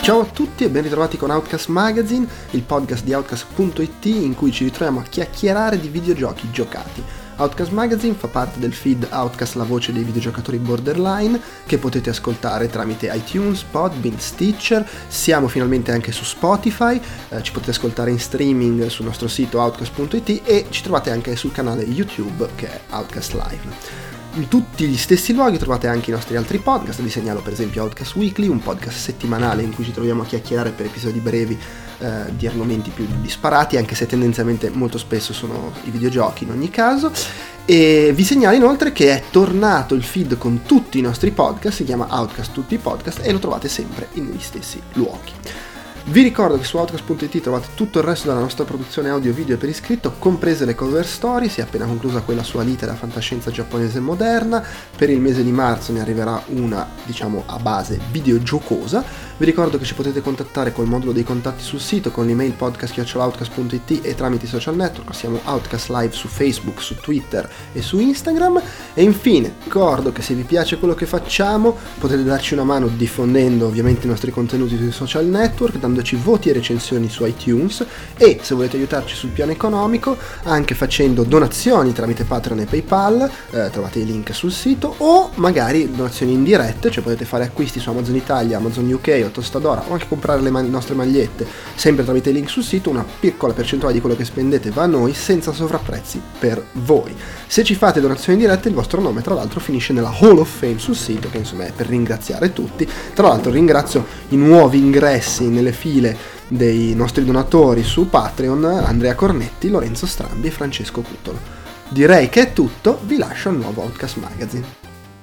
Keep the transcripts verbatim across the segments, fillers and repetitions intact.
Ciao a tutti e ben ritrovati con Outcast Magazine, il podcast di Outcast punto it in cui ci ritroviamo a chiacchierare di videogiochi giocati. Outcast Magazine fa parte del feed Outcast, la voce dei videogiocatori borderline, che potete ascoltare tramite iTunes, Podbean, Stitcher. Siamo finalmente anche su Spotify, eh, ci potete ascoltare in streaming sul nostro sito Outcast punto it e ci trovate anche sul canale YouTube che è Outcast Live. In tutti gli stessi luoghi trovate anche i nostri altri podcast. Vi segnalo per esempio Outcast Weekly, un podcast settimanale in cui ci troviamo a chiacchierare per episodi brevi eh, di argomenti più disparati, anche se tendenzialmente molto spesso sono i videogiochi in ogni caso. E vi segnalo inoltre che è tornato il feed con tutti i nostri podcast, si chiama Outcast Tutti i Podcast e lo trovate sempre negli stessi luoghi. Vi ricordo che su Outcast punto it trovate tutto il resto della nostra produzione audio e video per iscritto, comprese le cover story. Si è appena conclusa quella su Alita e la fantascienza giapponese moderna. Per il mese di marzo ne arriverà una, diciamo, a base videogiocosa. Vi ricordo che ci potete contattare col modulo dei contatti sul sito, con l'email podcast chiocciola outcast punto it e tramite i social network. Siamo Outcast Live su Facebook, su Twitter e su Instagram. E infine ricordo che se vi piace quello che facciamo potete darci una mano diffondendo ovviamente i nostri contenuti sui social network, dandoci voti e recensioni su iTunes, e se volete aiutarci sul piano economico anche facendo donazioni tramite Patreon e PayPal, eh, trovate i link sul sito, o magari donazioni indirette, cioè potete fare acquisti su Amazon Italia, Amazon U K o Tostadora, o anche comprare le ma- nostre magliette sempre tramite i link sul sito. Una piccola percentuale di quello che spendete va a noi senza sovrapprezzi per voi. Se ci fate donazioni dirette il vostro nome tra l'altro finisce nella Hall of Fame sul sito, che insomma è per ringraziare tutti. Tra l'altro ringrazio i nuovi ingressi nelle file dei nostri donatori su Patreon: Andrea Cornetti, Lorenzo Strambi e Francesco Cutolo. Direi che è tutto, vi lascio al nuovo Outcast Magazine.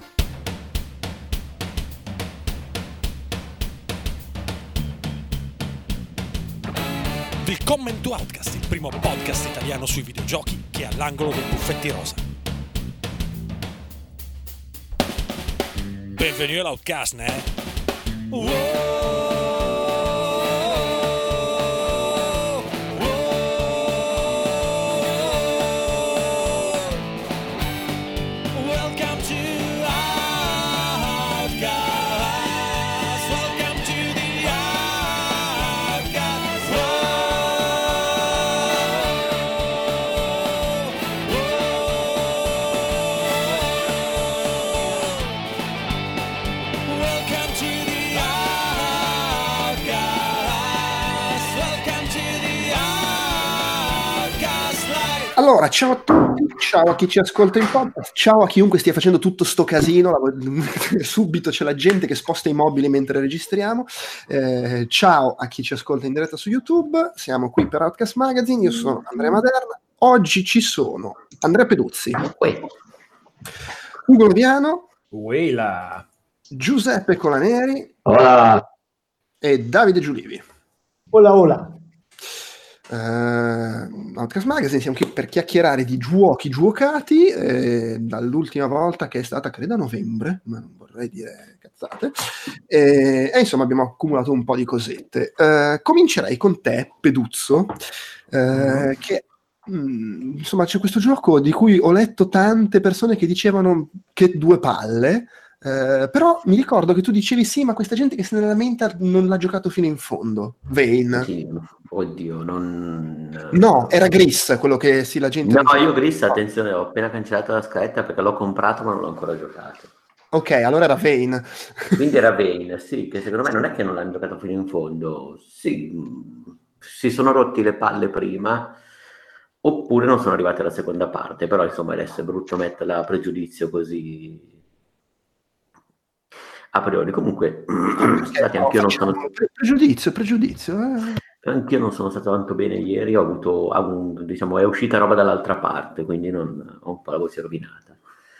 Willkommen to Outcast, il primo podcast italiano sui videogiochi che è all'angolo dei buffetti rosa. Benvenuti all'Outcast, né? Wow! Allora, ciao a tutti, ciao a chi ci ascolta in podcast, ciao a chiunque stia facendo tutto sto casino. Subito c'è la gente che sposta i mobili mentre registriamo. Eh, ciao a chi ci ascolta in diretta su YouTube. Siamo qui per Outcast Magazine, io sono Andrea Maderna. Oggi ci sono Andrea Peduzzi, Ugo Loviano, Uela. Giuseppe Colaneri, Hola. E Davide Giulivi. Hola, hola. Uh, Outcast Magazine, siamo qui per chiacchierare di giochi giocati eh, dall'ultima volta, che è stata credo a novembre, ma non vorrei dire cazzate, e, e insomma abbiamo accumulato un po' di cosette. Uh, comincerei con te, Peduzzo, uh, mm. che mh, insomma c'è questo gioco di cui ho letto tante persone che dicevano che due palle. Uh, però mi ricordo che tu dicevi sì, ma questa gente che se ne lamenta non l'ha giocato fino in fondo. Vane. Sì, oddio, non... No, era Gris, quello che sì, la gente... No, io Gris, attenzione, ho appena cancellato la scaletta perché l'ho comprato ma non l'ho ancora giocato. Ok, allora era Vane. Quindi era Vane, sì, che secondo me non è che non l'hanno giocato fino in fondo. Sì, si sono rotti le palle prima, oppure non sono arrivati alla seconda parte, però insomma adesso è brutto metterla a pregiudizio così... a priori. Comunque scusate, anch'io non sono pregiudizio pregiudizio eh. anch'io non sono stato tanto bene ieri, ho avuto un, diciamo è uscita roba dall'altra parte, quindi non ho un po' la voce rovinata.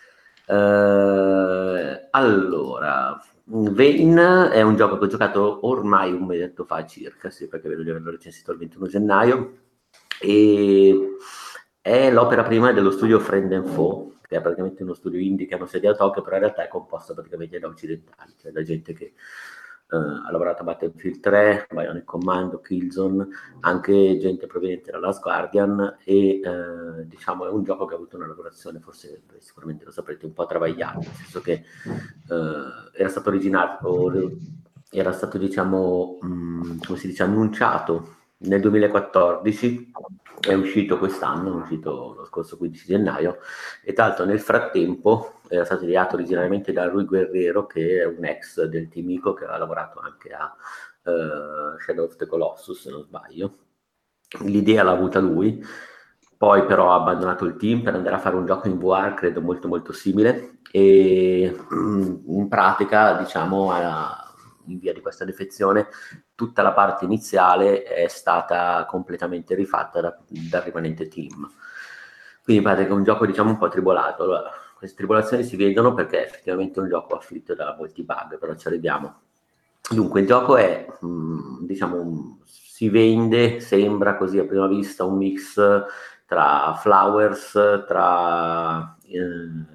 Uh, allora Vane è un gioco che ho giocato ormai un mesetto fa circa, sì, perché vedo di averlo recensito il ventuno gennaio, e è l'opera prima dello studio Friend and Foe, che è praticamente uno studio indie che hanno sede a Tokyo, però in realtà è composto praticamente da occidentali, cioè da gente che uh, ha lavorato a Battlefield tre, Bionic Commando, Killzone, anche gente proveniente da Last Guardian, e uh, diciamo è un gioco che ha avuto una lavorazione, forse sicuramente lo saprete, un po' travagliata, nel senso che uh, era stato originato era stato, diciamo, mh, come si dice, annunciato nel duemilaquattordici, è uscito quest'anno, è uscito lo scorso quindici gennaio, e tra l'altro nel frattempo era stato ideato originariamente da Rui Guerrero, che è un ex del team Ico, che aveva lavorato anche a uh, Shadow of the Colossus, se non sbaglio. L'idea l'ha avuta lui, poi però ha abbandonato il team per andare a fare un gioco in V R, credo molto molto simile, e in pratica, diciamo, in via di questa defezione, tutta la parte iniziale è stata completamente rifatta da, dal rimanente team. Quindi in pratica è un gioco, diciamo, un po' tribolato. Allora, queste tribolazioni si vedono perché effettivamente è un gioco afflitto da molti bug, però ci arriviamo. Dunque, il gioco è, mh, diciamo, un, si vende, sembra così a prima vista, un mix tra Flowers, tra eh,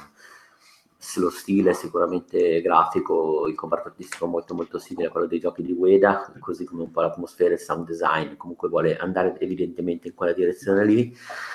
lo stile sicuramente grafico, il comparto artistico molto molto simile a quello dei giochi di Ueda, così come un po' l'atmosfera e il sound design, comunque vuole andare evidentemente in quella direzione lì,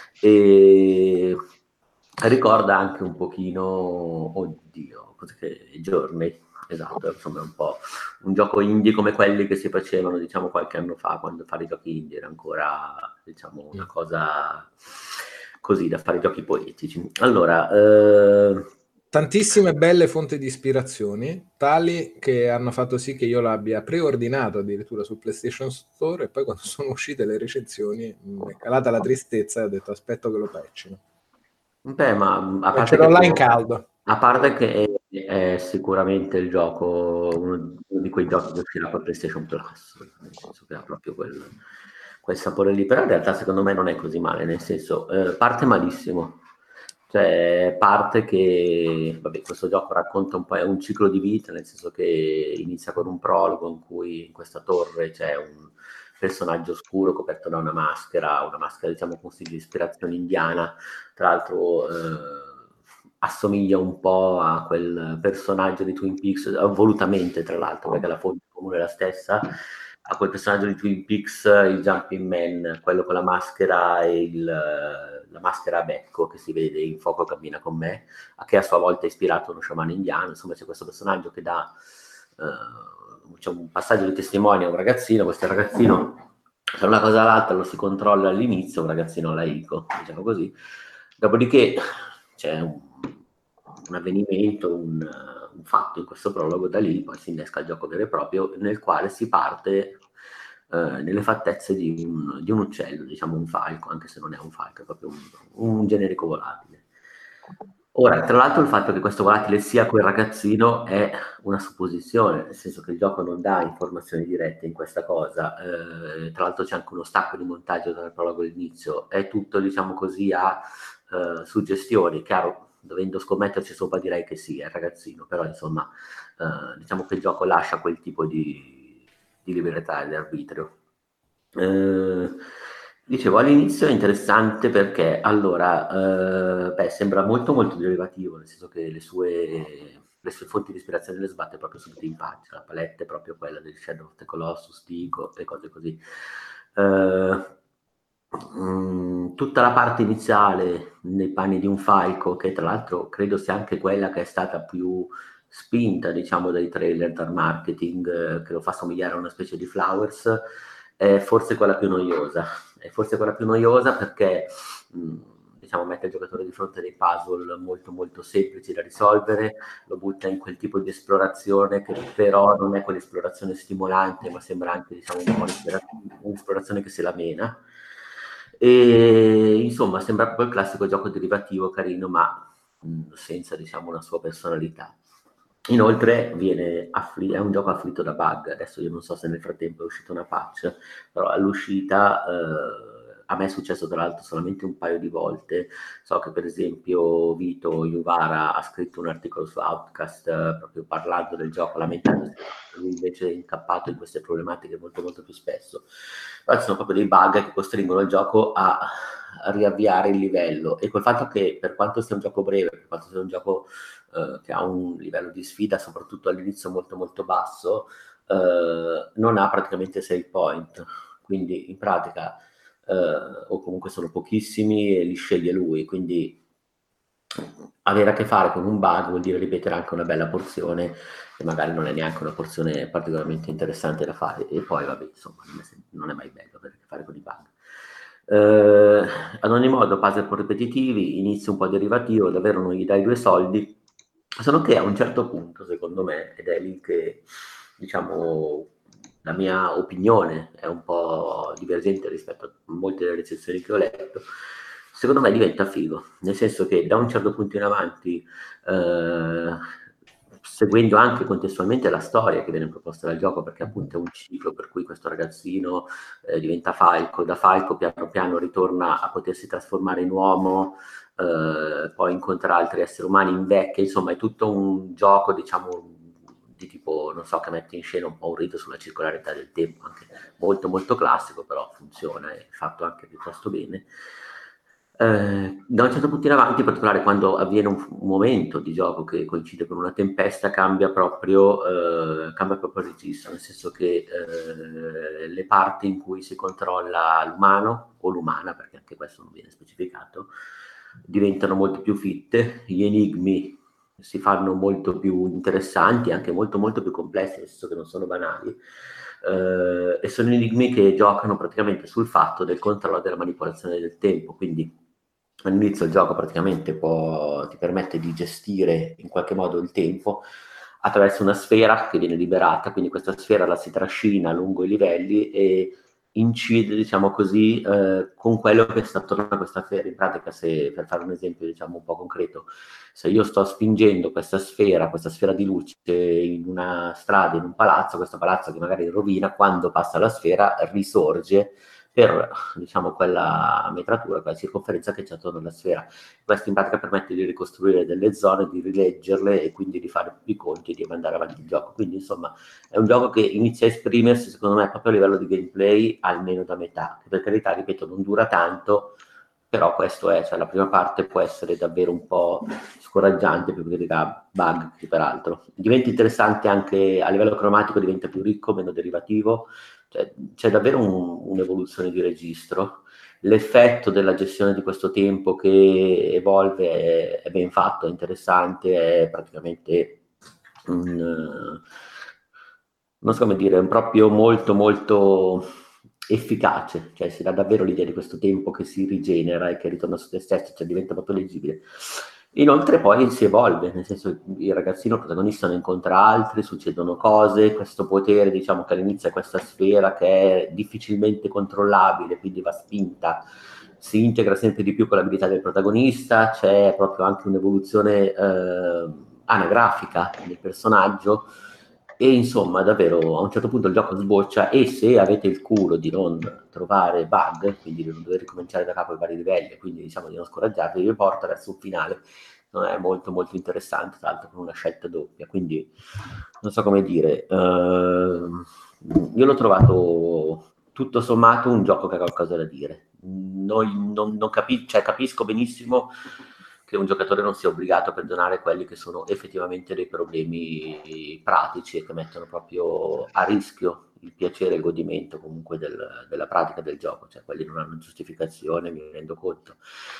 e ricorda anche un pochino, oddio, cos'è che Journey, esatto, insomma è un po' un gioco indie come quelli che si facevano, diciamo, qualche anno fa, quando fare i giochi indie era ancora, diciamo, una cosa così, da fare giochi poetici. Allora, eh... tantissime belle fonti di ispirazioni, tali che hanno fatto sì che io l'abbia preordinato addirittura su PlayStation Store, e poi quando sono uscite le recensioni mi è calata la tristezza e ho detto aspetto che lo patchino. Beh, ma a parte ce l'ho che, là in caldo. A parte che è, è sicuramente il gioco, uno, uno di quei giochi che uscirà per PlayStation Plus, nel senso che ha proprio quel, quel sapore lì, però in realtà secondo me non è così male, nel senso, eh, parte malissimo. Cioè, parte che, vabbè, questo gioco racconta un po', è un ciclo di vita, nel senso che inizia con un prologo in cui in questa torre c'è un personaggio oscuro coperto da una maschera, una maschera, diciamo, con stile di ispirazione indiana, tra l'altro eh, assomiglia un po' a quel personaggio di Twin Peaks, volutamente tra l'altro, perché la fonte comune è la stessa, a quel personaggio di Twin Peaks, il Jumping Man, quello con la maschera e il, la maschera a becco che si vede in Fuoco cammina con me, a che a sua volta è ispirato a uno sciamano indiano. Insomma, c'è questo personaggio che dà uh, c'è un passaggio di testimone a un ragazzino, questo ragazzino per una cosa o l'altra lo si controlla all'inizio, un ragazzino laico, diciamo così, dopodiché c'è un, un avvenimento, un un fatto in questo prologo, da lì poi si innesca il gioco vero e proprio, nel quale si parte eh, nelle fattezze di un, di un uccello, diciamo un falco, anche se non è un falco, è proprio un, un generico volatile. Ora, tra l'altro, il fatto che questo volatile sia quel ragazzino è una supposizione, nel senso che il gioco non dà informazioni dirette in questa cosa. Eh, tra l'altro c'è anche uno stacco di montaggio dal prologo all'inizio, è tutto, diciamo così, a eh, suggestioni. Chiaro, dovendo scommetterci sopra direi che sì, è il ragazzino, però insomma eh, diciamo che il gioco lascia quel tipo di, di libertà e di arbitrio. Eh, dicevo, all'inizio è interessante perché allora eh, beh, sembra molto molto derivativo, nel senso che le sue, le sue fonti di ispirazione le sbatte proprio subito in faccia, la palette è proprio quella del Shadow of the Colossus, Tico e cose così. Eh, mh, tutta la parte iniziale nei panni di un falco, che tra l'altro credo sia anche quella che è stata più spinta, diciamo, dai trailer, dal marketing, eh, che lo fa somigliare a una specie di Flowers, è forse quella più noiosa. È forse quella più noiosa perché mh, diciamo, mette il giocatore di fronte a dei puzzle molto molto semplici da risolvere, lo butta in quel tipo di esplorazione che però non è quell'esplorazione stimolante, ma sembra anche, diciamo, un po' un'esplorazione che se la mena. E insomma sembra proprio il classico gioco derivativo carino, ma mh, senza, diciamo, una sua personalità. Inoltre viene affli- è un gioco afflitto da bug. Adesso io non so se nel frattempo è uscita una patch, però all'uscita eh, a me è successo tra l'altro solamente un paio di volte. So che per esempio Vito Juvara ha scritto un articolo su Outcast eh, proprio parlando del gioco, lamentandosi che lui invece è incappato in queste problematiche molto molto più spesso. Però ci sono proprio dei bug che costringono il gioco a, a riavviare il livello, e col fatto che per quanto sia un gioco breve, per quanto sia un gioco eh, che ha un livello di sfida soprattutto all'inizio molto molto basso, eh, non ha praticamente save point, quindi in pratica eh, o comunque sono pochissimi e li sceglie lui, quindi avere a che fare con un bug vuol dire ripetere anche una bella porzione e magari non è neanche una porzione particolarmente interessante da fare, e poi vabbè, insomma, non è, non è mai bello avere a che fare con i bug. Eh, ad ogni modo, puzzle un po' ripetitivi, inizio un po' derivativo, davvero non gli dai due soldi, solo che a un certo punto, secondo me, ed è lì che, diciamo, la mia opinione è un po' divergente rispetto a molte delle recensioni che ho letto, secondo me diventa figo, nel senso che da un certo punto in avanti, eh, seguendo anche contestualmente la storia che viene proposta dal gioco, perché appunto è un ciclo per cui questo ragazzino eh, diventa falco, da falco piano piano ritorna a potersi trasformare in uomo, eh, poi incontra altri esseri umani, invecchia, insomma è tutto un gioco, diciamo, di tipo, non so, che mette in scena un po' un rito sulla circolarità del tempo, anche molto molto classico, però funziona, è fatto anche piuttosto bene. Eh, da un certo punto in avanti, in particolare quando avviene un, un momento di gioco che coincide con una tempesta, cambia proprio, eh, cambia proprio il registro, nel senso che eh, le parti in cui si controlla l'umano o l'umana, perché anche questo non viene specificato, diventano molto più fitte, gli enigmi si fanno molto più interessanti, anche molto molto più complessi, nel senso che non sono banali. Uh, e sono enigmi che giocano praticamente sul fatto del controllo della manipolazione del tempo, quindi all'inizio il gioco praticamente può, ti permette di gestire in qualche modo il tempo attraverso una sfera che viene liberata, quindi questa sfera la si trascina lungo i livelli e incide, diciamo così, eh, con quello che sta attorno a questa sfera. In pratica, se, per fare un esempio diciamo un po' concreto, se io sto spingendo questa sfera, questa sfera di luce in una strada, in un palazzo, questo palazzo che magari rovina, quando passa la sfera risorge per, diciamo, quella metratura, quella circonferenza che c'è attorno alla sfera. Questo in pratica permette di ricostruire delle zone, di rileggerle e quindi di fare i conti e di mandare avanti il gioco. Quindi insomma è un gioco che inizia a esprimersi, secondo me, proprio a livello di gameplay almeno da metà, che per carità, ripeto, non dura tanto, però questo è, cioè la prima parte può essere davvero un po' scoraggiante per vedere bug, che peraltro diventa interessante anche a livello cromatico, diventa più ricco, meno derivativo, cioè, c'è davvero un, un'evoluzione di registro. L'effetto della gestione di questo tempo che evolve è, è ben fatto, è interessante, è praticamente un, non so come dire, un proprio molto molto efficace, cioè si dà davvero l'idea di questo tempo che si rigenera e che ritorna su se stesso, cioè diventa proprio leggibile. Inoltre poi si evolve, nel senso il ragazzino protagonista ne incontra altri, succedono cose, questo potere, diciamo che all'inizio è questa sfera che è difficilmente controllabile, quindi va spinta, si integra sempre di più con l'abilità del protagonista, c'è proprio anche un'evoluzione eh, anagrafica del personaggio, e insomma davvero a un certo punto il gioco sboccia, e se avete il culo di non trovare bug, quindi di non dover ricominciare da capo i vari livelli, quindi diciamo di non scoraggiarvi, vi porta verso un finale non è molto molto interessante, tra l'altro con una scelta doppia, quindi non so come dire, uh, io l'ho trovato tutto sommato un gioco che ha qualcosa da dire. Non, non, non capi- cioè, capisco benissimo che un giocatore non sia obbligato a perdonare quelli che sono effettivamente dei problemi pratici e che mettono proprio a rischio il piacere e il godimento comunque del, della pratica del gioco, cioè quelli non hanno giustificazione, mi rendo conto.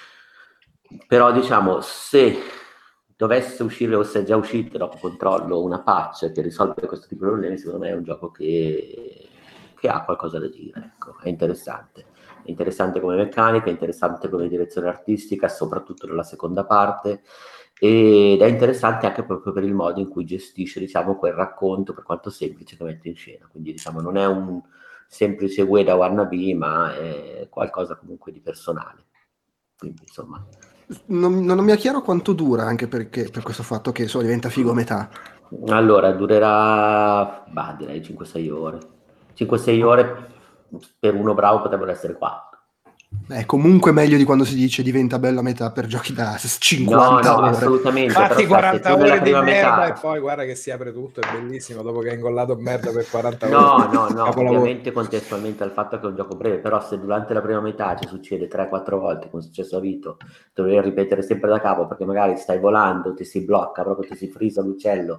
Però diciamo, se dovesse uscire o se è già uscito dopo controllo una patch che risolve questo tipo di problemi, secondo me è un gioco che, che ha qualcosa da dire, ecco, è interessante. È interessante come meccanica, è interessante come direzione artistica, soprattutto nella seconda parte, ed è interessante anche proprio per il modo in cui gestisce, diciamo, quel racconto, per quanto semplice, che mette in scena. Quindi, diciamo, non è un semplice Ueda wannabe, ma è qualcosa comunque di personale. Quindi, insomma... Non, non mi è chiaro quanto dura, anche perché per questo fatto che so, diventa figo a metà. Allora, durerà, bah, direi cinque sei ore. cinque sei ore per uno bravo potrebbero essere quattro. È comunque meglio di quando si dice diventa bello a metà per giochi da cinquanta no, no, ore. assolutamente. Fatti quaranta ore di merda metà... e poi guarda che si apre tutto, è bellissimo dopo che hai ingollato merda per quaranta no, ore. No, no, no, ovviamente contestualmente al fatto che è un gioco breve, però se durante la prima metà ci succede tre quattro volte, come è successo a Vito, dover ripetere sempre da capo perché magari stai volando, ti si blocca, proprio ti si frisa l'uccello.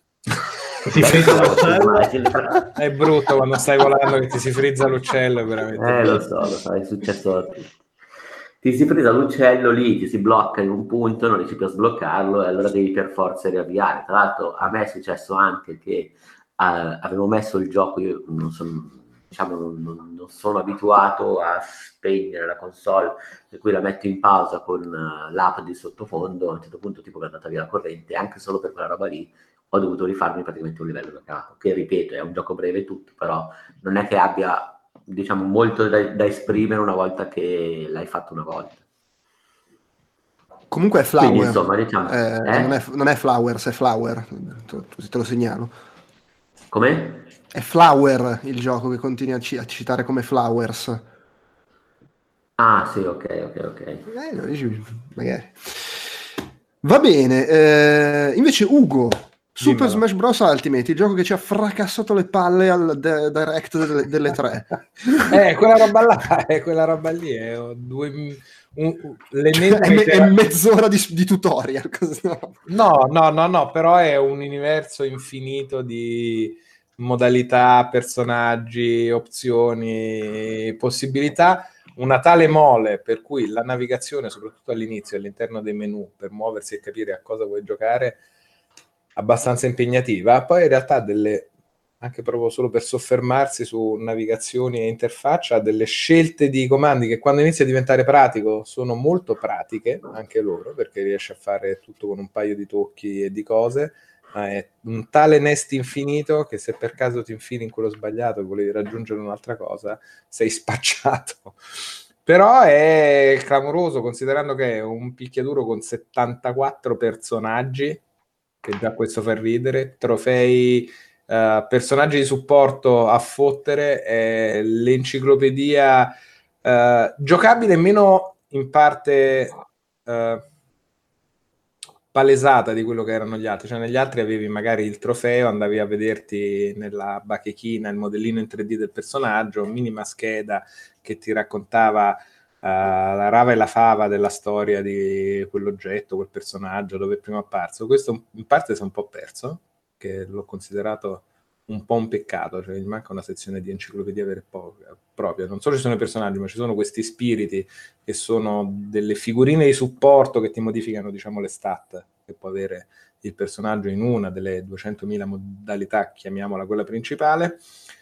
Si frizza l'uccello. È brutto quando stai volando che ti si frizza l'uccello, veramente. Eh, lo so, lo so, è successo a tutti. ti si presa l'uccello lì, ti si blocca in un punto, non riesci più a sbloccarlo e allora devi per forza riavviare. Tra l'altro a me è successo anche che eh, avevo messo il gioco, io non sono, diciamo, non, non, non sono abituato a spegnere la console, per cui la metto in pausa con uh, l'app di sottofondo. A un certo punto tipo mi è andata via la corrente, anche solo per quella roba lì ho dovuto rifarmi praticamente un livello da capo, che ripeto è un gioco breve tutto, però non è che abbia, diciamo, molto da, da esprimere una volta che l'hai fatto una volta. Comunque è Flower. Quindi, insomma, diciamo, eh, eh? non, è, non è Flowers, è Flower, te, te lo segnalo. Come? È Flower il gioco che continui a, ci- a citare come Flowers. Ah, sì, ok, ok, ok. Eh, no, dici, magari. Va bene, eh, invece Ugo, Super Dimmelo. Smash Bros. Ultimate, il gioco che ci ha fracassato le palle al de- direct delle, delle tre. eh, quella roba là, eh, quella roba lì è due, un, un, l'ennesima È, me- è iterazione. mezz'ora di, di tutorial. No, no, no, no, però è un universo infinito di modalità, personaggi, opzioni, possibilità, una tale mole per cui la navigazione, soprattutto all'inizio, all'interno dei menu, per muoversi e capire a cosa vuoi giocare, abbastanza impegnativa. Poi in realtà delle, anche proprio solo per soffermarsi su navigazioni e interfaccia, ha delle scelte di comandi che quando inizia a diventare pratico sono molto pratiche, anche loro, perché riesce a fare tutto con un paio di tocchi e di cose. Ma è un tale nest infinito che se per caso ti infili in quello sbagliato e volevi raggiungere un'altra cosa, sei spacciato. Però è clamoroso, considerando che è un picchiaduro con settantaquattro personaggi, che già questo fa ridere, trofei, uh, personaggi di supporto a fottere, è l'enciclopedia uh, giocabile meno in parte uh, palesata di quello che erano gli altri. Cioè negli altri avevi magari il trofeo, andavi a vederti nella bachechina il modellino in tre D del personaggio, minima scheda che ti raccontava uh, la rava e la fava della storia di quell'oggetto, quel personaggio, dove è prima apparso. Questo in parte si è un po' perso, che l'ho considerato un po' un peccato, cioè gli manca una sezione di enciclopedia vera e propria. Non solo ci sono i personaggi, ma ci sono questi spiriti che sono delle figurine di supporto che ti modificano, diciamo, le stat che può avere il personaggio in una delle duecentomila modalità, chiamiamola quella principale.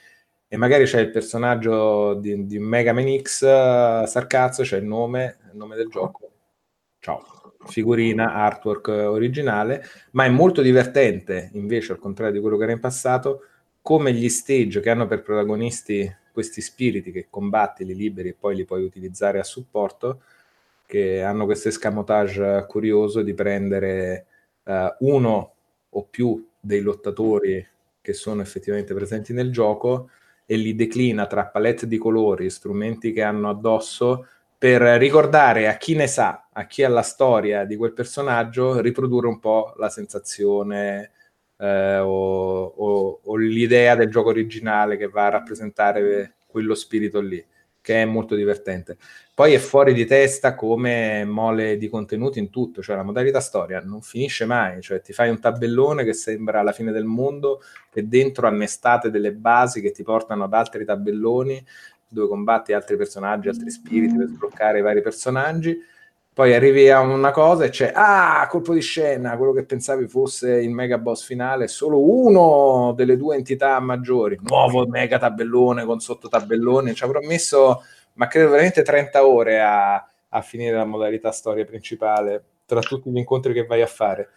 E magari c'è il personaggio di, di Mega Man X, uh, Sarcazzo, c'è il nome, il nome del gioco. Ciao. Figurina, artwork originale, ma è molto divertente, invece, al contrario di quello che era in passato, come gli stage che hanno per protagonisti questi spiriti che combatti, li liberi e poi li puoi utilizzare a supporto, che hanno questo escamotage curioso di prendere uh, uno o più dei lottatori che sono effettivamente presenti nel gioco e li declina tra palette di colori, strumenti che hanno addosso, per ricordare a chi ne sa, a chi ha la storia di quel personaggio, riprodurre un po' la sensazione eh, o, o, o l'idea del gioco originale che va a rappresentare quello spirito lì, che è molto divertente. Poi è fuori di testa come mole di contenuti in tutto, cioè la modalità storia non finisce mai, cioè ti fai un tabellone che sembra la fine del mondo e dentro annestate delle basi che ti portano ad altri tabelloni dove combatti altri personaggi, altri spiriti per sbloccare i vari personaggi. Poi arrivi a una cosa e c'è, ah, colpo di scena, quello che pensavi fosse il mega boss finale, solo uno delle due entità maggiori, nuovo mega tabellone con sottotabelloni, ci avrò messo, ma credo veramente trenta ore a, a finire la modalità storia principale, tra tutti gli incontri che vai a fare.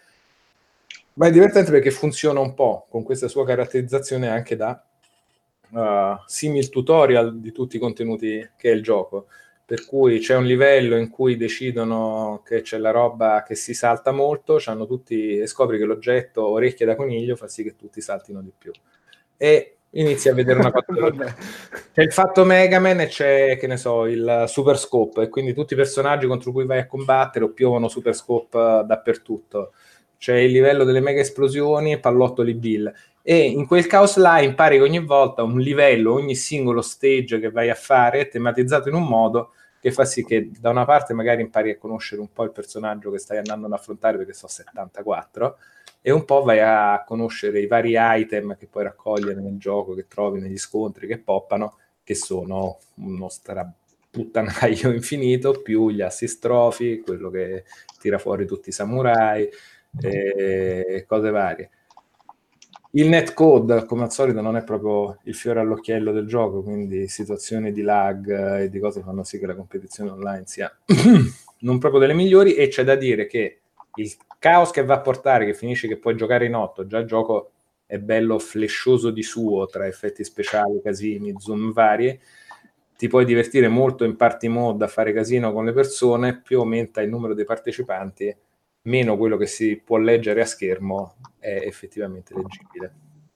Ma è divertente perché funziona un po' con questa sua caratterizzazione anche da Uh, simil tutorial di tutti i contenuti che è il gioco, per cui c'è un livello in cui decidono che c'è la roba che si salta molto, c'hanno tutti, e scopri che l'oggetto orecchie da coniglio fa sì che tutti saltino di più e inizi a vedere una cosa. C'è il fatto Mega Man e c'è, che ne so, il Super Scope, e quindi tutti i personaggi contro cui vai a combattere o piovono Super Scope uh, dappertutto. C'è il livello delle mega esplosioni e pallottoli Bill. E in quel caos là impari che ogni volta un livello, ogni singolo stage che vai a fare è tematizzato in un modo che fa sì che da una parte magari impari a conoscere un po' il personaggio che stai andando ad affrontare, perché so settantaquattro, e un po' vai a conoscere i vari item che puoi raccogliere nel gioco, che trovi negli scontri che poppano, che sono uno stra puttanaio infinito, più gli assist trophy, quello che tira fuori tutti i samurai e cose varie. Il netcode, come al solito, non è proprio il fiore all'occhiello del gioco, quindi situazioni di lag e di cose fanno sì che la competizione online sia non proprio delle migliori, e c'è da dire che il caos che va a portare, che finisce che puoi giocare in otto, già il gioco è bello flescioso di suo, tra effetti speciali, casini, zoom varie, ti puoi divertire molto in party mode a fare casino con le persone, più aumenta il numero dei partecipanti, meno quello che si può leggere a schermo è effettivamente leggibile.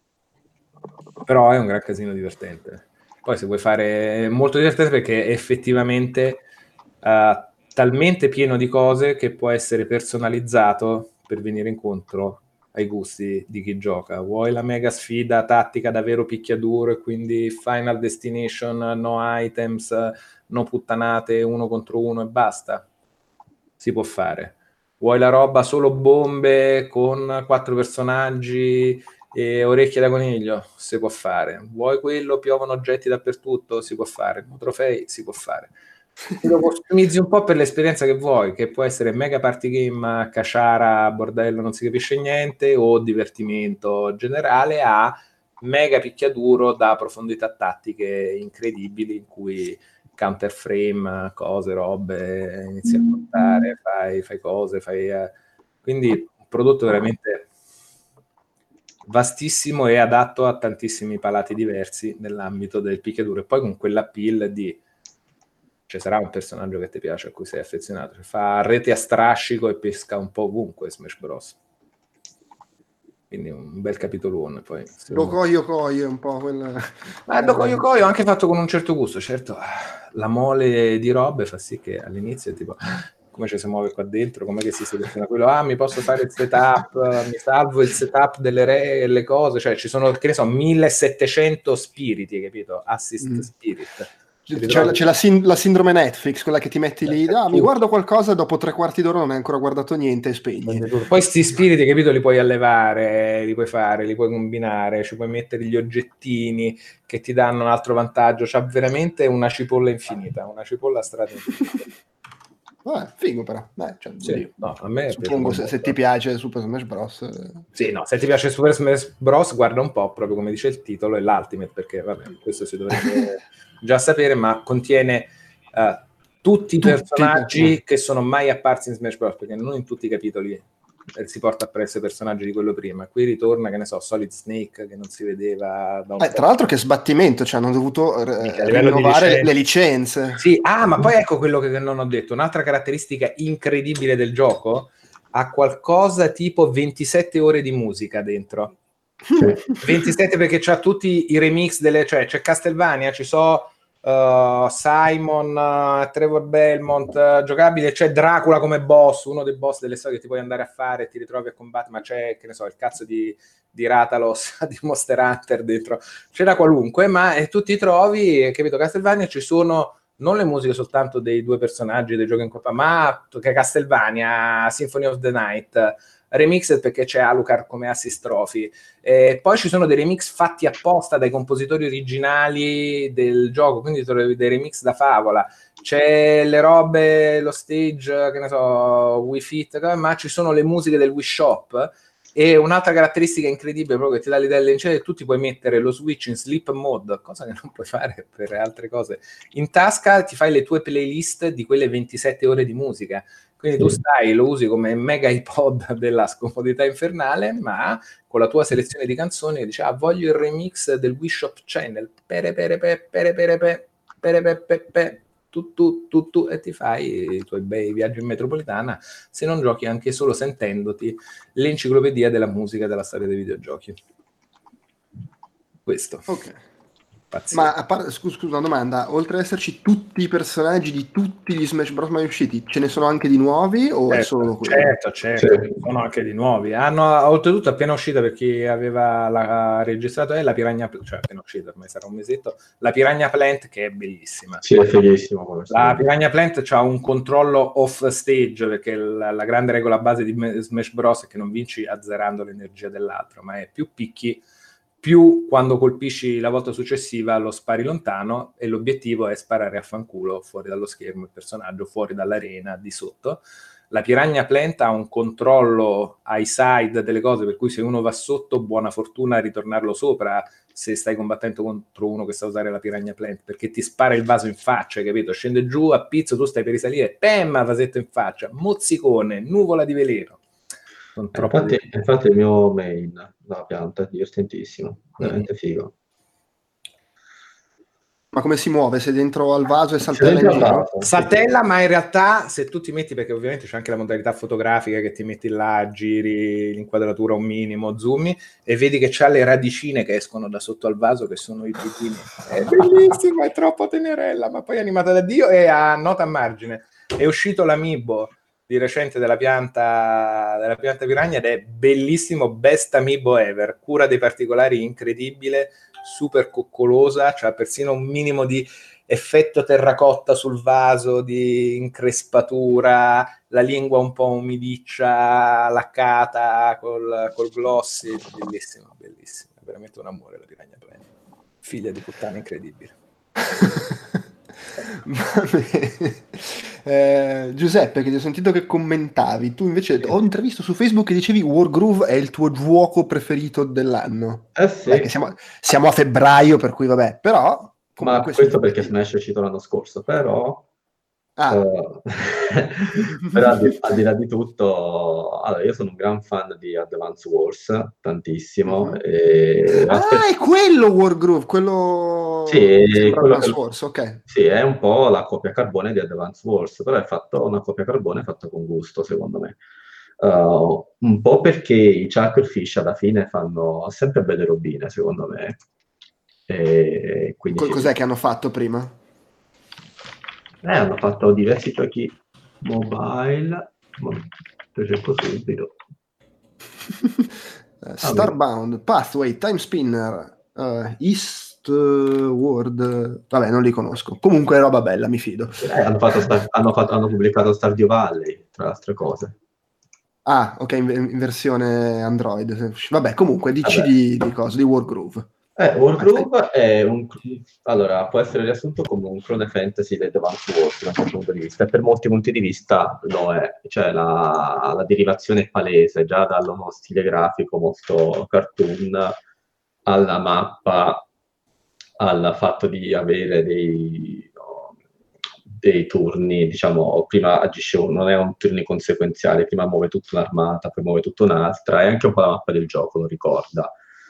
Però è un gran casino divertente. Poi se vuoi fare molto divertente, perché è effettivamente uh, talmente pieno di cose che può essere personalizzato per venire incontro ai gusti di chi gioca. Vuoi la mega sfida tattica davvero picchiaduro e quindi Final Destination, no items, no puttanate, uno contro uno e basta? Si può fare. Vuoi la roba solo bombe con quattro personaggi e orecchie da coniglio? Si può fare. Vuoi quello, piovono oggetti dappertutto? Si può fare. Trofei? Si può fare. Lo customizzi un po' per l'esperienza che vuoi, che può essere mega party game, caciara, bordello, non si capisce niente, o divertimento generale, a mega picchiaduro da profondità tattiche incredibili, in cui counter frame, cose, robe, inizi a contare, fai, fai cose, fai... Eh. Quindi un prodotto veramente vastissimo e adatto a tantissimi palati diversi nell'ambito del picchiaduro, e poi con quell'appeal di ci sarà un personaggio che ti piace, a cui sei affezionato, fa rete a strascico e pesca un po' ovunque Smash Bros. Quindi un bel capitolone. Poi Doko Yokoi è un po' quel... Ma Doko Yokoi ho anche fatto con un certo gusto, certo la mole di robe fa sì che all'inizio è tipo come ci si muove qua dentro, com'è che si seleziona quello, ah mi posso fare il setup, mi salvo il setup delle re e le cose, cioè ci sono, che ne so, millesettecento spiriti, capito? Assist mm. spirit. C'è, c'è la, sin- la sindrome Netflix, quella che ti metti lì, ah, mi guardo qualcosa, dopo tre quarti d'ora non hai ancora guardato niente e spegni. Poi sti spiriti, capito, li puoi allevare, li puoi fare, li puoi combinare, ci puoi mettere gli oggettini che ti danno un altro vantaggio, c'ha veramente una cipolla infinita, una cipolla a strada infinita. Vabbè, figo però. Beh, cioè, sì, no, a me suppongo se, se ti piace Super Smash Bros. Eh. Sì, no, se ti piace Super Smash Bros, guarda un po', proprio come dice il titolo, è l'Ultimate, perché vabbè, questo si dovrebbe già sapere, ma contiene uh, tutti i personaggi tutti. che sono mai apparsi in Smash Bros, perché non in tutti i capitoli si porta appresso i personaggi di quello prima. Qui ritorna, che ne so, Solid Snake, che non si vedeva da un eh, tra l'altro che sbattimento, cioè hanno dovuto eh, rinnovare licenze. le licenze. Sì, ah, ma poi ecco quello che non ho detto, un'altra caratteristica incredibile del gioco, ha qualcosa tipo ventisette ore di musica dentro. ventisette perché c'ha tutti i remix delle, cioè c'è Castlevania, ci so Uh, Simon, uh, Trevor Belmont uh, giocabile, c'è Dracula come boss, uno dei boss delle storie che ti puoi andare a fare e ti ritrovi a combattere, ma c'è, che ne so, il cazzo di, di Ratalos di Monster Hunter dentro, c'era qualunque, ma eh, tu ti trovi, capito, Castlevania ci sono non le musiche soltanto dei due personaggi del gioco in coppa, ma che Castlevania, Symphony of the Night, remixed perché c'è Alucard come assist trophy, e poi ci sono dei remix fatti apposta dai compositori originali del gioco, quindi trovi dei remix da favola, c'è le robe, lo stage, che ne so, Wii Fit, ma ci sono le musiche del Wii Shop. E un'altra caratteristica incredibile proprio che ti dà l'idea dell'incendio è che tu ti puoi mettere lo Switch in sleep mode, cosa che non puoi fare per altre cose. In tasca ti fai le tue playlist di quelle ventisette ore di musica, quindi tu stai, lo usi come mega iPod della scomodità infernale, ma con la tua selezione di canzoni dici, ah, voglio il remix del Wii Shop Channel, pere pere pe, pere pere pe, pere pe pe pe, tu tu tu tu, e ti fai i tuoi bei viaggi in metropolitana, se non giochi anche solo sentendoti l'enciclopedia della musica e della storia dei videogiochi. Questo. Ok. Pazzesco. Ma a parte, scusa, scusa, una domanda, oltre ad esserci tutti i personaggi di tutti gli Smash Bros mai usciti, ce ne sono anche di nuovi o certo, è solo quello? Certo, certo, certo, sono anche di nuovi. Hanno oltretutto appena uscita, per chi aveva la, registrato è la Piranha, cioè appena uscita, ormai sarà un mesetto, la Piranha Plant, che è bellissima. Sì, è fighissimo. La Piranha Plant c'ha un controllo off stage, perché la, la grande regola base di Smash Bros è che non vinci azzerando l'energia dell'altro, ma è più picchi più quando colpisci la volta successiva lo spari lontano, e l'obiettivo è sparare a fanculo fuori dallo schermo il personaggio, fuori dall'arena, di sotto. La Piranha Plant ha un controllo ai side delle cose, per cui se uno va sotto, buona fortuna a ritornarlo sopra se stai combattendo contro uno che sa usare la Piranha Plant, perché ti spara il vaso in faccia, capito? Scende giù a pizzo, tu stai per risalire, pem, vasetto in faccia, mozzicone, nuvola di veleno. Sono troppo infatti, di... infatti il mio main, la pianta, è divertentissimo, veramente mm. figo. Ma come si muove? Se dentro al vaso e saltella in giro? Saltella, ma in realtà se tu ti metti, perché ovviamente c'è anche la modalità fotografica che ti metti là, giri l'inquadratura un minimo, zoomi, e vedi che c'ha le radicine che escono da sotto al vaso, che sono i puttini. È bellissimo, è troppo tenerella, ma poi è animata da Dio. E a nota a margine, è uscito l'amiibo di recente della pianta della pianta piragna ed è bellissimo, best amiibo ever, cura dei particolari incredibile, super coccolosa, c'ha persino un minimo di effetto terracotta sul vaso, di increspatura, la lingua un po' umidiccia, laccata col, col glossy, bellissimo, bellissimo, è veramente un amore la Piranha Plant, figlia di puttana incredibile. eh, Giuseppe, che ti ho sentito che commentavi, tu invece ho intravisto su Facebook che dicevi Wargroove è il tuo gioco preferito dell'anno. Eh sì. Beh, che siamo, siamo a febbraio, per cui vabbè, però ma questo perché Smash è uscito l'anno scorso, però ah. uh, però al di, al di là di tutto, allora io sono un gran fan di Advance Wars, tantissimo. Mm-hmm. E... ah aspe... è quello Wargroove, quello sì, quello Advance Wars, ok. Sì, è un po' la copia carbone di Advance Wars, però è fatto una copia carbone fatta con gusto, secondo me. Uh, un po' perché i Chucklefish alla fine fanno sempre belle robine, secondo me. E quindi Co- sì. Cos'è che hanno fatto prima? Eh, hanno fatto diversi giochi mobile, ma lo cerco subito. Starbound, Pathway, Time Spinner, uh, Eastward, vabbè, non li conosco. Comunque è roba bella, mi fido. Eh, hanno, fatto Star, hanno, fatto, hanno pubblicato Stardew Valley, tra le altre cose. Ah, ok, in, in versione Android. Vabbè, comunque, dici di, di cosa? Di Wargroove. Eh, Wargroove è un... Allora, può essere riassunto come un clone fantasy del Advance Wars da un certo punto di vista, e per molti punti di vista lo è. Cioè, la, la derivazione è palese, già dallo stile grafico molto cartoon, alla mappa, al fatto di avere dei, no, dei turni, diciamo, prima agisce uno, non è un turni conseguenziale, prima muove tutta un'armata, poi muove tutta un'altra, è anche un po' la mappa del gioco, lo ricorda.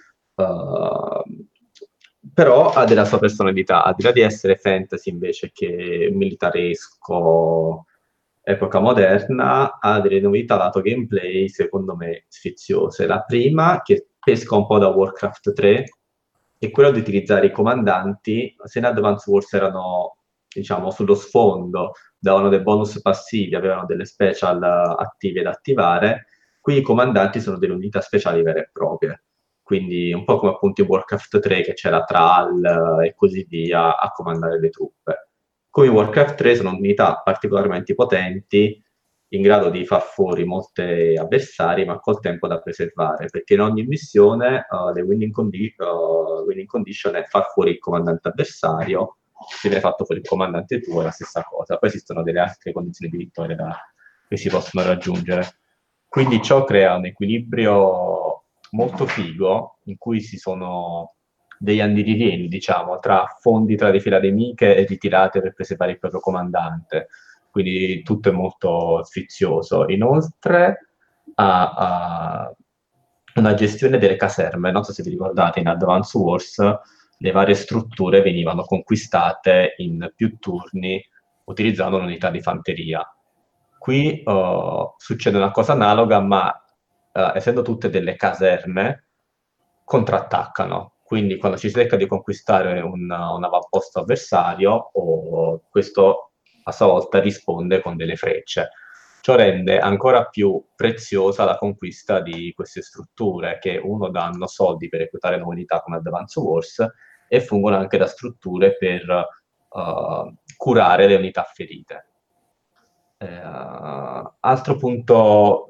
Uh, però ha della sua personalità, al di là di essere fantasy invece che militaresco, epoca moderna, ha delle novità lato gameplay secondo me sfiziose. La prima, che pesca un po' da Warcraft tre, è quella di utilizzare i comandanti. Se in Advance Wars erano, diciamo, sullo sfondo, davano dei bonus passivi, avevano delle special attive da attivare, qui i comandanti sono delle unità speciali vere e proprie. Quindi un po' come appunto in Warcraft tre, che c'era Thrall e così via a comandare le truppe. Come in Warcraft tre sono unità particolarmente potenti, in grado di far fuori molti avversari, ma col tempo da preservare, perché in ogni missione uh, le winning, condi- uh, winning condition è far fuori il comandante avversario, se viene fatto fuori il comandante tuo è la stessa cosa. Poi esistono delle altre condizioni di vittoria da, che si possono raggiungere. Quindi ciò crea un equilibrio molto figo, in cui ci sono degli andirivieni, diciamo, tra fondi tra le fila nemiche e ritirate per preservare il proprio comandante. Quindi tutto è molto sfizioso. Inoltre ha, ha una gestione delle caserme. Non so se vi ricordate, in Advance Wars le varie strutture venivano conquistate in più turni utilizzando un'unità di fanteria. Qui uh, succede una cosa analoga, ma Uh, essendo tutte delle caserme, contrattaccano. Quindi quando ci si cerca di conquistare un, un avamposto avversario, o questo a sua volta risponde con delle frecce. Ciò rende ancora più preziosa la conquista di queste strutture, che uno danno soldi per reclutare nuove unità come Advance Wars, e fungono anche da strutture per uh, curare le unità ferite. Uh, altro punto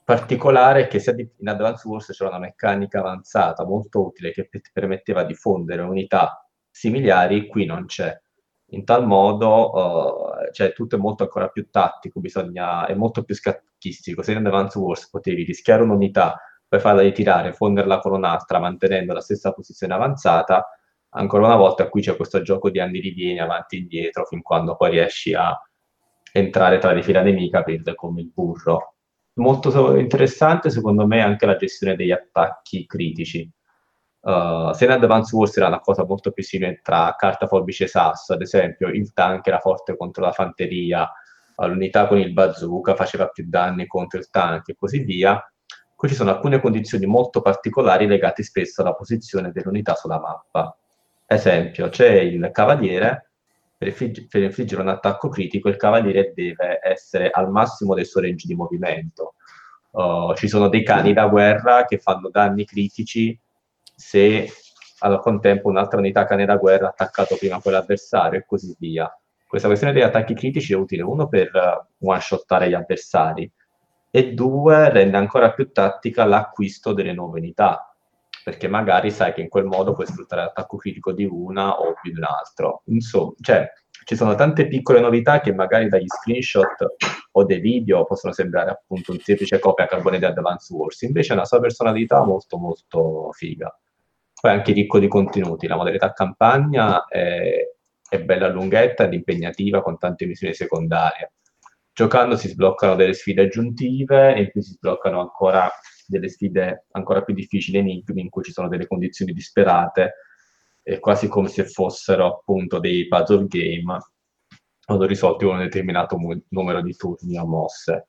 particolare è che sia di- in Advance Wars c'era una meccanica avanzata molto utile che ti permetteva di fondere unità similari, qui non c'è. In tal modo, eh, cioè, tutto è molto ancora più tattico, bisogna, è molto più scacchistico. Se in Advance Wars potevi rischiare un'unità, poi farla ritirare, fonderla con un'altra, mantenendo la stessa posizione avanzata, ancora una volta qui c'è questo gioco di andare e rivieni avanti e indietro, fin quando poi riesci a entrare tra le fila nemiche, aprirle come il burro. Molto so- interessante, secondo me, anche la gestione degli attacchi critici. Uh, se in Advance Wars era una cosa molto più simile tra carta, forbice e sasso, ad esempio il tank era forte contro la fanteria, uh, l'unità con il bazooka faceva più danni contro il tank e così via. Qui ci sono alcune condizioni molto particolari legate spesso alla posizione dell'unità sulla mappa. Esempio, c'è il cavaliere, per, infligg- per infliggere un attacco critico il cavaliere deve essere al massimo del suo range di movimento. Uh, ci sono dei cani da guerra che fanno danni critici se al contempo un'altra unità cane da guerra ha attaccato prima quell'avversario e così via. Questa questione degli attacchi critici è utile, uno, per uh, one-shottare gli avversari, e due, rende ancora più tattica l'acquisto delle nuove unità, perché magari sai che in quel modo puoi sfruttare l'attacco critico di una o più di un altro. Insomma, cioè, ci sono tante piccole novità che magari dagli screenshot o dei video possono sembrare appunto un semplice copia carbone di Advance Wars, invece ha una sua personalità molto molto figa. Poi è anche ricco di contenuti, la modalità campagna è, è bella lunghetta ed impegnativa con tante missioni secondarie. Giocando si sbloccano delle sfide aggiuntive e in più si sbloccano ancora delle sfide ancora più difficili, enigmi, in cui ci sono delle condizioni disperate, e quasi come se fossero appunto dei puzzle game, quando risolti un determinato mu- numero di turni o mosse.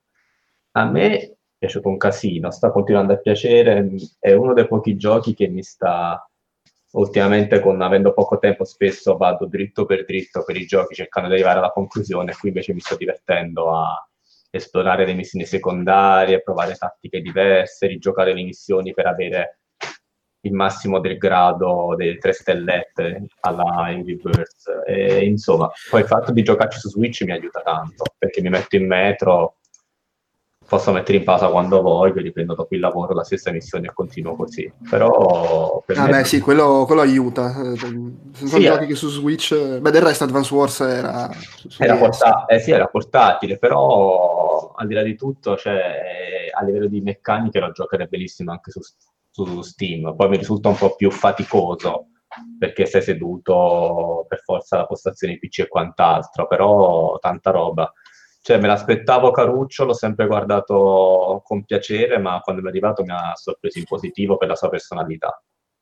A me è piaciuto un casino, sta continuando a piacere, è uno dei pochi giochi che mi sta ultimamente, con avendo poco tempo, spesso vado dritto per dritto per i giochi cercando di arrivare alla conclusione, qui invece mi sto divertendo a esplorare le missioni secondarie, provare tattiche diverse, rigiocare le missioni per avere il massimo del grado delle tre stellette alla Angry Birds. E, insomma, poi il fatto di giocarci su Switch mi aiuta tanto, perché mi metto in metro, posso mettere in pausa quando voglio, riprendo dopo il lavoro la stessa missione e continuo così. Però per Ah me... beh sì, quello, quello aiuta. Eh, Sono Sì, giochi eh. che su Switch... Beh, del resto Advance Wars era su, su Era, D S. porta- eh sì, era portatile, però al di là di tutto, cioè, a livello di meccaniche lo giocare bellissimo anche su, su Steam. Poi mi risulta un po' più faticoso, perché sei seduto per forza alla postazione P C e quant'altro, però tanta roba. Cioè, me l'aspettavo caruccio, l'ho sempre guardato con piacere, ma quando mi è arrivato mi ha sorpreso in positivo per la sua personalità.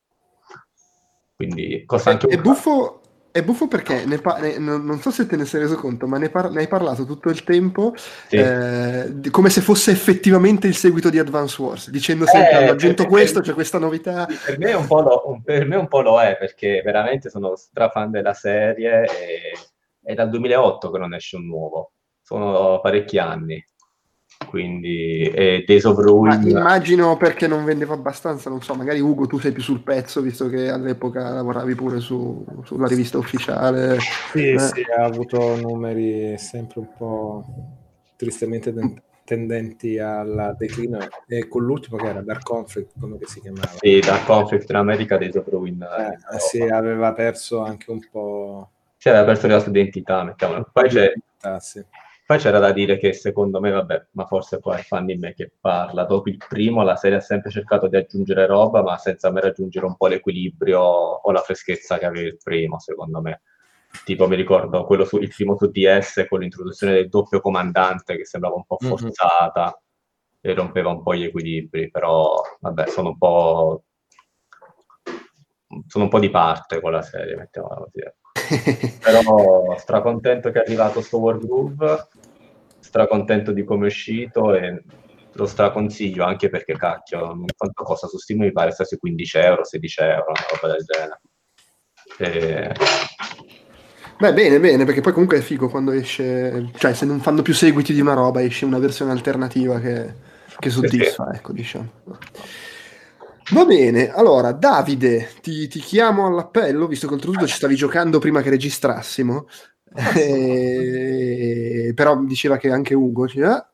Quindi costa anche È un buffo, è buffo perché ne pa- ne- non, non so se te ne sei reso conto, ma ne, par- ne hai parlato tutto il tempo Sì. eh, di- come se fosse effettivamente il seguito di Advance Wars, dicendo sempre Eh, hanno aggiunto per- questo, per- c'è questa novità. sì, per me un po' lo, un- per me un po' lo è, perché veramente sono strafan della serie e è dal duemilaotto che non esce un nuovo, sono parecchi anni, quindi e Days of Ma Ruin. immagino perché non vendeva abbastanza, non so, magari Ugo tu sei più sul pezzo, visto che all'epoca lavoravi pure su- sulla rivista ufficiale. Sì, eh. sì, ha avuto numeri sempre un po' tristemente ten- tendenti al declino, e con l'ultimo che era Dark Conflict, come che si chiamava. Sì, Dark Conflict in America, Days of Ruin in Eh, Europa. sì, aveva perso anche un po'. Sì, aveva perso la sua identità, mettiamola. Poi c'è, Ah, sì. Poi c'era da dire che secondo me, vabbè, ma forse poi è fan di me che parla, dopo il primo la serie ha sempre cercato di aggiungere roba, ma senza mai raggiungere un po' l'equilibrio o la freschezza che aveva il primo, secondo me. Tipo mi ricordo quello su, il primo su D S con l'introduzione del doppio comandante che sembrava un po' Mm-hmm. forzata e rompeva un po' gli equilibri, però vabbè, sono un po' sono un po' di parte con la serie, mettiamola così. Ecco. Però stracontento che è arrivato sto World Groove, stracontento di come è uscito e lo straconsiglio anche perché cacchio, quanto costa su Steam mi pare sta sui quindici euro, sedici euro, una roba del genere. E... Beh, bene, bene, perché poi comunque è figo quando esce, cioè se non fanno più seguiti di una roba, esce una versione alternativa che, che soddisfa, ecco, diciamo. Va bene, allora Davide, ti, ti chiamo all'appello, visto che oltretutto ci stavi giocando prima che registrassimo, eh, però mi diceva che anche Ugo, cioè,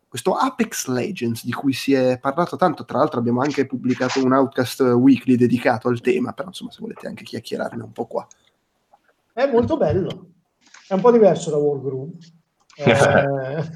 questo Apex Legends di cui si è parlato tanto. Tra l'altro abbiamo anche pubblicato un Outcast Weekly dedicato al tema, però insomma se volete anche chiacchierarne un po' qua. È molto bello, è un po' diverso da Wargroove, eh,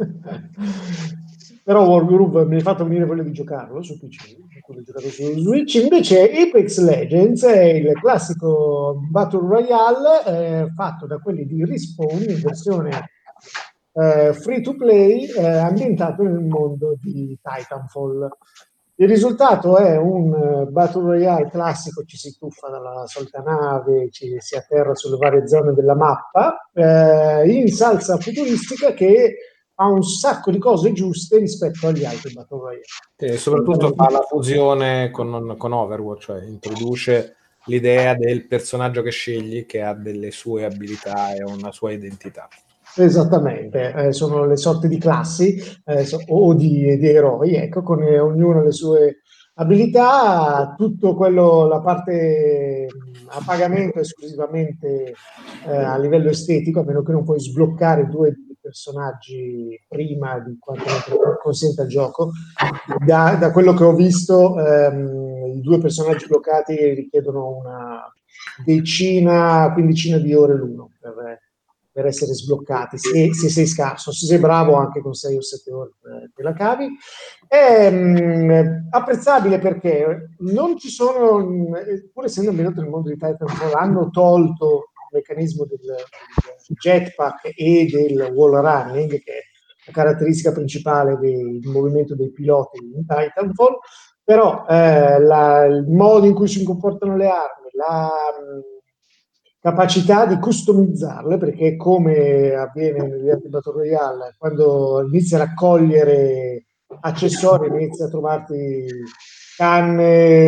però Wargroove mi ha fatto venire voglia di giocarlo su P C, ho giocato su Switch. Invece Apex Legends è il classico Battle Royale eh, fatto da quelli di Respawn in versione eh, free to play, eh, ambientato nel mondo di Titanfall. Il risultato è un uh, Battle Royale classico, ci si tuffa dalla solita nave, ci si atterra sulle varie zone della mappa, eh, in salsa futuristica, che ha un sacco di cose giuste rispetto agli altri Battle Royale. E soprattutto fa la fusione con, con Overwatch, cioè introduce l'idea del personaggio che scegli che ha delle sue abilità e una sua identità. Esattamente, eh, sono le sorte di classi eh, so, o di, di eroi, ecco, con eh, ognuno le sue abilità. Tutto quello, la parte mh, a pagamento esclusivamente eh, a livello estetico, a meno che non puoi sbloccare due personaggi prima di quanto consente il gioco. Da, da quello che ho visto, ehm, i due personaggi bloccati richiedono una decina, quindicina di ore l'uno per per essere sbloccati, se, se sei scarso. Se sei bravo anche con sei o sette ore te la cavi. È mh, apprezzabile perché non ci sono, pur essendo ambientato nel mondo di Titanfall, hanno tolto il meccanismo del, del jetpack e del wall running, che è la caratteristica principale del movimento dei piloti in Titanfall, però eh, la, il modo in cui si comportano le armi, la capacità di customizzarle, perché come avviene negli altri Battle Royale, quando inizi a raccogliere accessori, inizi a trovarti canne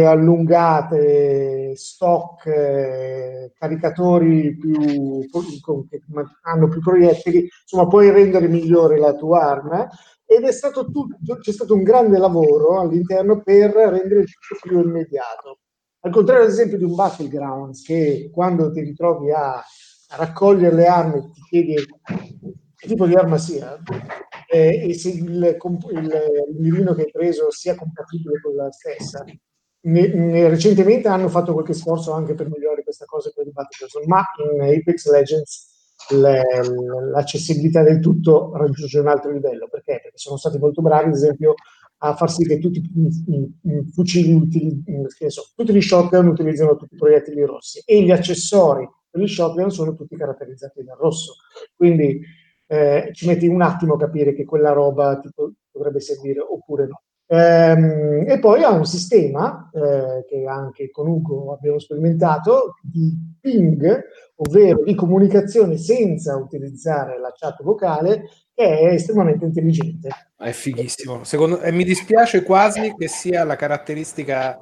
allungate, stock, eh, caricatori più, con, che hanno più proiettili, insomma puoi rendere migliore la tua arma, ed è stato tutto, c'è stato un grande lavoro all'interno per rendere il tutto più immediato. Al contrario, ad esempio, di un Battlegrounds, che quando ti ritrovi a, a raccogliere le armi ti chiedi che tipo di arma sia eh, e se il, il, il mirino che hai preso sia compatibile con la stessa. Ne, ne, recentemente hanno fatto qualche sforzo anche per migliorare questa cosa per il Battlegrounds, ma in Apex Legends le, l'accessibilità del tutto raggiunge un altro livello. Perché? Perché sono stati molto bravi, ad esempio, a far sì che tutti i, i, i fucili utili, che so, tutti gli shotgun utilizzano tutti i proiettili rossi e gli accessori per gli shotgun sono tutti caratterizzati dal rosso. Quindi eh, ci metti un attimo a capire che quella roba tipo, dovrebbe servire oppure no. Ehm, e poi ha un sistema eh, che anche con Ugo abbiamo sperimentato di ping, ovvero di comunicazione senza utilizzare la chat vocale, che è estremamente intelligente. È fighissimo. Secondo, e mi dispiace quasi che sia la caratteristica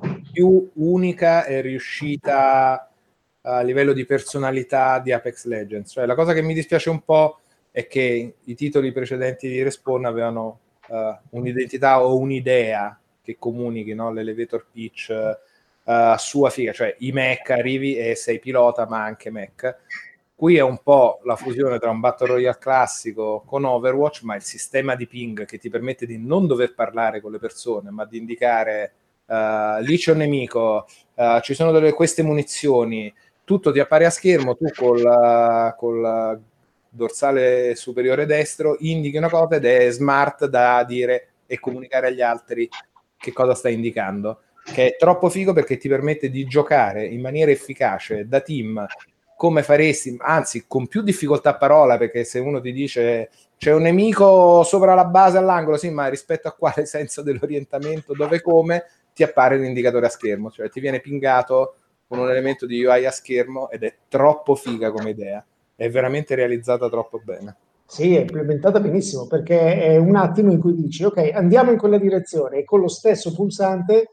più unica e riuscita a livello di personalità di Apex Legends. Cioè, la cosa che mi dispiace un po' è che i titoli precedenti di Respawn avevano uh, un'identità o un'idea che comunichi, no? L'elevator pitch uh, a sua figa, cioè i mech arrivi e sei pilota ma anche mech. Qui è un po' la fusione tra un Battle Royale classico con Overwatch, ma il sistema di ping che ti permette di non dover parlare con le persone, ma di indicare uh, lì c'è un nemico, uh, ci sono delle, queste munizioni, tutto ti appare a schermo, tu col, uh, col dorsale superiore destro indichi una cosa ed è smart da dire e comunicare agli altri che cosa stai indicando, che è troppo figo perché ti permette di giocare in maniera efficace da team, come faresti, anzi con più difficoltà a parola, perché se uno ti dice c'è un nemico sopra la base all'angolo, sì, ma rispetto a quale senso dell'orientamento, dove, come, ti appare l'indicatore a schermo, cioè ti viene pingato con un elemento di U I a schermo ed è troppo figa come idea, è veramente realizzata troppo bene. Sì, è implementata benissimo, perché è un attimo in cui dici ok, andiamo in quella direzione e con lo stesso pulsante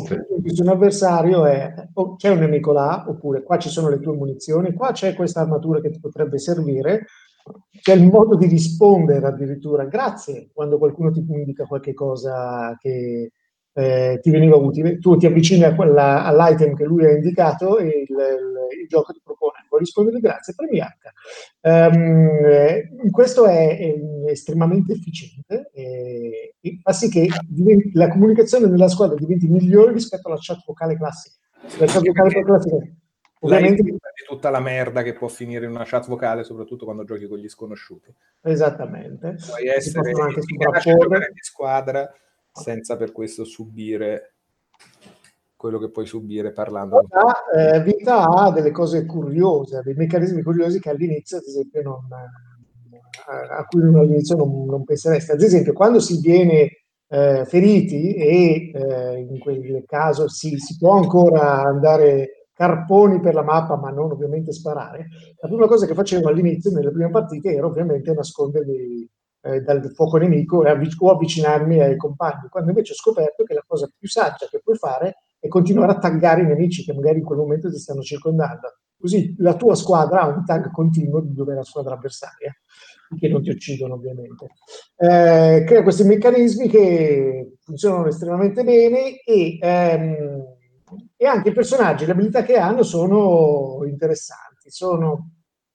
un avversario è oh, c'è un nemico là, oppure qua ci sono le tue munizioni, qua c'è questa armatura che ti potrebbe servire, c'è il modo di rispondere addirittura grazie quando qualcuno ti indica qualche cosa che eh, ti veniva utile, tu ti avvicini a quella, all'item che lui ha indicato e il, il, il gioco ti propone puoi rispondere grazie, premi H. Um, questo è, è estremamente efficiente e, e fa sì che diventi, la comunicazione nella squadra diventi migliore rispetto alla chat vocale classica. La chat vocale classica ovviamente di tutta la merda che può finire in una chat vocale, soprattutto quando giochi con gli sconosciuti. Esattamente. Puoi essere anche giocare di squadra senza per questo subire quello che puoi subire parlando. La eh, vita ha delle cose curiose, dei meccanismi curiosi che all'inizio, ad esempio, non, a cui all'inizio non, non pensereste. Ad esempio, quando si viene eh, feriti e eh, in quel caso si, si può ancora andare carponi per la mappa, ma non ovviamente sparare, la prima cosa che facevo all'inizio, nelle prime partite, era ovviamente nascondermi eh, dal fuoco nemico e avvic- o avvicinarmi ai compagni, quando invece ho scoperto che la cosa più saggia che puoi fare è continuare a taggare i nemici che magari in quel momento ti stanno circondando. Così la tua squadra ha un tag continuo di dove è la squadra avversaria, che non ti uccidono ovviamente. Eh, crea questi meccanismi che funzionano estremamente bene e, ehm, e anche i personaggi, le abilità che hanno sono interessanti. Sono,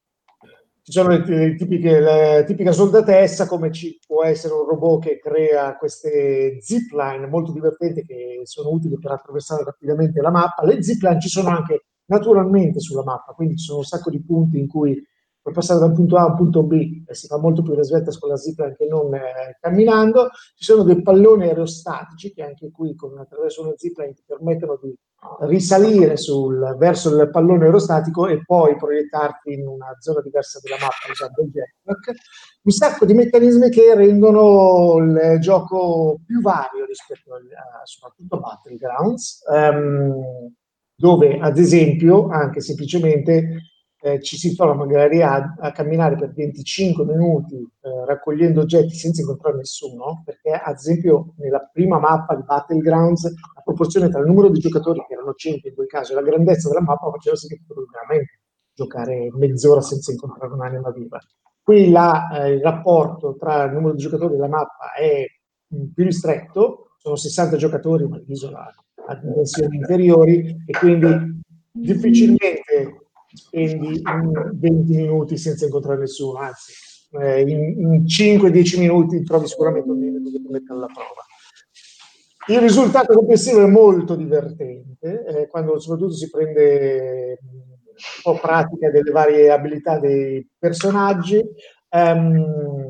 ci sono le, le tipiche, la tipica soldatessa, come ci può essere un robot che crea queste zipline molto divertenti che sono utili per attraversare rapidamente la mappa. Le zipline ci sono anche naturalmente sulla mappa, quindi ci sono un sacco di punti in cui puoi passare da un punto A a un punto B e si fa molto più resvettes con la zipline che non eh, camminando. Ci sono dei palloni aerostatici che anche qui con, attraverso una zipline ti permettono di risalire sul, verso il pallone aerostatico e poi proiettarti in una zona diversa della mappa usando il jetpack. Un sacco di meccanismi che rendono il gioco più vario rispetto a, soprattutto a Battlegrounds, um, dove ad esempio anche semplicemente eh, ci si trova magari a, a camminare per venticinque minuti eh, raccogliendo oggetti senza incontrare nessuno, perché ad esempio nella prima mappa di Battlegrounds la proporzione tra il numero di giocatori, che erano cento in quel caso, e la grandezza della mappa faceva sì che potevi veramente giocare mezz'ora senza incontrare un'anima viva. Qui la, eh, il rapporto tra il numero di giocatori della mappa è mh, più ristretto, sono sessanta giocatori ma l'isola a dimensioni inferiori e quindi difficilmente spendi venti minuti senza incontrare nessuno, anzi eh, in, in cinque dieci minuti trovi sicuramente un minuto che ti mette alla prova. Il risultato complessivo è molto divertente, eh, quando soprattutto si prende un po' pratica delle varie abilità dei personaggi. Um,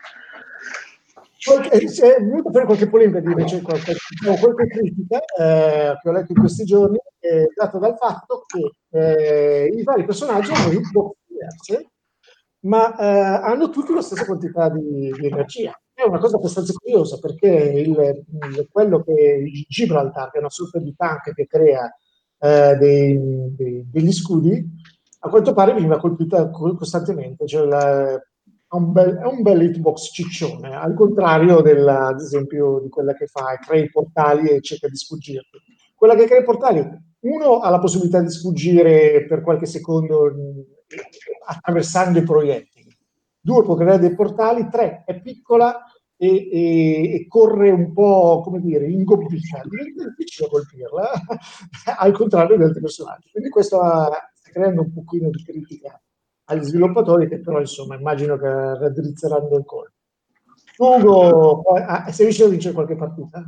Qualche, è venuta per qualche polemica di invece qualche, qualche critica eh, che ho letto in questi giorni, eh, data dal fatto che eh, i vari personaggi hanno hitbox diverse, ma eh, hanno tutti la stessa quantità di, di energia. È una cosa abbastanza curiosa perché il, il, quello che il Gibraltar, che è una sorta di tank che crea eh, dei, dei, degli scudi, a quanto pare veniva colpita costantemente, cioè la, è un bel, è un bel hitbox ciccione, al contrario della, ad esempio di quella che fa, crea i portali e cerca di sfuggire. Quella che crea i portali, uno ha la possibilità di sfuggire per qualche secondo attraversando i proiettili, due può creare dei portali, tre è piccola e, e, e corre un po', come dire, ingobbita, diventa difficile colpirla, al contrario di altri personaggi. Quindi questo sta creando un pochino di critica agli sviluppatori, che però insomma immagino che raddrizzeranno il colpo. Ugo, ah, sei riuscito a vincere qualche partita?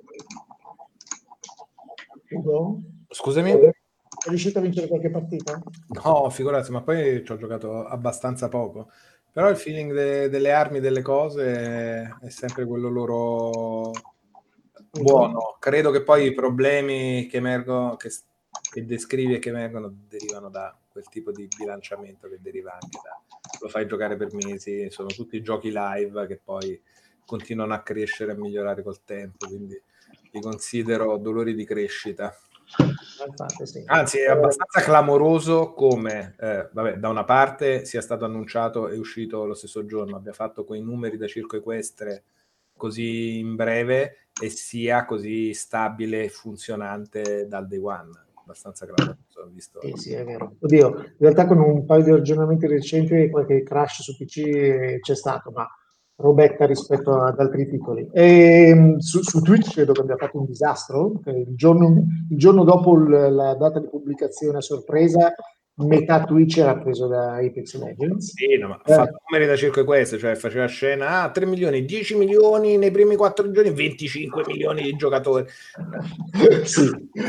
Ugo? Scusami? Sei riuscito a vincere qualche partita? No, figurati, ma poi ci ho giocato abbastanza poco. Però il feeling de- delle armi, delle cose è sempre quello loro buono. Credo che poi i problemi che emergono, che, che descrivi e che emergono, derivano da quel tipo di bilanciamento che deriva anche da lo fai giocare per mesi, sono tutti giochi live che poi continuano a crescere e a migliorare col tempo, quindi li considero dolori di crescita. Infatti, sì. Anzi, è abbastanza clamoroso come eh, vabbè, da una parte sia stato annunciato e uscito lo stesso giorno, abbia fatto quei numeri da circo equestre così in breve e sia così stabile e funzionante dal day one. Abbastanza clamoroso, ho visto. Sì, sì, è vero. Oddio, in realtà con un paio di aggiornamenti recenti qualche crash su P C c'è stato, ma robetta rispetto ad altri titoli. E su, su Twitch credo che abbia fatto un disastro. Il giorno, il giorno dopo il, la data di pubblicazione a sorpresa metà Twitch era preso da Apex Legends. Sì, no, ma ha Eh. fatto numeri da Circo Quest, cioè faceva scena, ah, tre milioni, dieci milioni nei primi quattro giorni, venticinque milioni di giocatori. Sì,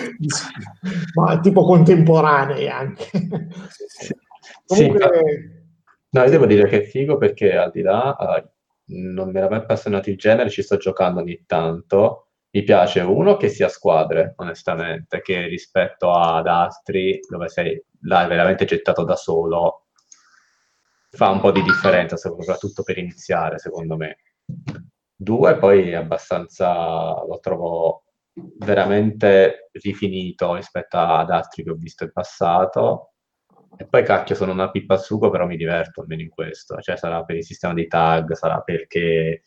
ma tipo contemporanei anche. Sì, sì. Comunque, No, io devo dire che è figo perché al di là, eh, non mi era mai appassionato il genere, ci sto giocando ogni tanto. Mi piace uno che sia squadre, onestamente, che rispetto ad altri, dove sei là veramente gettato da solo, fa un po' di differenza, soprattutto per iniziare, secondo me. Due, poi è abbastanza, lo trovo veramente rifinito rispetto ad altri che ho visto in passato. E poi cacchio, sono una pippa al sugo, però mi diverto almeno in questo. Cioè sarà per il sistema dei tag, sarà perché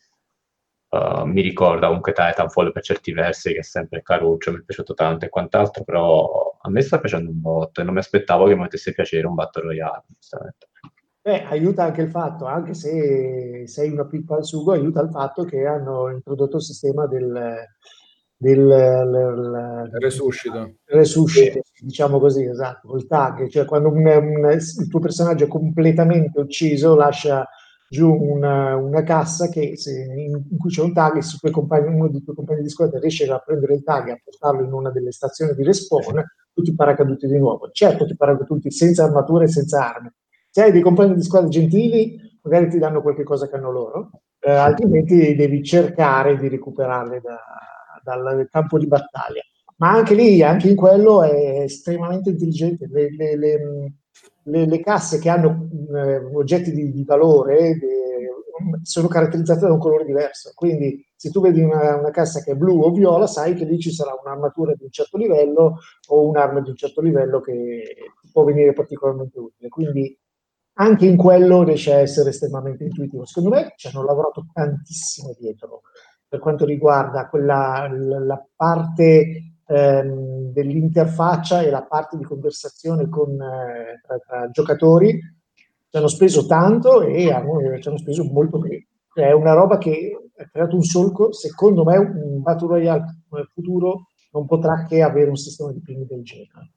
uh, mi ricorda comunque Titanfall per certi versi, che è sempre caruccio, mi è piaciuto tanto e quant'altro, però a me sta piacendo un botto e non mi aspettavo che mi potesse piacere un Battle Royale, onestamente. Eh, aiuta anche il fatto, anche se sei una pippa al sugo, aiuta il fatto che hanno introdotto il sistema del, del, del Resuscito. resuscito, diciamo così, esatto, col tag, cioè quando un, un, il tuo personaggio è completamente ucciso, lascia giù una, una cassa che se, in, in cui c'è un tag e se tuoi compagni, uno dei tuoi compagni di squadra riesce a prendere il tag e a portarlo in una delle stazioni di respawn, tutti paracaduti di nuovo. Certo, ti paracaduti senza armature e senza armi. Se hai dei compagni di squadra gentili, magari ti danno qualche cosa che hanno loro, eh, altrimenti devi cercare di recuperarle da, dal campo di battaglia. Ma anche lì, anche in quello, è estremamente intelligente. Le, le, le, le, le casse che hanno eh, oggetti di, di valore eh, sono caratterizzate da un colore diverso. Quindi, se tu vedi una, una cassa che è blu o viola, sai che lì ci sarà un'armatura di un certo livello o un'arma di un certo livello che può venire particolarmente utile. Quindi, anche in quello riesce a essere estremamente intuitivo. Secondo me ci hanno lavorato tantissimo dietro per quanto riguarda quella, la, la parte ehm, dell'interfaccia e la parte di conversazione con, eh, tra, tra giocatori. Ci hanno speso tanto e hanno, ci hanno speso molto bene. È una roba che ha creato un solco. Secondo me un Battle Royale nel futuro non potrà che avere un sistema di ping del genere.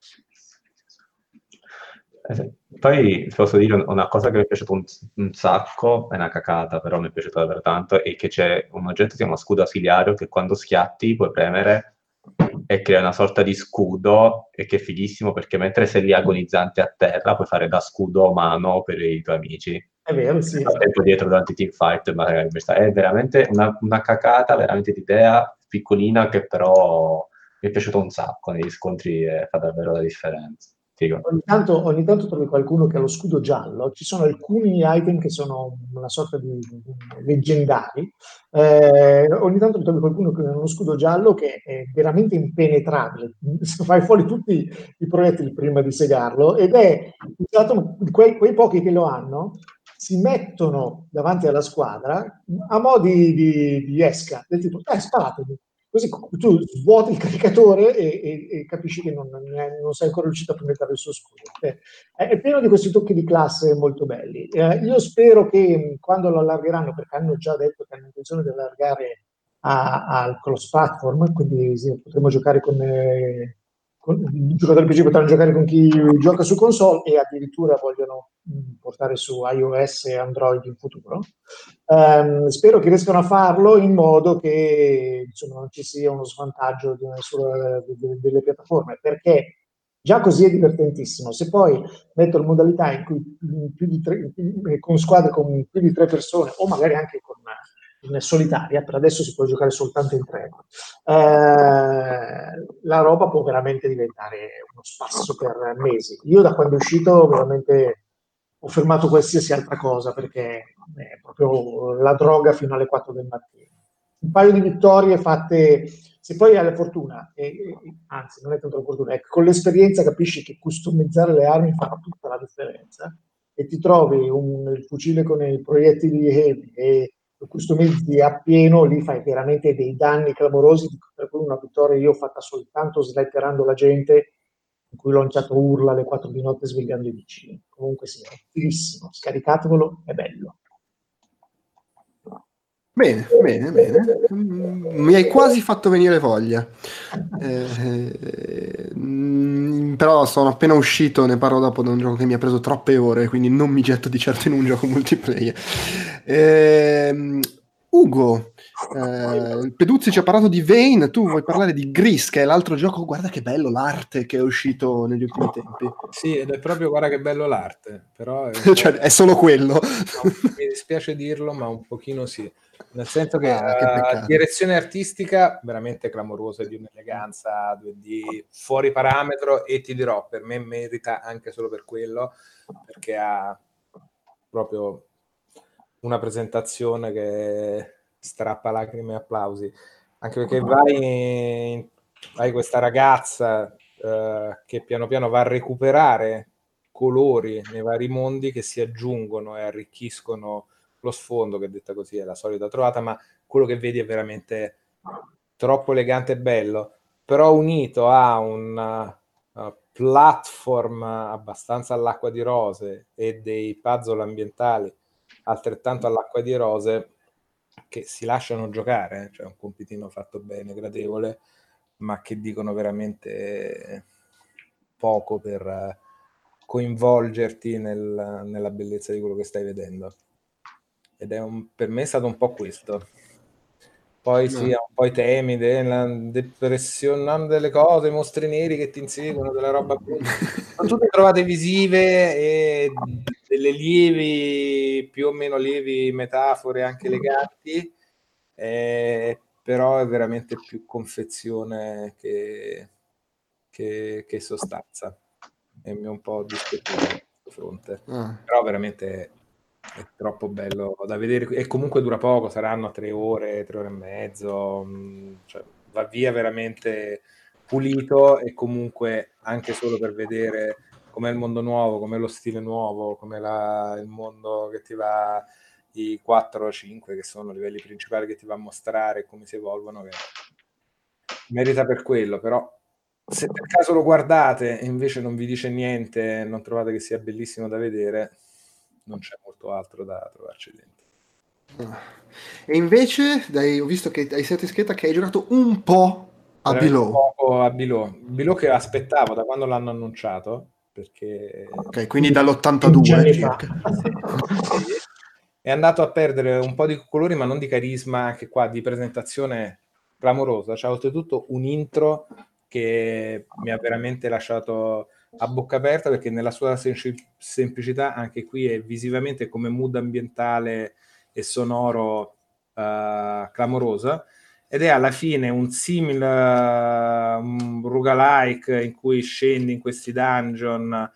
Poi posso dire una cosa che mi è piaciuto un, un sacco, è una cacata, però mi è piaciuto davvero tanto, è che c'è un oggetto che si chiama scudo ausiliario che quando schiatti puoi premere e crea una sorta di scudo, e che è fighissimo perché mentre sei lì agonizzante a terra puoi fare da scudo mano per i tuoi amici. È vero, sì. Nel tempo dietro durante i teamfight, ma è veramente una, una cacata, veramente di idea piccolina, che però mi è piaciuto un sacco negli scontri e fa davvero la differenza. Ogni tanto, ogni tanto trovi qualcuno che ha lo scudo giallo. Ci sono alcuni item che sono una sorta di, di leggendari. Eh, ogni tanto trovi qualcuno che ha uno scudo giallo che è veramente impenetrabile. Fai fuori tutti i proiettili prima di segarlo, ed è usato, quei, quei pochi che lo hanno si mettono davanti alla squadra a mo' di, di, di esca, del tipo, eh, sparatemi. Così tu svuoti il caricatore e, e, e capisci che non, non sei ancora riuscito a penetrare il suo scudo. Eh, è pieno di questi tocchi di classe molto belli. Eh, io spero che quando lo allargheranno, perché hanno già detto che hanno intenzione di allargare al cross platform, quindi sì, potremo giocare con, eh, con i giocatori P C potranno giocare con chi gioca su console, e addirittura vogliono mh, portare su iOS e Android in futuro. Um, spero che riescano a farlo in modo che insomma, non ci sia uno svantaggio di nessuna delle, delle piattaforme, perché già così è divertentissimo. Se poi metto le modalità in cui più di tre, con squadre con più di tre persone, o magari anche con in solitaria, per adesso si può giocare soltanto in tre, eh, la roba può veramente diventare uno spasso per mesi. Io da quando è uscito veramente ho fermato qualsiasi altra cosa, perché è proprio la droga fino alle quattro del mattino. Un paio di vittorie fatte, se poi hai la fortuna, e, e, anzi non è tanto la fortuna, è che con l'esperienza capisci che customizzare le armi fa tutta la differenza, e ti trovi un, il fucile con i proiettili heavy e lo customizzi appieno, lì fai veramente dei danni clamorosi. Per cui una vittoria io ho fatta soltanto sletterando la gente, in cui ho lanciato urla alle quattro di notte svegliando i vicini. Comunque sì, è fighissimo, scaricatevelo, è bello. Bene, bene, bene. Mi hai quasi fatto venire voglia. Eh, però sono appena uscito, ne parlo dopo, da un gioco che mi ha preso troppe ore, quindi non mi getto di certo in un gioco multiplayer. Ehm, Ugo, eh, Peduzzi ci ha parlato di Vane, tu vuoi parlare di Gris, che è l'altro gioco, guarda che bello l'arte che è uscito negli ultimi tempi. Sì, ed è proprio, guarda che bello l'arte, però è, cioè, è solo quello. No, mi dispiace dirlo, ma un pochino sì. Nel senso che, ah, che uh, direzione artistica veramente clamorosa, di un'eleganza due D fuori parametro, e ti dirò, per me merita anche solo per quello, perché ha proprio una presentazione che strappa lacrime e applausi, anche perché vai, hai questa ragazza uh, che piano piano va a recuperare colori nei vari mondi che si aggiungono e arricchiscono lo sfondo, che detta così è la solita trovata, ma quello che vedi è veramente troppo elegante e bello, però unito a un uh, platform abbastanza all'acqua di rose e dei puzzle ambientali altrettanto all'acqua di rose, che si lasciano giocare, cioè un compitino fatto bene, gradevole, ma che dicono veramente poco per coinvolgerti nel, nella bellezza di quello che stai vedendo. Ed è un, per me è stato un po' questo. Poi sì, ha un po' i temi della depressione delle cose, i mostri neri che ti inseguono, della roba. Sono tutte trovate visive e delle lievi, più o meno lievi metafore anche eleganti, eh, però è veramente più confezione che, che, che sostanza, e mi è un po' dispiaciuto a questo fronte. Ah. Però veramente è troppo bello da vedere, e comunque dura poco, saranno tre ore, tre ore e mezzo, cioè va via veramente pulito, e comunque anche solo per vedere com'è il mondo nuovo, com'è lo stile nuovo, com'è la, il mondo che ti va, i quattro o cinque che sono i livelli principali che ti va a mostrare, come si evolvono, che merita per quello. Però se per caso lo guardate e invece non vi dice niente, non trovate che sia bellissimo da vedere, non c'è molto altro da trovarci dentro. E invece, dai, ho visto che hai sette scheda che hai giocato un po' a Below. Un po' a Below. Below che aspettavo da quando l'hanno annunciato, perché... Ok, quindi dall'ottantadue circa. Sì. È andato a perdere un po' di colori, ma non di carisma, anche qua di presentazione clamorosa. C'ha oltretutto un intro che mi ha veramente lasciato a bocca aperta, perché nella sua sem- semplicità anche qui è visivamente, come mood ambientale e sonoro, uh, clamorosa, ed è alla fine un simile uh, un roguelike in cui scendi in questi dungeon,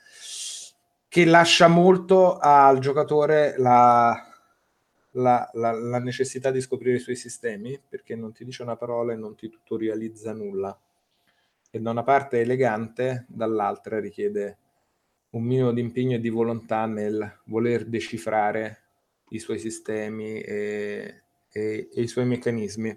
che lascia molto al giocatore la, la, la, la necessità di scoprire i suoi sistemi, perché non ti dice una parola e non ti tutorializza nulla. E da una parte è elegante, dall'altra richiede un minimo di impegno e di volontà nel voler decifrare i suoi sistemi e, e, e i suoi meccanismi.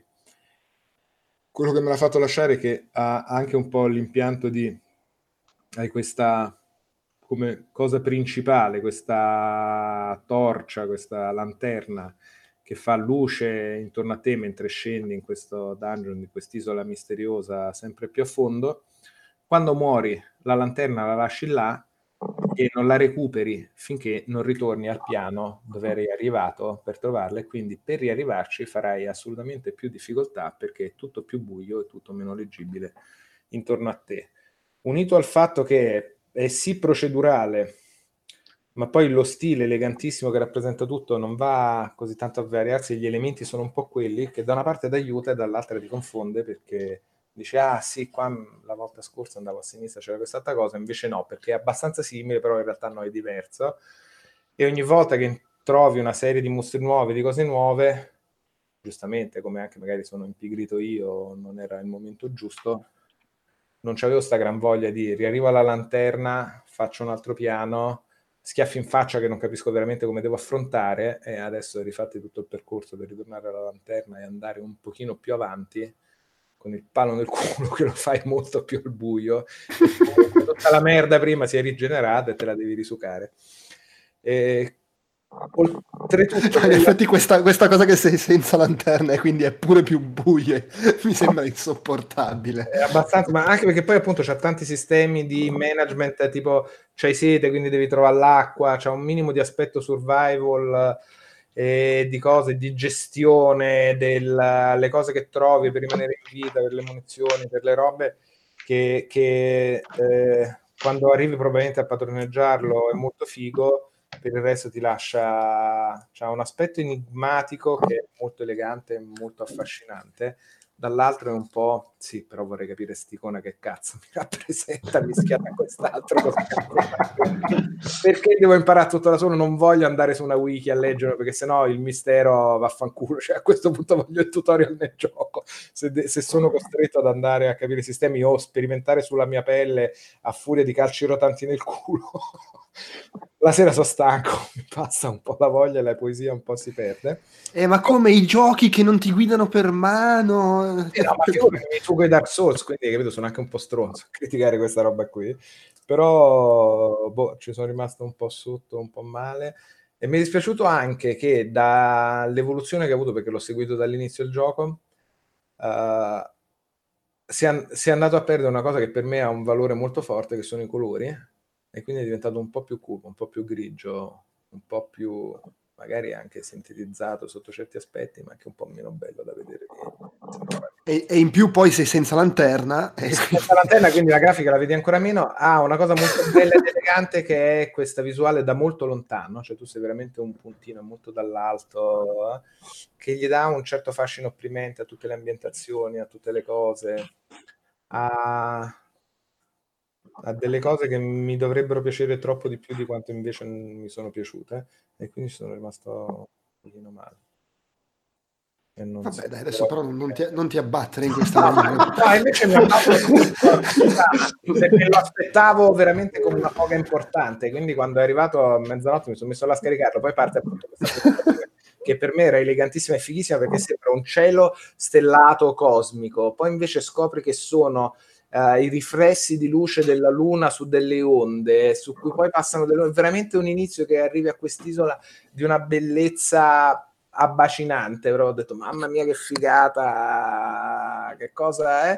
Quello che me l'ha fatto lasciare è che ha anche un po' l'impianto di... hai questa, come cosa principale, questa torcia, questa lanterna che fa luce intorno a te mentre scendi in questo dungeon, in quest'isola misteriosa sempre più a fondo. Quando muori, la lanterna la lasci là e non la recuperi finché non ritorni al piano dove eri arrivato per trovarla, e quindi per riarrivarci farai assolutamente più difficoltà, perché è tutto più buio e tutto meno leggibile intorno a te. Unito al fatto che è sì procedurale, ma poi lo stile elegantissimo che rappresenta tutto non va così tanto a variarsi, gli elementi sono un po' quelli, che da una parte ti aiuta e dall'altra ti confonde, perché dice, ah sì, qua la volta scorsa andavo a sinistra, c'era quest'altra cosa, invece no, perché è abbastanza simile, però in realtà no, è diverso. E ogni volta che trovi una serie di mostri nuovi, di cose nuove, giustamente, come anche magari sono impigrito io, non era il momento giusto, non c'avevo sta gran voglia di riarrivo alla lanterna, faccio un altro piano, schiaffi in faccia che non capisco veramente come devo affrontare, e adesso rifatti tutto il percorso per ritornare alla lanterna e andare un pochino più avanti, con il palo nel culo che lo fai molto più al buio, tutta la merda prima si è rigenerata e te la devi risucare. E Oltretutto, in effetti questa, questa cosa che sei senza lanterna e quindi è pure più buio mi sembra insopportabile. È abbastanza, ma anche perché poi appunto c'ha tanti sistemi di management, tipo c'hai sete, quindi devi trovare l'acqua, c'ha un minimo di aspetto survival e di cose, di gestione delle cose che trovi per rimanere in vita, per le munizioni, per le robe, che, che eh, quando arrivi probabilmente a padroneggiarlo è molto figo. Per il resto ti lascia, c'ha un aspetto enigmatico che è molto elegante e molto affascinante. Dall'altro è un po', sì, però vorrei capire sticona che cazzo mi rappresenta mischiata a quest'altro. Perché devo imparare tutto da solo? Non voglio andare su una wiki a leggerlo, perché sennò il mistero vaffanculo. Cioè, a questo punto voglio il tutorial nel gioco. Se, de- se sono costretto ad andare a capire i sistemi o sperimentare sulla mia pelle a furia di calci rotanti nel culo, la sera sono stanco, mi passa un po' la voglia e la poesia un po' si perde. Eh, ma come i giochi che non ti guidano per mano? Eh no, ma figurati, mi fugo i Dark Souls, quindi capito, sono anche un po' stronzo a criticare questa roba qui, però boh, ci sono rimasto un po' sotto, un po' male, e mi è dispiaciuto anche che dall'evoluzione che ha avuto, perché l'ho seguito dall'inizio il gioco, uh, si, è, si è andato a perdere una cosa che per me ha un valore molto forte, che sono i colori, e quindi è diventato un po' più cupo, un po' più grigio, un po' più magari anche sintetizzato sotto certi aspetti, ma anche un po' meno bello da vedere. E, e in più poi sei senza lanterna. E... senza lanterna, quindi la grafica la vedi ancora meno. Ha una cosa molto bella ed elegante che è questa visuale da molto lontano, cioè tu sei veramente un puntino molto dall'alto, eh, che gli dà un certo fascino opprimente a tutte le ambientazioni, a tutte le cose, a... ha delle cose che mi dovrebbero piacere troppo di più di quanto invece mi sono piaciute, e quindi ci sono rimasto un pochino male. E non Vabbè, so, dai, adesso però non ti, non ti abbattere in questa no, maniera. no, invece mi abbatto perché lo aspettavo veramente come una foga importante, quindi quando è arrivato a mezzanotte mi sono messo là a scaricarlo, poi parte appunto questa che per me era elegantissima e fighissima, perché sembra un cielo stellato cosmico, poi invece scopri che sono Uh, i riflessi di luce della luna su delle onde, su cui poi passano delle... veramente un inizio che arrivi a quest'isola di una bellezza abbacinante, però ho detto mamma mia che figata, che cosa è,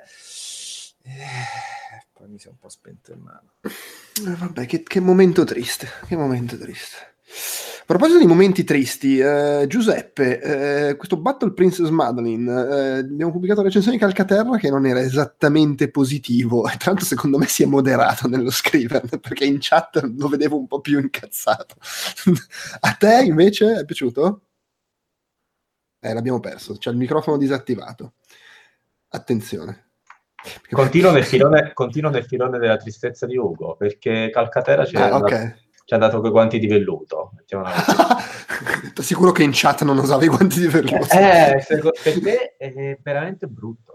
e poi mi si è un po' spento in mano. Eh, vabbè, che, che momento triste, che momento triste. A proposito di momenti tristi, eh, Giuseppe, eh, questo Battle Princess Madeline, eh, abbiamo pubblicato la recensione di Calcaterra che non era esattamente positivo, e tra l'altro secondo me si è moderato nello scriverne, perché in chat lo vedevo un po' più incazzato. A te invece è piaciuto? Eh, l'abbiamo perso, c'è il microfono disattivato. Attenzione. Continuo nel filone, continuo nel filone della tristezza di Ugo, perché Calcaterra ci ah, okay. ci ha dato quei guanti di velluto. Ti assicuro che in chat non usava i guanti di velluto. Eh, per me è veramente brutto.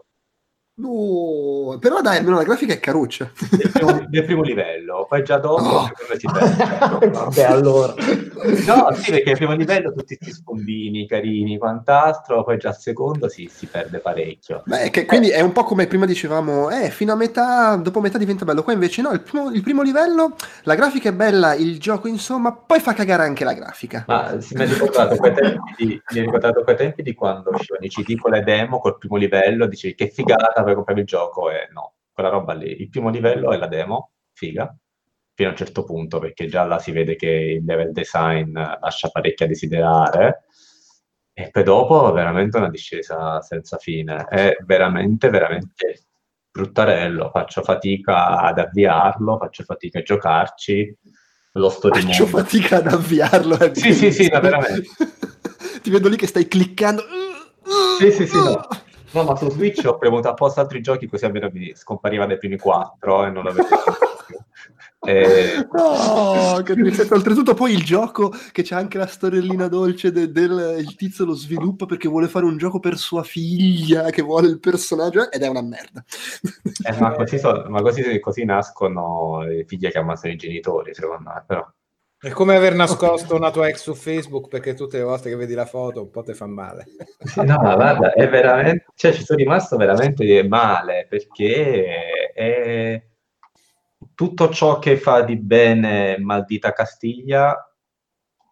No, però dai, almeno la grafica è caruccia. Del primo, del primo livello, poi già dopo oh. secondo me si perde. Vabbè, allora. No, sì, perché il primo livello tutti questi sfombini carini, quant'altro, poi già al secondo si, si perde parecchio. Beh, che, quindi è un po' come prima dicevamo, eh, fino a metà, dopo metà diventa bello. Qua invece no, il primo, il primo livello, la grafica è bella, il gioco insomma, poi fa cagare anche la grafica. Ma si mi è ricordato quei tempi di, mi è ricordato quei tempi di quando uscivano i C D con le demo col primo livello, dicevi che figata, poi compravi il gioco e no, quella roba lì, il primo livello è la demo, figa, fino a un certo punto, perché già là si vede che il level design lascia parecchio a desiderare, e poi dopo veramente una discesa senza fine, è veramente, veramente bruttarello, faccio fatica ad avviarlo, faccio fatica a giocarci, lo sto Faccio rimondo. fatica ad avviarlo. È sì, sì, sì, no, veramente. Ti vedo lì che stai cliccando. Sì, sì, sì, no. No, ma su Switch ho premuto apposta altri giochi così almeno mi scompariva dai primi quattro e non lo vedevo più. E... No, che tristezza. Oltretutto poi il gioco che c'è anche la storiellina dolce del, del il tizio lo sviluppa perché vuole fare un gioco per sua figlia, che vuole il personaggio, ed è una merda. Eh, ma così, so, ma così, così nascono le figlie che ammazzano i genitori, secondo me, però. È come aver nascosto una tua ex su Facebook, perché tutte le volte che vedi la foto un po' ti fa male. No, ma guarda, è veramente, cioè ci sono rimasto veramente male, perché è tutto ciò che fa di bene Maldita Castiglia,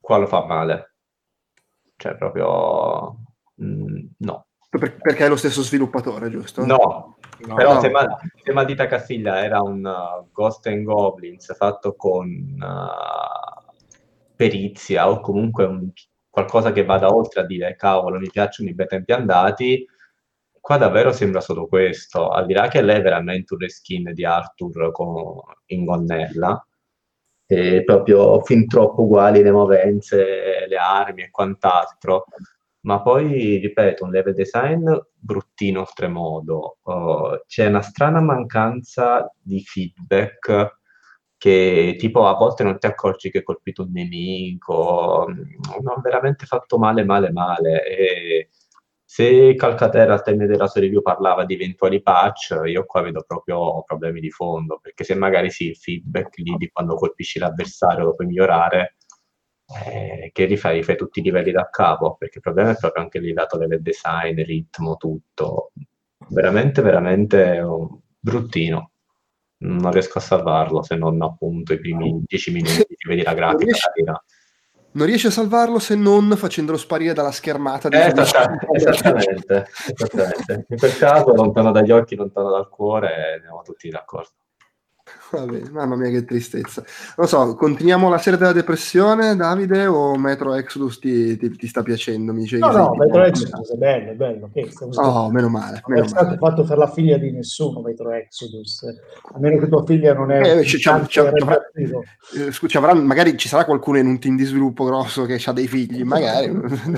qua lo fa male. Cioè, proprio... mh, no. Per- perché è lo stesso sviluppatore, giusto? No, No, però no. se, Ma- se Matita Castiglia era un uh, Ghost and Goblins fatto con uh, perizia o comunque un- qualcosa che vada oltre a dire cavolo, mi piacciono i bei tempi andati, qua davvero sembra solo questo, al di là che lei è veramente un reskin di Arthur con- in gonnella, e proprio fin troppo uguali le movenze, le armi e quant'altro. Ma poi, ripeto, un level design bruttino oltremodo. Uh, c'è una strana mancanza di feedback che tipo a volte non ti accorgi che hai colpito un nemico, mm, non veramente fatto male, male, male. E se Calcaterra al termine della sua review parlava di eventuali patch, io qua vedo proprio problemi di fondo, perché se magari sì, il feedback lì di quando colpisci l'avversario lo puoi migliorare, eh, che rifai? Rifai tutti i livelli da capo, perché il problema è proprio anche lì dato level design, ritmo, tutto. Veramente, veramente oh, bruttino. Non riesco a salvarlo se non appunto i primi dieci minuti ti vedi la Non grafica riesci, carina. non riesci a salvarlo se non facendolo sparire dalla schermata di Eh, Switch. esatta- esattamente, esattamente. In quel caso, lontano dagli occhi, lontano dal cuore, andiamo tutti d'accordo. Va bene, mamma mia che tristezza. Non so, continuiamo la serie della depressione, Davide, o Metro Exodus ti, ti- ti sta piacendo? Mi dicevi No, che sei no, tipo Metro a Exodus metà. è bello, è bello. Che stiamo Oh, meno male, non è meno stato male. fatto per la figlia di nessuno, Metro Exodus. A meno che tua figlia non è un Eh, ci- ci- cantante ci- ci avrà- radioattivo. eh, scusa, ci avrà- magari ci sarà qualcuno in un team di sviluppo grosso che ha dei figli, magari.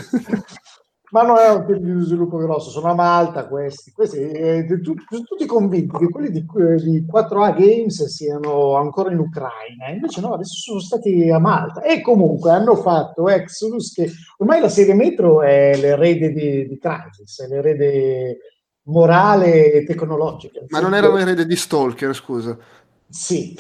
Ma non è un team di sviluppo grosso, sono a Malta questi. Questi eh, tu- tu- tutti convinti che quelli di, di quattro A Games siano ancora in Ucraina, invece no, adesso sono stati a Malta. E comunque hanno fatto Exodus, che ormai la serie Metro è l'erede di, di Crysis, è l'erede morale e tecnologica. Ma non era l'erede di Stalker, scusa. Sì,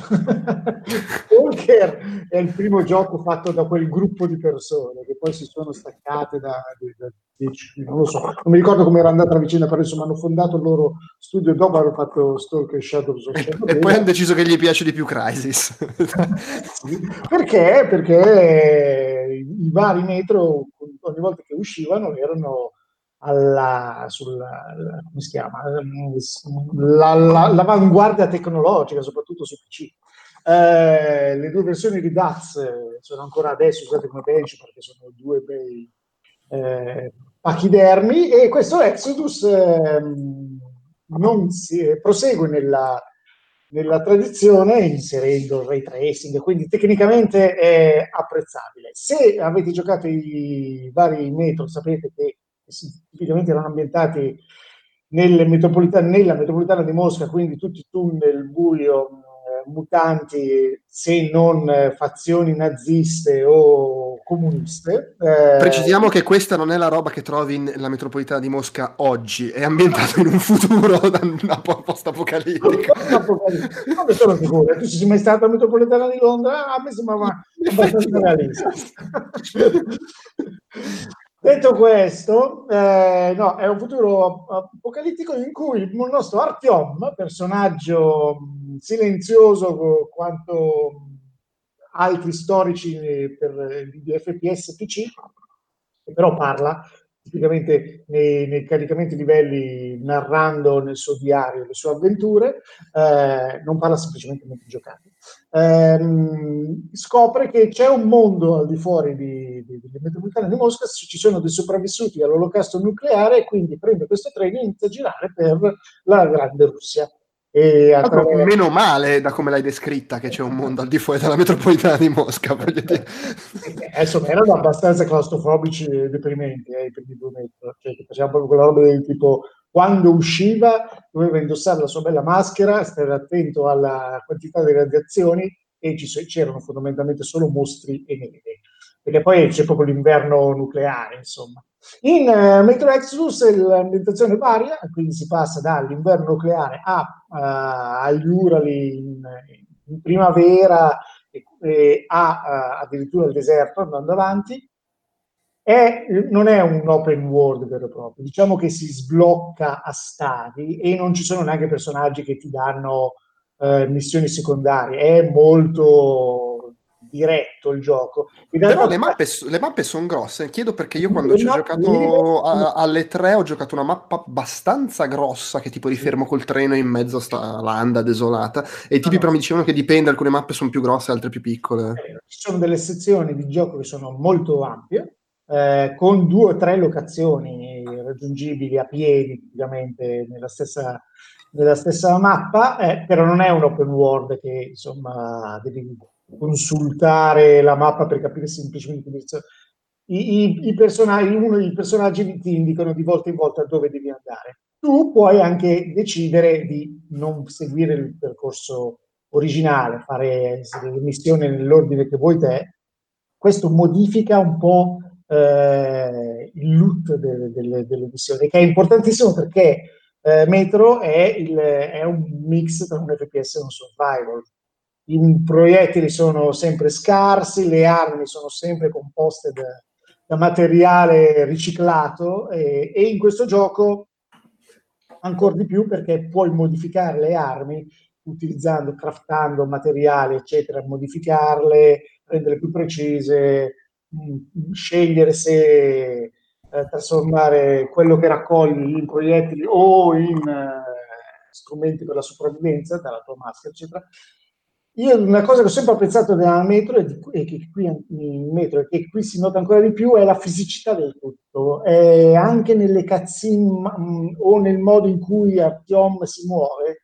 Stalker è il primo gioco fatto da quel gruppo di persone che poi si sono staccate da, da, da non lo so, non mi ricordo come era andata la vicenda, però insomma hanno fondato il loro studio dopo aver fatto Stalker Shadows of E, Shadow e poi hanno deciso che gli piace di più Crysis. Sì, perché? Perché i vari Metro ogni volta che uscivano erano alla, sulla, come si chiama? La, la, l'avanguardia tecnologica, soprattutto su P C. Eh, le due versioni di D A Z sono ancora adesso usate come benchmark, perché sono due bei eh, pachidermi, e questo Exodus eh, non si, prosegue nella, nella tradizione inserendo il ray tracing, quindi tecnicamente è apprezzabile. Se avete giocato i vari Metro, sapete che tipicamente erano ambientati nelle metropolitane, nella metropolitana di Mosca, quindi tutti tunnel, buio, eh, mutanti, se non eh, fazioni naziste o comuniste. Eh, Precisiamo che questa non è la roba che trovi nella metropolitana di Mosca oggi, è ambientato in un futuro post-apocalittico. Non sono sicuro, tu sei mai stato alla metropolitana di Londra? A me sembrava abbastanza realista. Detto questo, eh, no, è un futuro apocalittico in cui il nostro Artyom, personaggio mh, silenzioso quanto altri storici per di F P S P C, che però parla tipicamente nei, nei caricamenti livelli, narrando nel suo diario le sue avventure, eh, non parla semplicemente mentre giocate. Ehm, scopre che c'è un mondo al di fuori di, di, delle metropolitane di Mosca, ci sono dei sopravvissuti all'olocausto nucleare, e quindi prende questo treno e inizia a girare per la grande Russia. E attraverso... Meno male, da come l'hai descritta, che c'è un mondo al di fuori della metropolitana di Mosca, voglio dire. Insomma, erano abbastanza claustrofobici e deprimenti eh, i primi due metri, cioè che facevano proprio quella roba del tipo, quando usciva doveva indossare la sua bella maschera, stare attento alla quantità di radiazioni, e ci, c'erano fondamentalmente solo mostri e neve, perché poi c'è proprio l'inverno nucleare, insomma. In uh, Metro Exodus l'ambientazione varia, quindi si passa dall'inverno nucleare a, uh, agli Urali in, in primavera, e, e a uh, addirittura il deserto andando avanti. È, non è un open world vero e proprio, diciamo che si sblocca a stadi e non ci sono neanche personaggi che ti danno uh, missioni secondarie, è molto diretto il gioco. In Però realtà, le mappe, le mappe sono grosse, chiedo perché io quando le ci ho mappe- giocato a- alle tre ho giocato una mappa abbastanza grossa che tipo rifermo col treno in mezzo a sta landa desolata e i tipi no. però mi dicevano che dipende, alcune mappe sono più grosse, altre più piccole. Ci sono delle sezioni di gioco che sono molto ampie, eh, con due o tre locazioni raggiungibili a piedi, ovviamente nella stessa, nella stessa mappa, eh, però non è un open world che insomma devi consultare la mappa per capire semplicemente i, i, i personaggi, uno dei personaggi ti indicano di volta in volta dove devi andare. Tu puoi anche decidere di non seguire il percorso originale, fare le missioni nell'ordine che vuoi te. Questo modifica un po' eh, il loot delle, delle, delle missioni, che è importantissimo perché eh, Metro è, il, è un mix tra un F P S e un survival. I proiettili sono sempre scarsi, le armi sono sempre composte da, da materiale riciclato e, e in questo gioco ancora di più perché puoi modificare le armi utilizzando, craftando materiali, eccetera, modificarle, renderle più precise, mh, scegliere se eh, trasformare quello che raccogli in proiettili o in eh, strumenti per la sopravvivenza, dalla tua maschera, eccetera. Io una cosa che ho sempre apprezzato della Metro e, di, e che qui in Metro e che qui si nota ancora di più è la fisicità del tutto, è anche nelle cutscene mh, o nel modo in cui Artyom si muove.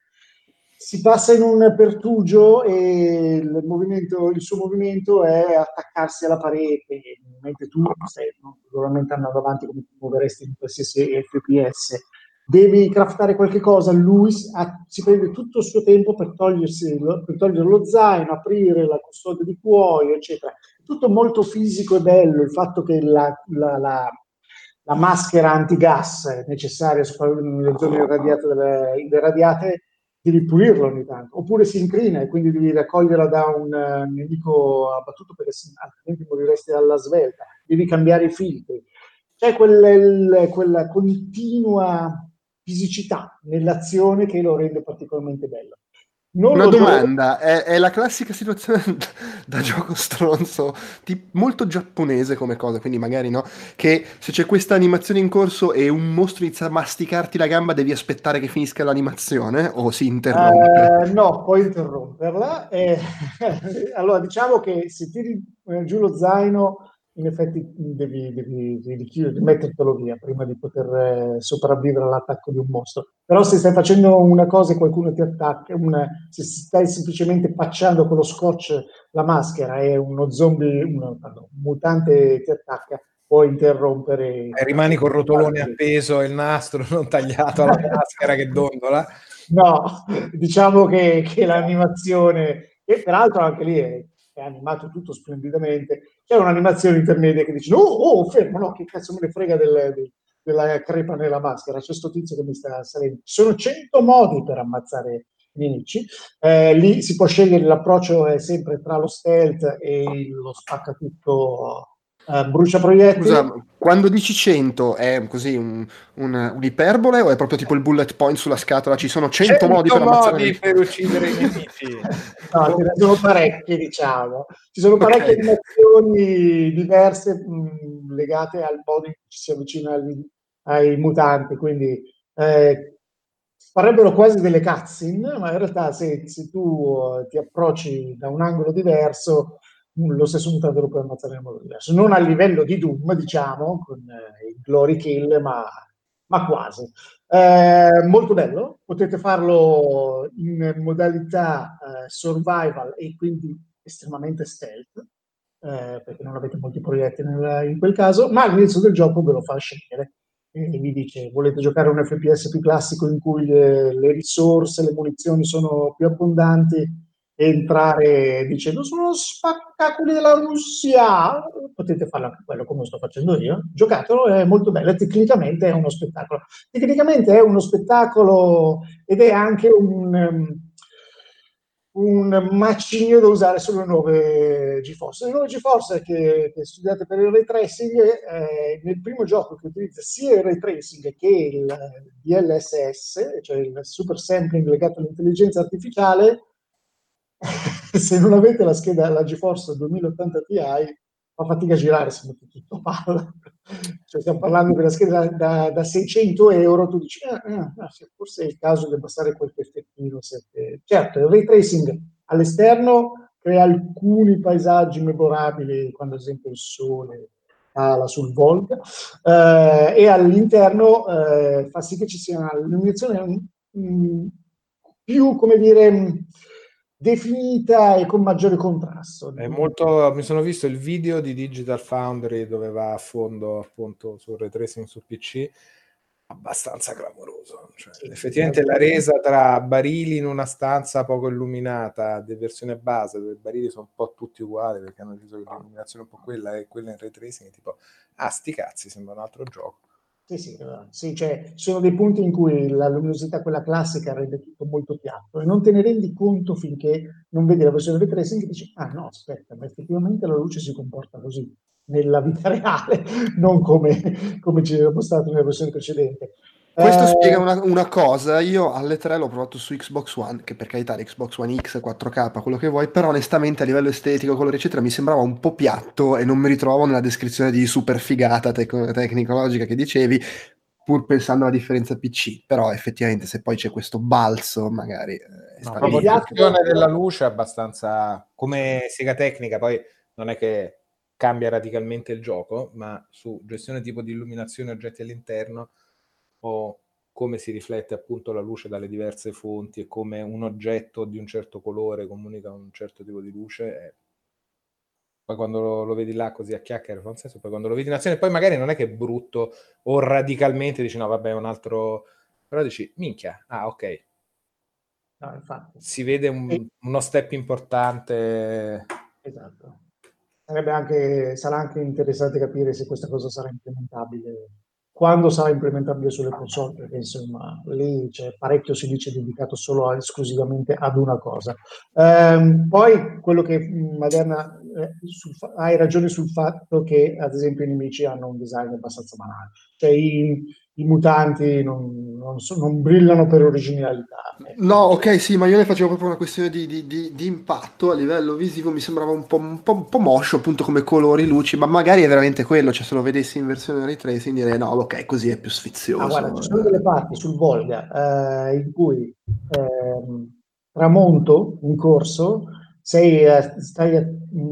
Si passa in un pertugio e il, movimento, il suo movimento è attaccarsi alla parete, mentre tu stai naturalmente andando avanti come ti muoveresti in qualsiasi F P S. Devi craftare qualche cosa, lui ha, si prende tutto il suo tempo per, togliersi, per togliere lo zaino, aprire la custodia di cuoio, eccetera. Tutto molto fisico e bello, il fatto che la, la, la, la maschera antigas necessaria nelle zone irradiate, delle, irradiate devi pulirlo ogni tanto, oppure si incrina e quindi devi raccoglierla da un uh, nemico abbattuto perché altrimenti moriresti alla svelta, devi cambiare i filtri. C'è quel, quella continua fisicità nell'azione che lo rende particolarmente bello. Non Una lo domanda, è, è la classica situazione da gioco stronzo, tipo, molto giapponese come cosa, quindi magari no, che se c'è questa animazione in corso e un mostro inizia a masticarti la gamba devi aspettare che finisca l'animazione o si interrompe? Eh, no, puoi interromperla. Eh, allora, diciamo che se tiri giù lo zaino, in effetti devi, devi, devi, devi mettertelo via prima di poter eh, sopravvivere all'attacco di un mostro. Però se stai facendo una cosa e qualcuno ti attacca, una, se stai semplicemente pacciando con lo scotch la maschera e uno zombie, uno, pardon, un mutante ti attacca, puoi interrompere. E rimani col rotolone appeso e il nastro non tagliato alla maschera che dondola. No, diciamo che, che l'animazione, e peraltro anche lì è, è animato tutto splendidamente, c'è un'animazione intermedia che dice, oh, oh, fermo, no, che cazzo me ne frega del, del, della crepa nella maschera, c'è sto tizio che mi sta salendo. Ci sono cento modi per ammazzare i nemici, eh, lì si può scegliere, l'approccio è sempre tra lo stealth e lo spacca tutto. Uh, brucia proiettili. Scusa, quando dici cento è così un, un, un'iperbole o è proprio tipo il bullet point sulla scatola? Ci sono cento, cento modi per ammazzare modi per uccidere i nemici. No, ce ne sono parecchi, diciamo. Ci sono parecchie okay. animazioni diverse mh, legate al modo in cui ci si avvicina ai, ai mutanti, quindi eh, farebbero quasi delle cutscene, ma in realtà se, se tu uh, ti approcci da un angolo diverso lo stesso mutante lo puoi ammazzare in modo diverso. Non a livello di Doom, diciamo, con eh, il glory kill, ma, ma quasi. Eh, molto bello, potete farlo in modalità eh, survival e quindi estremamente stealth, eh, perché non avete molti proiettili in, in quel caso, ma all'inizio del gioco ve lo fa scegliere. E vi dice, volete giocare un F P S più classico in cui le, le risorse, le munizioni sono più abbondanti, entrare dicendo sono spaccacoli della Russia, potete farlo anche quello come sto facendo io, giocatelo, è molto bello, tecnicamente è uno spettacolo tecnicamente è uno spettacolo ed è anche un un macigno da usare sulle nuove GeForce. Le nuove GeForce che, che studiate per il ray tracing, eh, nel primo gioco che utilizza sia il ray tracing che il D L S S, cioè il super sampling legato all'intelligenza artificiale, se non avete la scheda, la GeForce duemilaottanta Ti, fa fatica a girare, se metti tutto a palla. Cioè, stiamo parlando della scheda da, da seicento euro, tu dici, ah, ah, ah, forse è il caso di abbassare qualche effettino. Se... Certo, il ray tracing all'esterno crea alcuni paesaggi memorabili, quando ad esempio il sole cala sul Volga, eh, e all'interno eh, fa sì che ci sia un'illuminazione mh, più, come dire, definita e con maggiore contrasto. È molto, mi sono visto il video di Digital Foundry dove va a fondo appunto sul ray tracing su P C, abbastanza clamoroso. Cioè, sì, effettivamente la resa tra barili in una stanza poco illuminata di versione base, dove i barili sono un po' tutti uguali perché hanno deciso che l'illuminazione è un po' quella e quella in ray tracing, tipo, ah sti cazzi, sembra un altro gioco. Sì, sì, sì, cioè ci sono dei punti in cui la luminosità, quella classica, rende tutto molto piatto e non te ne rendi conto finché non vedi la versione ray tracing e dici, ah no, aspetta, ma effettivamente la luce si comporta così nella vita reale, non come, come ci era mostrato nella versione precedente. Questo eh, spiega una, una cosa, io alle tre l'ho provato su Xbox One, che per carità l'Xbox One X, quattro K, quello che vuoi, però onestamente a livello estetico, colore eccetera, mi sembrava un po' piatto e non mi ritrovo nella descrizione di super figata tec- tecnologica che dicevi, pur pensando alla differenza P C, però effettivamente se poi c'è questo balzo magari... Eh, no, sta la lì. gestione della luce è abbastanza, come sega tecnica, poi non è che cambia radicalmente il gioco, ma su gestione tipo di illuminazione oggetti all'interno o come si riflette appunto la luce dalle diverse fonti e come un oggetto di un certo colore comunica un certo tipo di luce. E poi quando lo, lo vedi là così a chiacchiere fa un senso, poi quando lo vedi in azione, poi magari non è che è brutto o radicalmente dici no vabbè è un altro, però dici minchia, ah ok. No, infatti. Si vede un, e, uno step importante. Esatto. Sarebbe anche, sarà anche interessante capire se questa cosa sarà implementabile, quando sarà implementabile sulle console, perché insomma lì c'è parecchio, si dice, dedicato solo a, esclusivamente ad una cosa. Ehm, poi quello che Maderna, eh, sul, hai ragione sul fatto che ad esempio i nemici hanno un design abbastanza banale, cioè i, i mutanti non, non, so, non brillano per originalità. Ecco. No, ok, sì, ma io ne facevo proprio una questione di, di- di- di impatto a livello visivo, mi sembrava un po', un po', un po' moscio appunto come colori, luci, ma magari è veramente quello, cioè se lo vedessi in versione ray tracing direi no, ok, così è più Ah, guarda, ci sfizioso. sono delle parti sul Volga eh, in cui ehm, tramonto in corso, sei, eh, stai, eh,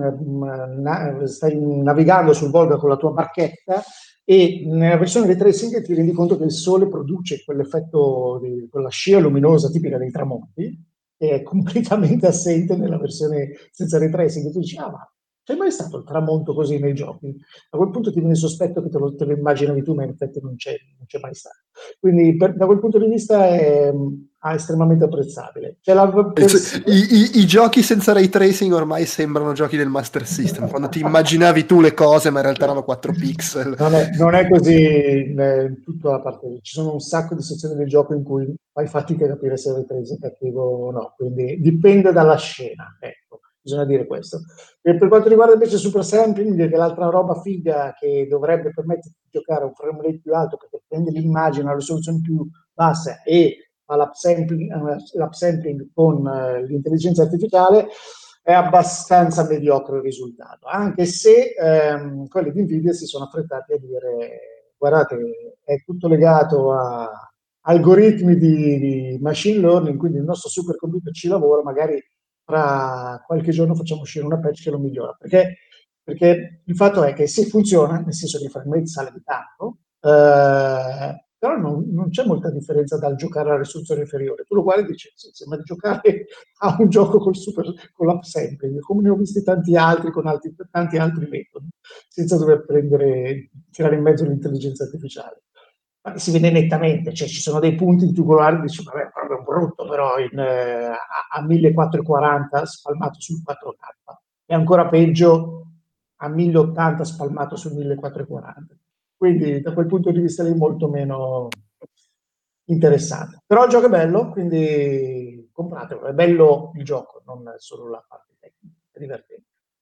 na- stai navigando sul Volga con la tua barchetta e nella versione ray tracing ti rendi conto che il sole produce quell'effetto di quella scia luminosa tipica dei tramonti, che è completamente assente nella versione senza ray tracing. E tu dici, ah, ma c'è mai stato il tramonto così nei giochi? A quel punto ti viene il sospetto che te lo, te lo immaginavi tu, ma in effetti non c'è, non c'è mai stato. Quindi per, da quel punto di vista è, è estremamente apprezzabile. C'è la I, i- i giochi senza ray tracing ormai sembrano giochi del Master System, quando ti immaginavi tu le cose ma in realtà erano quattro pixel. Non è, non è così in tutta la parte. Ci sono un sacco di sezioni del gioco in cui fai fatica a capire se il tracing è cattivo o no, quindi dipende dalla scena, ecco, bisogna dire questo. E per quanto riguarda invece Super Sampling, che è l'altra roba figa che dovrebbe permetterti di giocare a un frame rate più alto perché prende l'immagine a una risoluzione più bassa e fa l'upsampling, l'upsampling con uh, l'intelligenza artificiale, è abbastanza mediocre il risultato, anche se ehm, quelli di Nvidia si sono affrettati a dire guardate, è tutto legato a algoritmi di, di machine learning, quindi il nostro supercomputer ci lavora, magari tra qualche giorno facciamo uscire una patch che lo migliora, perché, perché il fatto è che se funziona, nel senso che il frame rate sale di tanto, eh, però non, non c'è molta differenza dal giocare alla risoluzione inferiore. Tu lo guardi e dici, sì, sembra di giocare a un gioco col super, con l'upsampling, come ne ho visti tanti altri con altri, tanti altri metodi, senza dover prendere, tirare in mezzo l'intelligenza artificiale. Ma si vede nettamente, cioè ci sono dei punti in cui guardi e dici, vabbè, è proprio brutto, però in, eh, a, a millequattrocentoquaranta spalmato sul quattro K. È ancora peggio a mille ottanta spalmato sul millequattrocentoquaranta. Quindi da quel punto di vista lì molto meno interessante. Però il gioco è bello, quindi compratelo. È bello il gioco, non solo la parte tecnica. È divertente.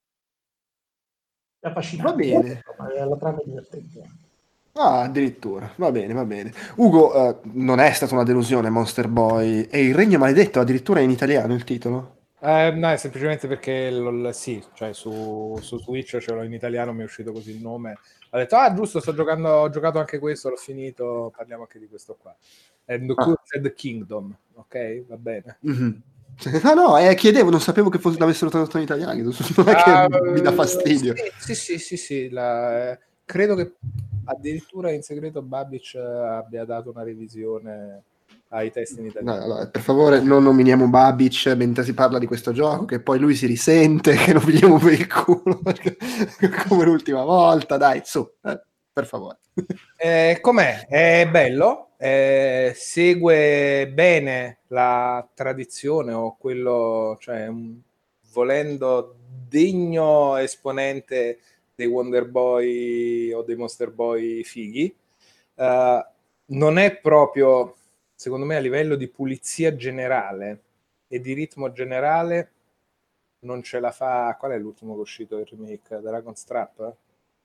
È Va affascinante, bene. ma la trama è divertente. Ah, addirittura, va bene, va bene. Ugo, eh, non è stata una delusione Monster Boy, è Il Regno Maledetto, addirittura in italiano il titolo. Eh, no, è semplicemente perché l- sì, cioè su, su Switch ce l'ho in italiano, mi è uscito così il nome. Ho detto, ah giusto, sto giocando, ho giocato anche questo, l'ho finito, parliamo anche di questo qua. È The Ah. Cursed Kingdom, ok? Va bene. Mhm. No, no, eh, chiedevo, non sapevo che fosse, l'avessero tradotto in italiano, non è che Ah, mi dà fastidio. sì, sì, sì, sì, sì, la- eh, credo che addirittura in segreto Babic eh, abbia dato una revisione ai testi in No, italiano. allora, per favore non nominiamo Babic mentre si parla di questo gioco, che poi lui si risente che lo pigliamo per il culo come l'ultima volta, dai, su, eh, per favore. Eh, com'è? È bello, eh, segue bene la tradizione o quello, cioè un, volendo degno esponente dei Wonder Boy o dei Monster Boy fighi. Uh, non è proprio, secondo me, a livello di pulizia generale e di ritmo generale, non ce la fa. Qual è l'ultimo che è uscito il remake? Dragon's Trap?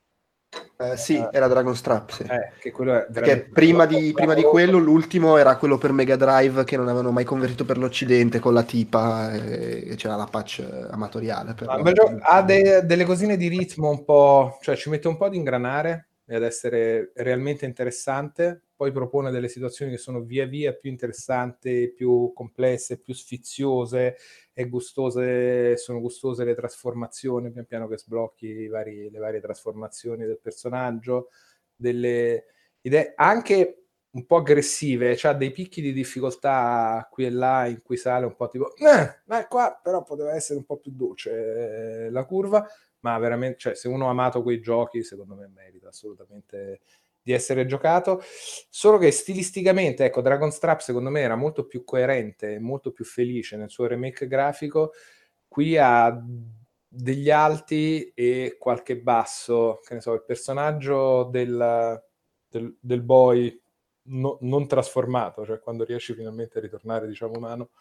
Eh, sì, era Dragon's Trap, sì. Eh, che quello è Perché veramente prima di, prima di quello l'ultimo era quello per Mega Drive che non avevano mai convertito per l'Occidente con la tipa e c'era la patch amatoriale. Per No, la... gioco, ha de- delle cosine di ritmo un po', cioè ci mette un po' di ingranare e ad essere realmente interessante, poi propone delle situazioni che sono via via più interessanti, più complesse, più sfiziose e gustose, sono gustose le trasformazioni, pian piano che sblocchi i vari, le varie trasformazioni del personaggio, delle idee anche un po' aggressive, c'ha dei picchi di difficoltà qui e là in cui sale un po' tipo eh, ma qua però poteva essere un po' più dolce eh, la curva, ma veramente, cioè, se uno ha amato quei giochi, secondo me merita assolutamente di essere giocato, solo che stilisticamente, ecco, Dragon's Trap secondo me era molto più coerente, molto più felice nel suo remake grafico, qui ha degli alti e qualche basso, che ne so, il personaggio del, del, del boy no, non trasformato, cioè quando riesci finalmente a ritornare, diciamo, umano,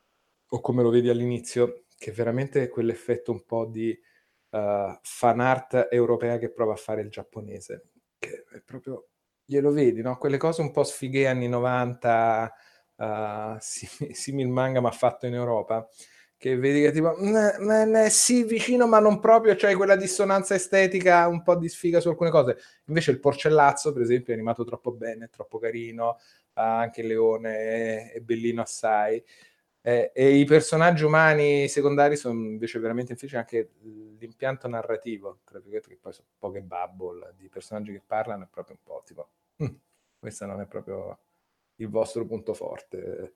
o come lo vedi all'inizio, che veramente è quell'effetto un po' di uh, fan art europea che prova a fare il giapponese, che è proprio, glielo vedi, no? Quelle cose un po' sfighe anni novanta, uh, simil manga ma fatto in Europa, che vedi che tipo, ne, ne, ne, sì, vicino ma non proprio, c'hai quella dissonanza estetica, un po' di sfiga su alcune cose. Invece il porcellazzo, per esempio, è animato troppo bene, è troppo carino, anche il leone è, è bellino assai. Eh, e i personaggi umani secondari sono invece veramente infelici, anche l'impianto narrativo, tra virgolette, che poi sono poche bubble di personaggi che parlano, è proprio un po' tipo, hm, questo non è proprio il vostro punto forte,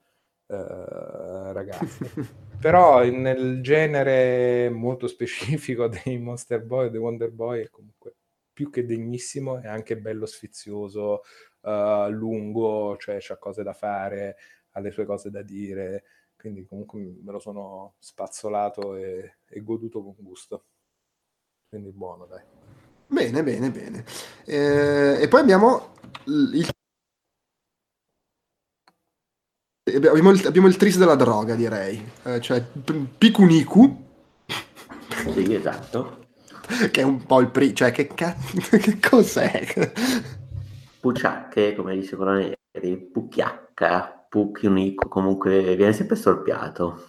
eh, ragazzi. Però nel genere molto specifico dei Monster Boy e dei Wonder Boy è comunque più che degnissimo, è anche bello sfizioso, uh, lungo, cioè c'ha cose da fare, ha le sue cose da dire, quindi comunque me lo sono spazzolato e, e goduto con gusto, quindi buono, dai. Bene, bene, bene. Eh, e poi abbiamo il, abbiamo il, abbiamo il tris della droga, direi, eh, cioè Pikuniku, Sì, esatto. che è un po' il pri... cioè che cazzo, che cos'è? Puciacche, come dicono i neri, Pucchiacca, Pucchiunico, comunque viene sempre storpiato.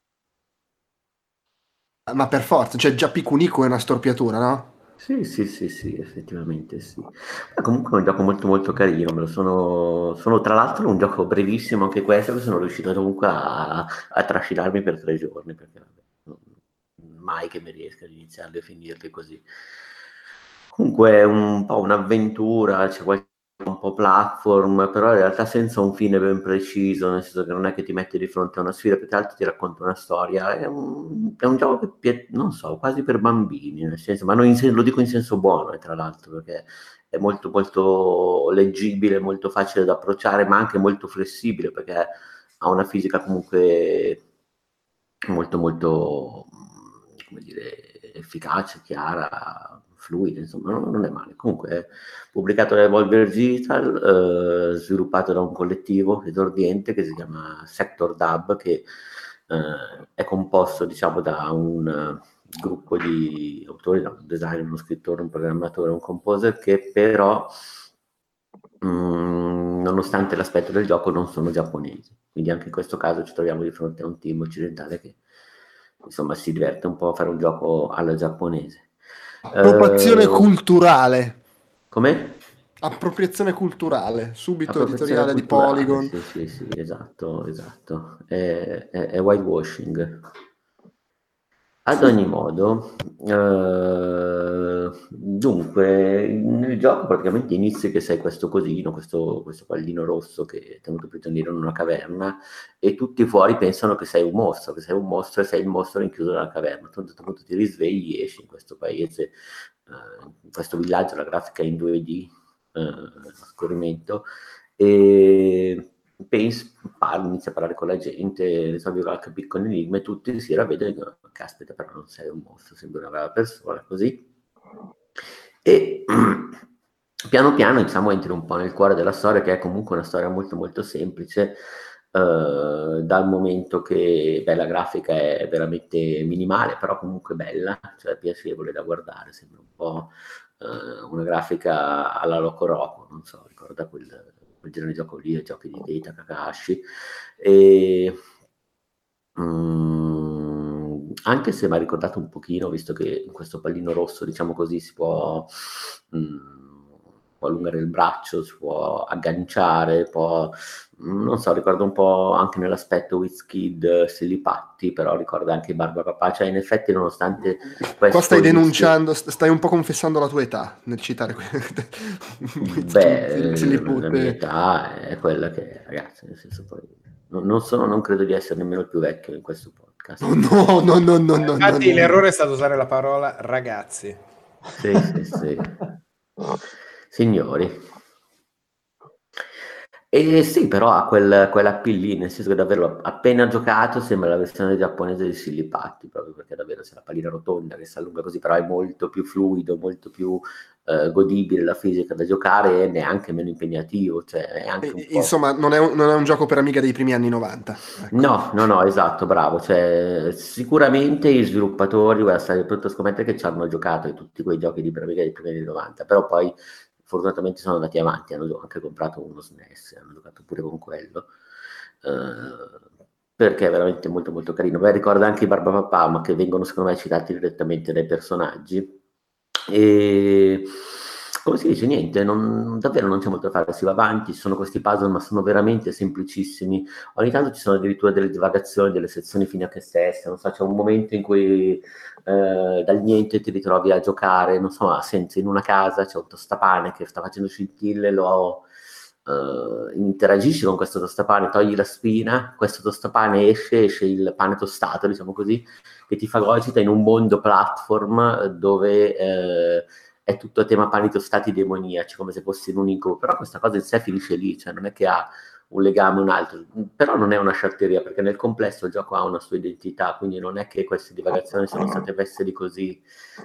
Ma per forza, cioè già Pikuniku è una storpiatura, no? Sì, sì, sì, sì, effettivamente sì. Ma comunque è un gioco molto molto carino, me lo sono, sono tra l'altro un gioco brevissimo anche questo, che sono riuscito comunque a, a trascinarmi per tre giorni, perché vabbè, non- mai che mi riesca ad iniziarli e finirli così. Comunque è un po' un'avventura, c'è qualche un po' platform, però in realtà senza un fine ben preciso, nel senso che non è che ti metti di fronte a una sfida, più che altro ti racconta una storia. È un, è un gioco che, pia- non so, quasi per bambini, nel senso, ma non in sen- lo dico in senso buono, eh, tra l'altro, perché è molto molto leggibile, molto facile da approcciare, ma anche molto flessibile, perché ha una fisica comunque molto molto, come dire, efficace, chiara, fluida, insomma, non, non è male. Comunque è pubblicato da Evolver Digital, eh, sviluppato da un collettivo esordiente che si chiama Sector Dub, che eh, è composto, diciamo, da un uh, gruppo di autori, da un designer, uno scrittore, un programmatore, un composer, che però mh, nonostante l'aspetto del gioco non sono giapponesi, quindi anche in questo caso ci troviamo di fronte a un team occidentale che insomma si diverte un po' a fare un gioco alla giapponese. Appropriazione Eh, culturale. Come? Appropriazione culturale, subito Appropriazione editoriale di culturale, Polygon. sì, sì, sì, esatto, esatto. È, è, è whitewashing. Ad ogni modo, eh, dunque, nel gioco praticamente inizi che sei questo cosino, questo, questo pallino rosso che è tenuto prigioniero in una caverna e tutti fuori pensano che sei un mostro, che sei un mostro e sei il mostro rinchiuso nella caverna. Tu a un certo punto ti risvegli, esci in questo paese, eh, in questo villaggio, la grafica è in due D, eh, a scorrimento, e pensi, parli, inizi a parlare con la gente, risolvi qualche piccolo enigma e tutti si ravvedono, caspita, però non sei un mostro, sembri una brava persona, così. E piano piano, diciamo, entri un po' nel cuore della storia, che è comunque una storia molto molto semplice, eh, dal momento che, beh, la grafica è veramente minimale, però comunque bella, cioè piacevole da guardare, sembra un po' eh, una grafica alla Loco Roco, non so, ricorda quel quel genere di gioco lì, giochi di Keita Kakashi, e mm, anche se mi ha ricordato un pochino, visto che in questo pallino rosso, diciamo così, si può, mm, può allungare il braccio, si può agganciare, può, mm, non so, ricorda un po' anche nell'aspetto WizKid, Silly Putty, però ricorda anche Barbapapà, cioè in effetti nonostante questo Qua stai inizio- denunciando, st- stai un po' confessando la tua età nel citare que- Beh, se li eh, la mia putte. età è quella che è, ragazzi, nel senso poi non, non sono, non credo di essere nemmeno il più vecchio in questo podcast. Oh, no, no, no, no, no, Infatti no, no. l'errore è stato usare la parola ragazzi. Sì, sì, sì. Signori. E sì, però ha quel, quell'appeal lì, nel senso che davvero appena giocato sembra la versione giapponese di Silly Putty, proprio perché davvero c'è la pallina rotonda che si allunga così, però è molto più fluido, molto più eh, godibile la fisica da giocare e neanche meno impegnativo, cioè è anche un E- po'... Insomma, non è, un, non è un gioco per amiga dei primi anni novanta. Ecco. No, no, no, esatto, bravo. Cioè, sicuramente gli sviluppatori, guarda, sarei pronto a scommettere che ci hanno giocato in tutti quei giochi di Bravega dei primi anni novanta, però poi fortunatamente sono andati avanti, hanno anche comprato uno S N E S, hanno giocato pure con quello, eh, perché è veramente molto molto carino. Beh, ricorda anche i Barbapapà, ma che vengono secondo me citati direttamente dai personaggi. E come si dice, niente, non, davvero non c'è molto da fare, si va avanti, ci sono questi puzzle, ma sono veramente semplicissimi. Ogni tanto ci sono addirittura delle divagazioni, delle sezioni fine a che stesse, non so, c'è un momento in cui eh, dal niente ti ritrovi a giocare, non so, senza, in una casa c'è un tostapane che sta facendo scintille, lo eh, interagisci con questo tostapane, togli la spina, questo tostapane esce, esce il pane tostato, diciamo così, che ti fagocita in un mondo platform dove eh, è tutto a tema pani tostati demoniaci, come se fosse in un incubo, però questa cosa in sé finisce lì, cioè non è che ha un legame un altro, però non è una sciatteria, perché nel complesso il gioco ha una sua identità, quindi non è che queste divagazioni sono state messe di così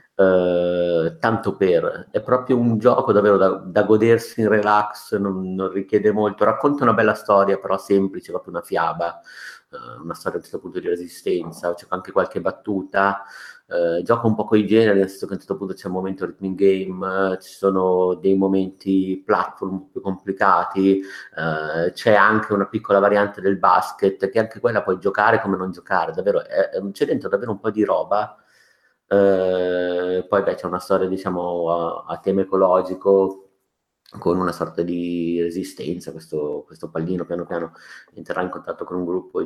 eh, tanto per, è proprio un gioco davvero da, da godersi in relax, non, non richiede molto, racconta una bella storia, però semplice, proprio una fiaba, una storia a un certo punto di resistenza, c'è anche qualche battuta, eh, gioca un po' con i generi, nel senso che a un certo punto c'è un momento rhythm game, eh, ci sono dei momenti platform più complicati, eh, c'è anche una piccola variante del basket, che anche quella puoi giocare come non giocare, davvero, è, è, c'è dentro davvero un po' di roba. Eh, poi beh, c'è una storia diciamo a, a tema ecologico, con una sorta di resistenza, questo, questo pallino piano piano entrerà in contatto con un gruppo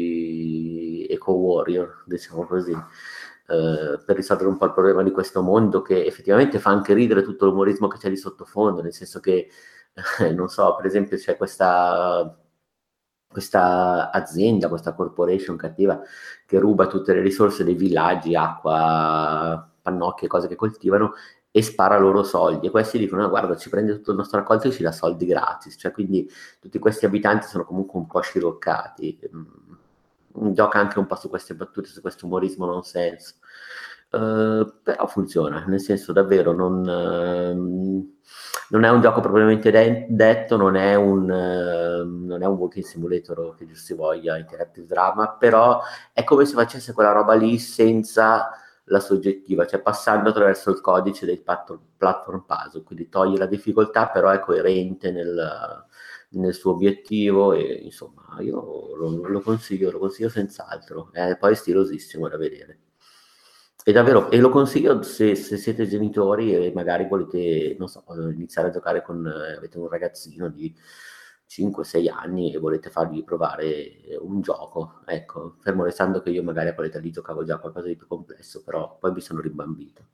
di eco warrior, diciamo così, eh, per risolvere un po' il problema di questo mondo, che effettivamente fa anche ridere tutto l'umorismo che c'è di sottofondo, nel senso che, eh, non so, per esempio c'è questa, questa azienda, questa corporation cattiva che ruba tutte le risorse dei villaggi, acqua, pannocchie, cose che coltivano, e spara loro soldi, e questi dicono no, guarda, ci prende tutto il nostro raccolto e ci dà soldi gratis, cioè quindi tutti questi abitanti sono comunque un po' sciroccati. Mm, gioca anche un po' su queste battute, su questo umorismo non senso, uh, però funziona, nel senso davvero non, uh, non è un gioco propriamente de- detto, non è un uh, non è un walking simulator che si voglia, interactive drama, però è come se facesse quella roba lì senza la soggettiva, cioè passando attraverso il codice dei platform puzzle, quindi toglie la difficoltà, però è coerente nel, nel suo obiettivo, e insomma io lo, lo consiglio, lo consiglio senz'altro, è poi stilosissimo da vedere. E davvero, e lo consiglio se, se siete genitori e magari volete, non so, iniziare a giocare con, eh, avete un ragazzino di cinque sei anni e volete fargli provare un gioco, ecco, fermo restando che io magari a quell'età lì giocavo già qualcosa di più complesso, però poi mi sono rimbambito.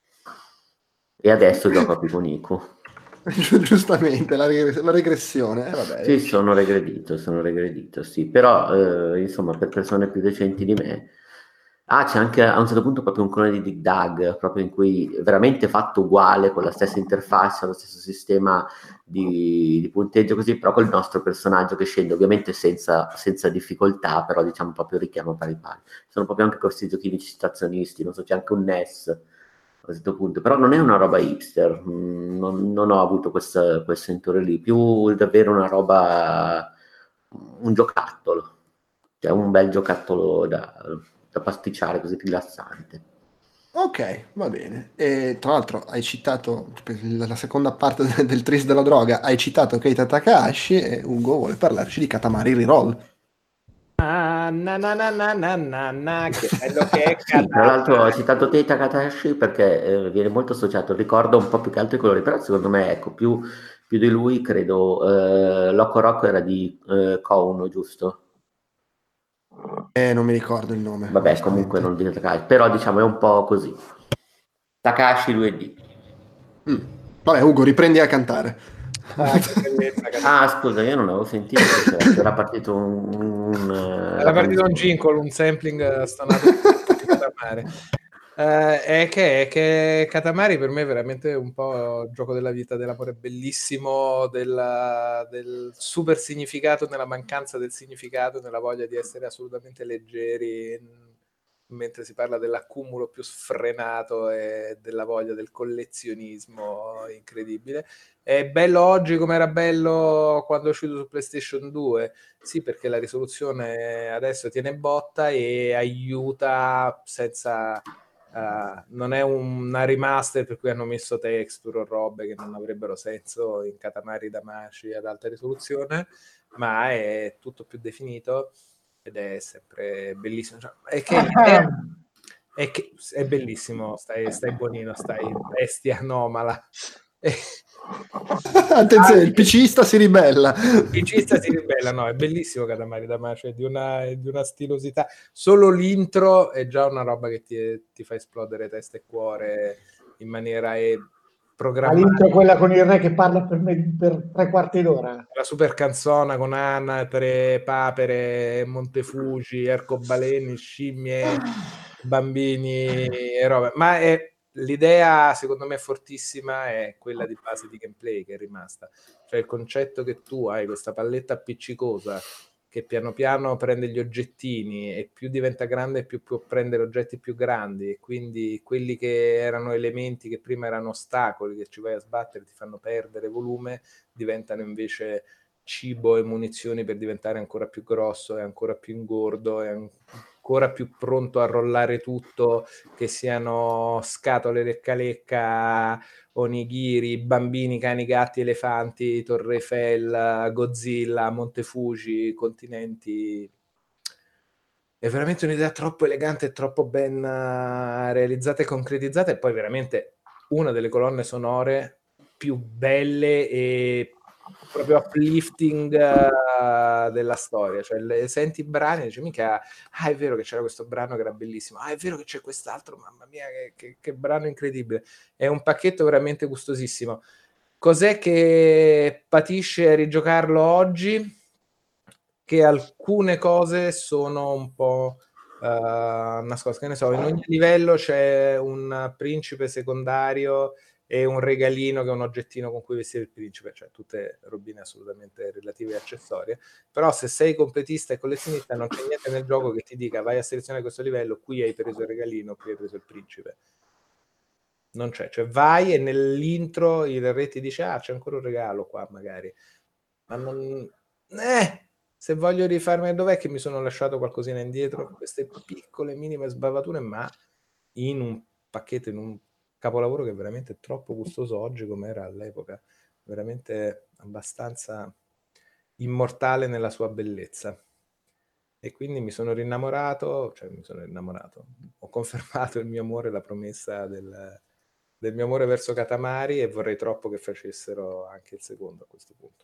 E adesso gioco a Pipo Nico. Giustamente, la, reg- la regressione, eh, vabbè. Sì, sono regredito, sono regredito, sì, però eh, insomma per persone più decenti di me. Ah, c'è anche a un certo punto proprio un clone di Dig Dug, proprio in cui veramente fatto uguale, con la stessa interfaccia, lo stesso sistema di, di punteggio così, però con il nostro personaggio che scende, ovviamente senza, senza difficoltà, però diciamo proprio richiamo pari pari. Sono proprio anche questi giochini citazionisti, non so, c'è anche un N E S a un certo punto, però non è una roba hipster, mm, non, non ho avuto questa, quel sentore lì, più davvero una roba, un giocattolo, cioè un bel giocattolo da, da pasticciare, così rilassante. Ok, va bene. E tra l'altro hai citato la la seconda parte del, del tris della droga, hai citato Keita Takahashi e Ugo vuole parlarci di Katamari Reroll. Ah, na na na na na na na, che bello che è Sì, tra l'altro ho Katamari. citato Teita Takahashi perché eh, viene molto associato, ricordo un po' più che altro i colori, però secondo me, ecco, più, più di lui credo, eh, Loco Roco era di eh, Kouno, giusto? Eh, non mi ricordo il nome, Vabbè, comunque onestamente. non di Takahashi, però diciamo è un po' così. Takahashi lui è di. Mm. Vabbè, Ugo, riprendi a cantare. Ah, che bellezza, Katamari. Ah, scusa, io non avevo sentito che c'era, c'era partito un... un, eh, Era la partito un canzone. jingle, un sampling eh, stonato di Katamari. Eh, è che, è che Katamari per me è veramente un po' il gioco della vita, dell'amore bellissimo, della- del super significato nella mancanza del significato, nella voglia di essere assolutamente leggeri, mh, mentre si parla dell'accumulo più sfrenato e della voglia del collezionismo incredibile. È bello oggi come era bello quando è uscito su PlayStation due. Sì, perché la risoluzione adesso tiene botta e aiuta senza... Uh, non è una remaster per cui hanno messo texture o robe che non avrebbero senso in Katamari Damacy ad alta risoluzione, ma è tutto più definito ed è sempre bellissimo. Cioè, è che l'idea è, che, è bellissimo, stai, stai buonino, stai bestia anomala. Attenzione, il PCista si ribella. Il PCista si ribella, no, è bellissimo Katamari Damacy, è di una, è di una stilosità. Solo l'intro è già una roba che ti, ti fa esplodere testa e cuore in maniera e Ma l'intro è programmata. quella con il re che parla per, me, per tre quarti d'ora. La super canzona con Anna, tre papere, Montefuci, arcobaleni, scimmie, bambini e robe. Ma è, l'idea, secondo me, fortissima è quella di base di gameplay che è rimasta. Cioè il concetto che tu hai questa palletta appiccicosa che piano piano prende gli oggettini e più diventa grande più può prendere oggetti più grandi, e quindi quelli che erano elementi che prima erano ostacoli che ci vai a sbattere ti fanno perdere volume, diventano invece cibo e munizioni per diventare ancora più grosso e ancora più ingordo e ancora più pronto a rollare tutto, che siano scatole lecca lecca, onigiri, bambini, cani, gatti, elefanti, Torre Eiffel, Godzilla, Montefuji, continenti. È veramente un'idea troppo elegante e troppo ben uh, realizzata e concretizzata, e poi veramente una delle colonne sonore più belle e proprio uplifting uh, della storia. Cioè, le, senti i brani e dici, mica, ah, è vero che c'era questo brano che era bellissimo, ah, è vero che c'è quest'altro, mamma mia, che, che, che brano incredibile. È un pacchetto veramente gustosissimo. Cos'è che patisce a rigiocarlo oggi? Che alcune cose sono un po' uh, nascoste. Che ne so, in ogni livello c'è un principe secondario e un regalino che è un oggettino con cui vestire il principe, cioè tutte robine assolutamente relative e accessorie. Però se sei completista e collezionista non c'è niente nel gioco che ti dica vai a selezionare questo livello, qui hai preso il regalino, qui hai preso il principe. Non c'è, cioè vai e nell'intro il re ti dice ah c'è ancora un regalo qua magari, ma non... Eh! Se voglio rifarmi, dov'è che mi sono lasciato qualcosina indietro? Queste piccole, minime sbavature, ma in un pacchetto, in un capolavoro che è veramente troppo gustoso oggi come era all'epoca. Veramente abbastanza immortale nella sua bellezza. E quindi mi sono rinnamorato, cioè mi sono innamorato, ho confermato il mio amore, la promessa del, del mio amore verso Katamari, e vorrei troppo che facessero anche il secondo a questo punto.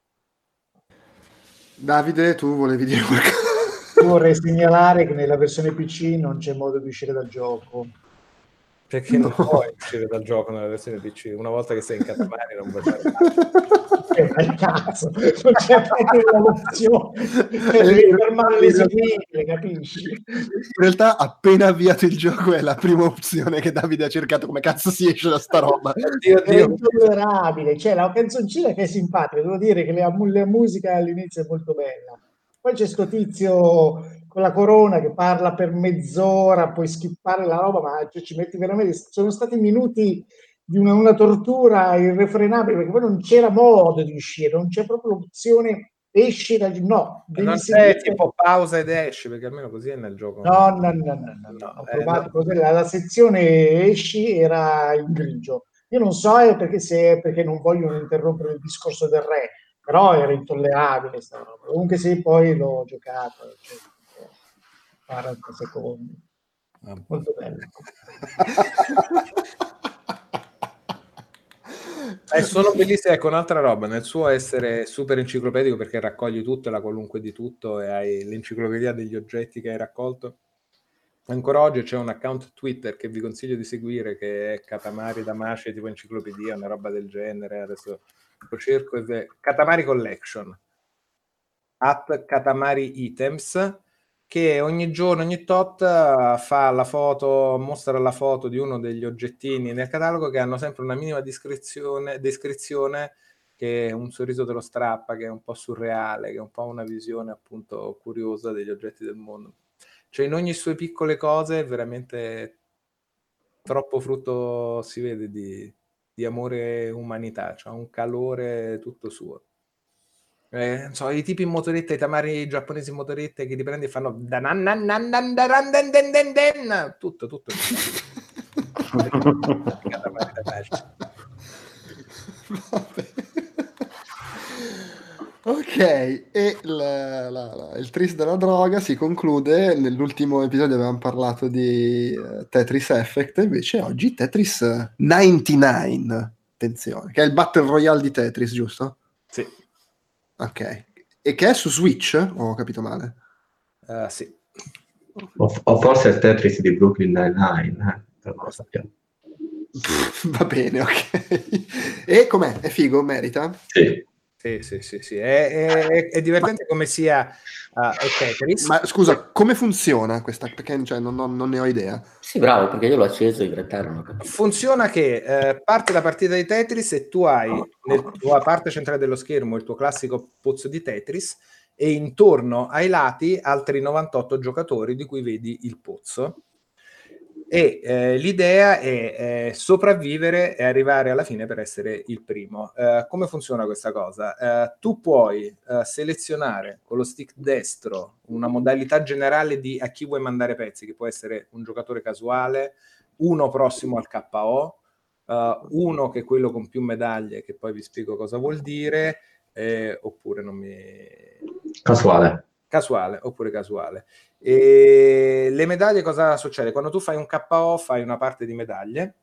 Davide, tu volevi dire qualcosa? Vorrei segnalare che nella versione P C non c'è modo di uscire dal gioco. Perché No. non puoi uscire dal gioco nella versione P C? Una volta che sei in Katamari non puoi fare Eh, ma cazzo, non c'è proprio un'opzione, cioè, devi fermare l'eseguibile, capisci? In realtà appena avviato il gioco è la prima opzione che Davide ha cercato, come cazzo si esce da sta roba. Oddio, È oddio. intollerabile, cioè la canzoncina che è simpatica, devo dire che la, la musica all'inizio è molto bella, poi c'è sto tizio con la corona che parla per mezz'ora, puoi skippare la roba, ma cioè, ci metti veramente, sono stati minuti di una, una tortura irrefrenabile, perché poi non c'era modo di uscire, non c'è proprio l'opzione esci da no, devi Non c'è seguire. tipo pausa ed esci, perché almeno così è nel gioco. No, no, no, no, no, no. Ho eh, provato, no. cos'è? La, la sezione esci era in grigio. Io non so è perché, se, perché non vogliono interrompere il discorso del re, però era intollerabile sta roba. Comunque sì, poi l'ho giocato, cioè, quaranta secondi. Molto bello. Eh, sono bellissime, ecco un'altra roba, nel suo essere super enciclopedico, perché raccogli tutto e la qualunque di tutto e hai l'enciclopedia degli oggetti che hai raccolto. Ancora oggi c'è un account Twitter che vi consiglio di seguire, che è Katamari Damacy, tipo enciclopedia, una roba del genere. Adesso lo cerco, e Katamari Collection, at Katamari Items, che ogni giorno, ogni tot, fa la foto, mostra la foto di uno degli oggettini nel catalogo, che hanno sempre una minima descrizione, descrizione che un sorriso te lo strappa, che è un po' surreale, che è un po' una visione appunto curiosa degli oggetti del mondo. Cioè in ogni sue piccole cose veramente troppo frutto si vede di, di amore e umanità, cioè un calore tutto suo. Eh, non so, i tipi in motoretta, i tamari giapponesi in motoretta che ti prendi e fanno tutto, tutto. Ok, e la, la, la, il tris della droga si conclude. Nell'ultimo episodio avevamo parlato di uh, Tetris Effect, invece oggi Tetris novantanove, attenzione, che è il Battle Royale di Tetris, giusto? Sì. Ok, e che è su Switch? O ho capito male? Uh, sì. O, o forse il Tetris di Brooklyn Nine-Nine, eh? Non lo sappiamo. Va bene, ok. E com'è? È figo? Merita? Sì. Sì, sì, sì, sì. È, è, è divertente come sia uh, Tetris. Ma scusa, come funziona questa? Perché cioè, non, non, non ne ho idea. Sì, bravo, perché io l'ho acceso in realtà non ho capito. Funziona che eh, parte la partita di Tetris e tu hai nella tua parte centrale dello schermo il tuo classico pozzo di Tetris e intorno ai lati altri novantotto giocatori di cui vedi il pozzo. E eh, l'idea è eh, sopravvivere e arrivare alla fine per essere il primo. Eh, come funziona questa cosa? Eh, tu puoi eh, selezionare con lo stick destro una modalità generale di a chi vuoi mandare pezzi, che può essere un giocatore casuale, uno prossimo al K O, uh, uno che è quello con più medaglie, che poi vi spiego cosa vuol dire, eh, oppure non mi... Casuale. Casuale, oppure casuale. E le medaglie cosa succede? Quando tu fai un K O fai una parte di medaglie,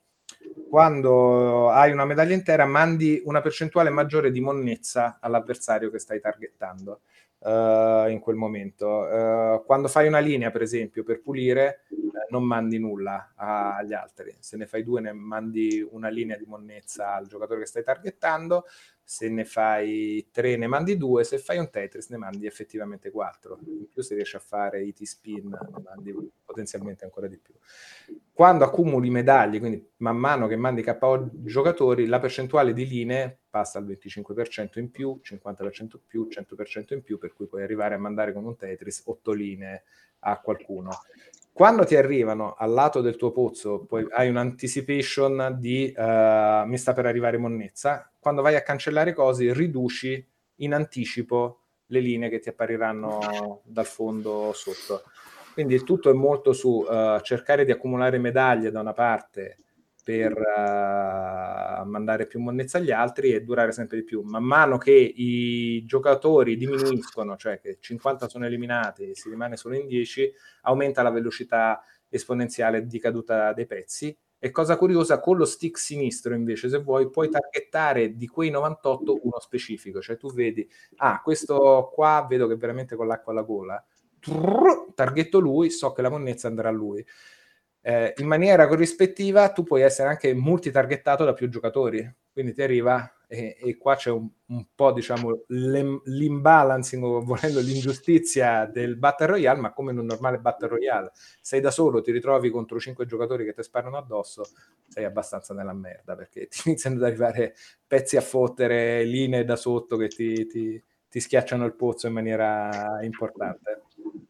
quando hai una medaglia intera mandi una percentuale maggiore di monnezza all'avversario che stai targettando uh, in quel momento. Uh, quando fai una linea, per esempio, per pulire, uh, non mandi nulla a, agli altri. Se ne fai due ne mandi una linea di monnezza al giocatore che stai targettando, se ne fai tre ne mandi due, se fai un Tetris ne mandi effettivamente quattro. In più se riesci a fare i T-spin ne mandi potenzialmente ancora di più. Quando accumuli medaglie, quindi man mano che mandi K O giocatori, la percentuale di linee passa al venticinque per cento in più, cinquanta per cento in più, cento per cento in più, per cui puoi arrivare a mandare con un Tetris otto linee a qualcuno. Quando ti arrivano al lato del tuo pozzo, poi hai un'anticipation di uh, mi sta per arrivare monnezza. Quando vai a cancellare cose, riduci in anticipo le linee che ti appariranno dal fondo sotto. Quindi il tutto è molto su uh, cercare di accumulare medaglie da una parte per uh, mandare più monnezza agli altri e durare sempre di più. Man mano che i giocatori diminuiscono, cioè che cinquanta sono eliminati e si rimane solo in dieci, aumenta la velocità esponenziale di caduta dei pezzi. E cosa curiosa, con lo stick sinistro invece, se vuoi, puoi targettare di quei novantotto uno specifico, cioè tu vedi, ah, questo qua vedo che veramente con l'acqua alla gola, trrr, targetto lui, so che la monnezza andrà a lui. Eh, in maniera corrispettiva tu puoi essere anche multitargettato da più giocatori, quindi ti arriva e, e qua c'è un, un po' diciamo l'imbalancing o volendo l'ingiustizia del Battle Royale, ma come in un normale Battle Royale sei da solo, ti ritrovi contro cinque giocatori che ti sparano addosso, sei abbastanza nella merda perché ti iniziano ad arrivare pezzi a fottere, linee da sotto che ti, ti, ti schiacciano il pozzo in maniera importante.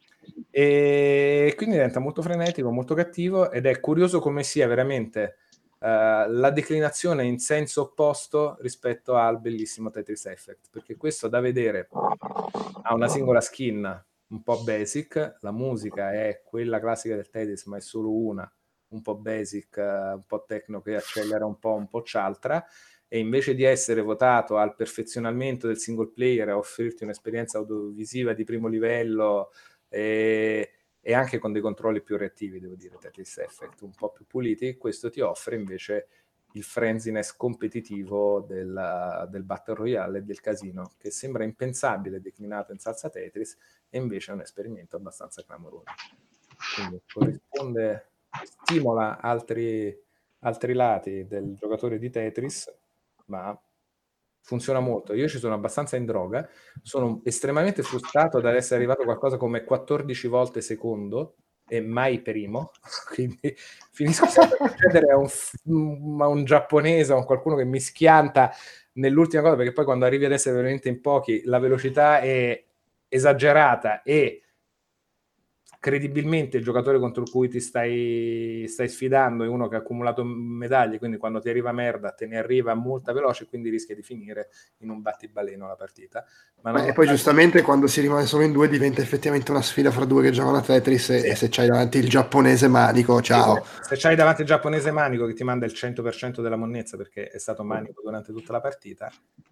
E quindi diventa molto frenetico, molto cattivo, ed è curioso come sia veramente uh, la declinazione in senso opposto rispetto al bellissimo Tetris Effect, perché questo da vedere ha una singola skin un po' basic, la musica è quella classica del Tetris ma è solo una, un po' basic, uh, un po' techno che accelera un po', un po' c'altra, e invece di essere votato al perfezionamento del single player, a offrirti un'esperienza audiovisiva di primo livello E, e anche con dei controlli più reattivi, devo dire, Tetris Effect un po' più puliti, questo ti offre invece il frenziness competitivo del, del Battle Royale e del casino, che sembra impensabile declinato in salsa Tetris, e invece è un esperimento abbastanza clamoroso. Quindi corrisponde, stimola altri, altri lati del giocatore di Tetris, ma funziona molto. Io ci sono abbastanza in droga, sono estremamente frustrato ad essere arrivato a qualcosa come quattordici volte secondo e mai primo, quindi finisco sempre per chiedere a un, a un giapponese, a un qualcuno che mi schianta nell'ultima cosa, perché poi quando arrivi ad essere veramente in pochi la velocità è esagerata e credibilmente il giocatore contro cui ti stai, stai sfidando è uno che ha accumulato medaglie, quindi quando ti arriva merda te ne arriva molta veloce, quindi rischia di finire in un battibaleno la partita. Ma Ma e poi giustamente quando si rimane solo in due diventa effettivamente una sfida fra due che giocano a Tetris, sì. E se c'hai davanti il giapponese manico, ciao. Se c'hai davanti il giapponese manico che ti manda il cento per cento della monnezza perché è stato manico durante tutta la partita,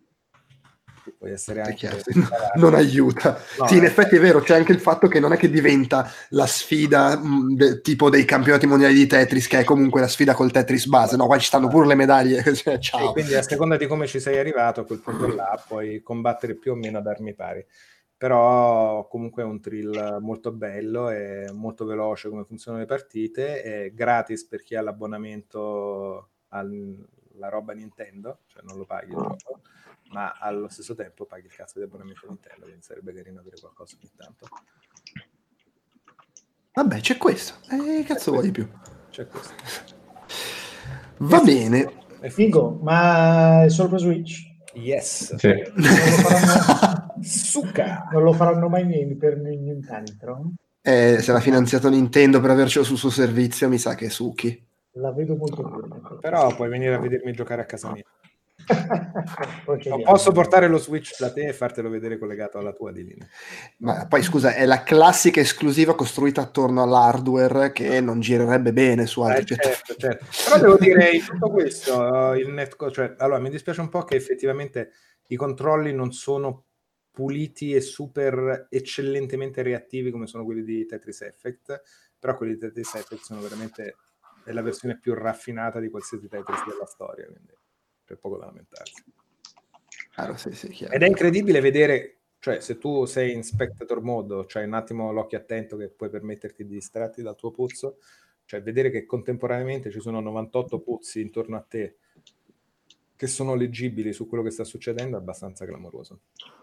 puoi essere anche non aiuta. No, sì, in effetti è vero, c'è anche il fatto che non è che diventa la sfida mh, de, tipo dei campionati mondiali di Tetris, che è comunque la sfida col Tetris base, no, qua ci stanno pure le medaglie, cioè, ciao. E quindi a seconda di come ci sei arrivato a quel punto là puoi combattere più o meno ad armi pari, però comunque è un thrill molto bello e molto veloce come funzionano le partite, è gratis per chi ha l'abbonamento alla roba Nintendo, cioè non lo paghi il gioco, ma allo stesso tempo paghi il cazzo di abbonamento Nintendo, quindi sarebbe carino avere qualcosa ogni tanto. Vabbè, c'è questo. Eh, cazzo vuoi di più? C'è questo. Va bene. È figo, ma è solo per Switch? Yes. Sì. Non lo faranno... Succa! Non lo faranno mai niente per nient'altro? Eh, se l'ha finanziato Nintendo per avercelo sul suo servizio, mi sa che succhi. La vedo molto bene. Però puoi venire a vedermi giocare a casa mia. Non posso portare lo Switch da te e fartelo vedere collegato alla tua di linea. Ma poi scusa, è la classica esclusiva costruita attorno all'hardware che non girerebbe bene su altri eh, certo, certo. Però devo dire in tutto questo il netcode, cioè, allora mi dispiace un po' che effettivamente i controlli non sono puliti e super eccellentemente reattivi come sono quelli di Tetris Effect, però quelli di Tetris Effect sono veramente è la versione più raffinata di qualsiasi Tetris della storia, quindi c'è poco da lamentarsi. Claro, sì, sì, chiaro. Ed è incredibile vedere, cioè se tu sei in spectator mode, c'hai un attimo l'occhio attento che puoi permetterti di distratti dal tuo pozzo, cioè vedere che contemporaneamente ci sono novantotto pozzi intorno a te che sono leggibili su quello che sta succedendo è abbastanza clamoroso.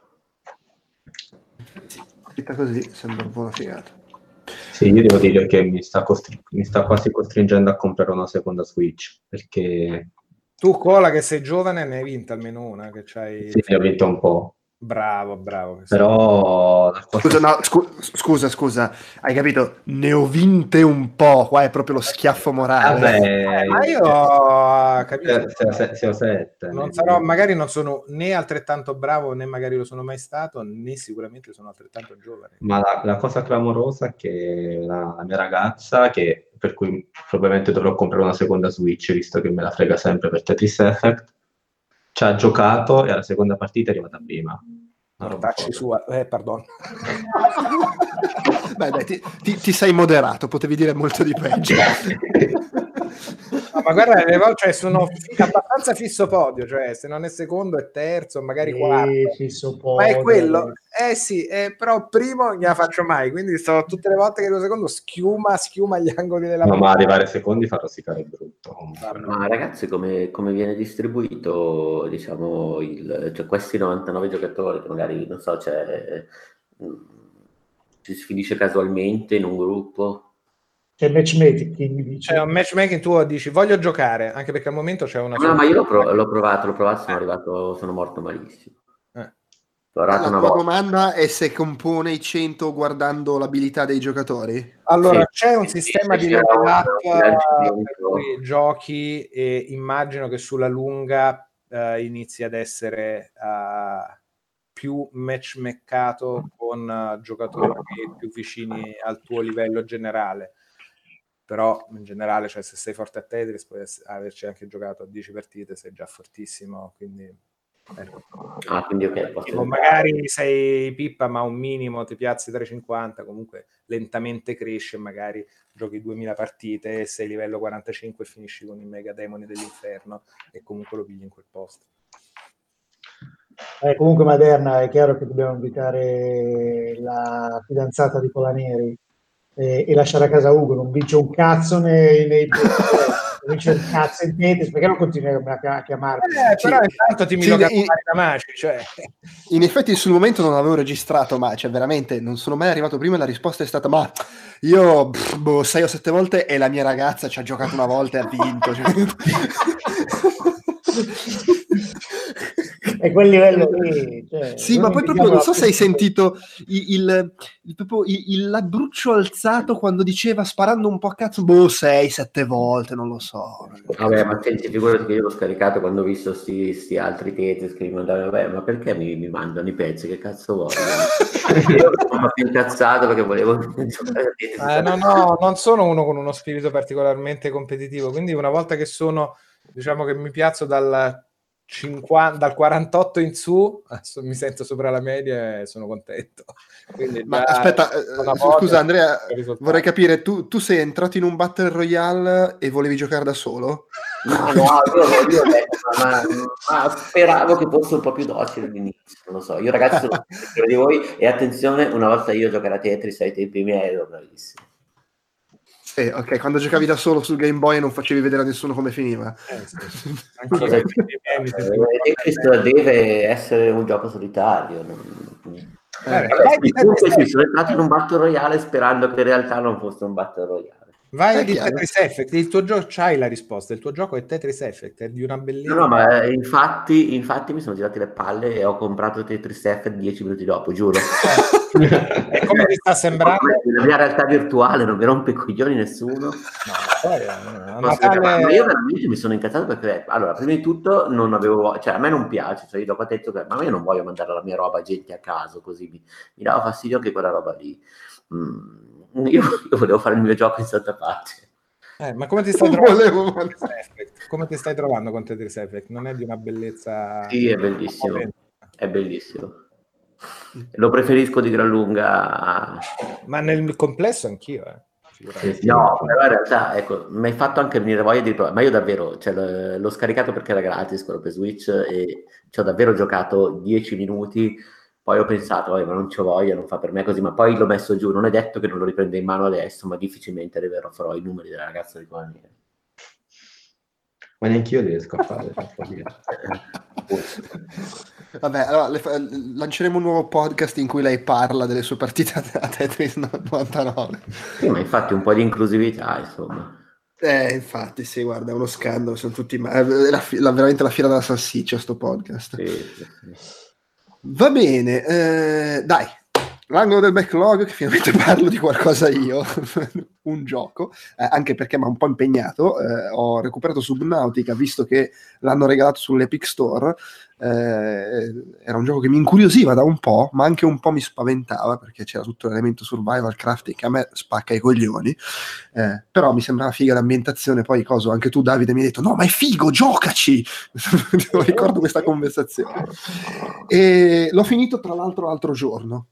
Sì, scritta così sembra un po' una figata. Sì, io devo dire che mi sta, costri- mi sta quasi costringendo a comprare una seconda Switch, perché... Tu, Cola, che sei giovane, ne hai vinta almeno una, che c'hai... Sì, ne ho vinta un po'. Bravo, bravo. Però la cosa... Scusa, no, scu- scusa, scusa, hai capito? Ne ho vinte un po', qua è proprio lo schiaffo morale. Vabbè, Eh, ma io ho se- capito. se- se ho sette. Non sarò, magari non sono né altrettanto bravo, né magari lo sono mai stato, né sicuramente sono altrettanto giovane. Ma la, la cosa clamorosa è che la, la mia ragazza, che, per cui probabilmente dovrò comprare una seconda Switch, visto che me la frega sempre per Tetris Effect, ci ha giocato e alla seconda partita è arrivata prima. Una roba Mortacci folle. sua, eh, pardon. Beh, dai, ti, ti- ti sei moderato, potevi dire molto di peggio. No, ma guarda, le volte, cioè, sono fi- abbastanza fisso podio, cioè se non è secondo è terzo, magari Sì, quarto. fisso Ma è podio. quello? Eh sì, eh, però primo non gliela faccio mai, quindi sto tutte le volte che arrivo secondo schiuma, schiuma agli angoli della No, ma arrivare secondi fa rosicare brutto. comunque. Ma ragazzi, come, come viene distribuito, diciamo, il, cioè questi novantanove giocatori che magari, non so, c'è, mh, ci si finisce casualmente in un gruppo? C'è matchmaking, dice. C'è un matchmaking, tu dici voglio giocare, anche perché al momento c'è una No, ma io l'ho, pro- l'ho provato, l'ho provato, sono arrivato, sono morto malissimo. Eh. L'ho provato La una tua volta. domanda è se compone i cento guardando l'abilità dei giocatori? Allora, Sì, c'è un sì, sistema sì, di c'era level un up bilanciamento. per cui giochi e immagino che sulla lunga eh, inizi ad essere eh, più matchmackato con eh, giocatori più vicini al tuo livello generale. Però in generale, cioè, se sei forte a Tetris puoi ess- averci anche giocato a dieci partite, sei già fortissimo, quindi ecco. Ah, quindi ok, posso Tipo, giocare. magari sei pippa ma un minimo ti piazzi trecentocinquanta, comunque lentamente cresce, magari giochi duemila partite e sei livello quarantacinque e finisci con i mega demoni dell'inferno e comunque lo pigli in quel posto. Eh, comunque Maderna, è chiaro che dobbiamo invitare la fidanzata di Polaneri eh, e lasciare a casa Ugo, non vince un cazzo nei, nei non vince un cazzo in Tetris, perché non continui a, a chiamarti? Eh, però intanto ti mi Sì, lo in- campare da Maci, cioè. In effetti sul momento non avevo registrato, ma cioè veramente non sono mai arrivato prima e la risposta è stata ma io pff, boh, sei o sette volte e la mia ragazza ci ha giocato una volta e ha vinto. Cioè... È quel livello lì. Cioè, Sì, ma poi proprio non so se hai sentito il, il, il, proprio il, il labbruccio alzato quando diceva sparando un po' a cazzo, boh, sei, sette volte, non lo so. Vabbè, ma senti, figurati che io l'ho scaricato quando ho visto sti, sti altri Tetris che mi mandavano, vabbè, ma perché mi, mi mandano i pezzi? Che cazzo vogliono? Io sono più incazzato perché volevo giocare a Tetris. Eh, no, no, non sono uno con uno spirito particolarmente competitivo, quindi una volta che sono, diciamo che mi piazzo dal cinquanta, dal quarantotto in su, mi sento sopra la media e sono contento. Quindi Ma già aspetta, una eh, volta scusa Andrea, il risultato. vorrei capire, tu, tu sei entrato in un Battle Royale e volevi giocare da solo? No, no, io, io ho detto, ma, ma speravo che fosse un po' più docile all'inizio, non lo so. Io ragazzi sono più di voi e attenzione, una volta io giocare a Tetris ai tempi miei ero bravissimo. Eh, ok, quando giocavi da solo sul Game Boy e non facevi vedere a nessuno come finiva. Eh, sì. Cosa- Anch'io, i miei mi sentivo Tetris deve essere un gioco solitario. non- Eh, Vabbè, Vabbè, vai sì, di comunque Tetris sì, sono entrato in un Battle Royale sperando che in realtà non fosse un Battle Royale. Vai È di chiaro. Tetris Effect, il tuo gioco c'hai la risposta, il tuo gioco è Tetris Effect, è di una bellezza. No, no, ma eh, infatti, infatti mi sono girati le palle e ho comprato Tetris Effect dieci minuti dopo, giuro. E come ti sta sembrando? La mia realtà virtuale non mi rompe i coglioni nessuno. No, poi, eh, a Ma se- ma Natale- io veramente mi sono incazzato perché, allora, prima di tutto non avevo, cioè a me non piace, cioè io dopo ho detto che ma io non voglio mandare la mia roba a gente a caso, così mi, mi dava fastidio anche quella roba lì. Mm, io, io volevo fare il mio gioco in santa pace. Eh, ma come ti stai Non trovando volevo con Tetris Effect? Come ti stai trovando con Tetris Effect? Non è di una bellezza... Sì, è bellissimo, è bellissimo. Lo preferisco di gran lunga. Ma nel complesso anch'io, eh. Figurati. No, però in realtà, ecco, mi hai fatto anche venire voglia di provare, ma io davvero, cioè, l- l'ho scaricato perché era gratis quello per Switch e ci ho davvero giocato dieci minuti, poi ho pensato, "Vabbè, ma non c'ho voglia, non fa per me così", ma poi l'ho messo giù, non è detto che non lo riprenda in mano adesso, ma difficilmente davvero farò i numeri della ragazza di Polaneri. Ma neanche io riesco a fare per follia. Vabbè, allora le fa- lanceremo un nuovo podcast in cui lei parla delle sue partite a Tetris novantanove. Sì, ma infatti un po' di inclusività, insomma. Eh, infatti, sì, guarda, è uno scandalo, sono tutti ma- è la, fi- la- veramente la fiera della salsiccia sto podcast. Sì, sì, sì. Va bene, eh, dai, l'angolo del backlog, che finalmente parlo di qualcosa io, un gioco, eh, anche perché mi ha un po' impegnato, eh, ho recuperato Subnautica, visto che l'hanno regalato sull'Epic Store, eh, era un gioco che mi incuriosiva da un po', ma anche un po' mi spaventava, perché c'era tutto l'elemento survival crafting che a me spacca i coglioni, eh, però mi sembrava figa l'ambientazione, poi coso, anche tu Davide mi hai detto, no ma è figo, giocaci! Ricordo questa conversazione. E l'ho finito tra l'altro l'altro giorno.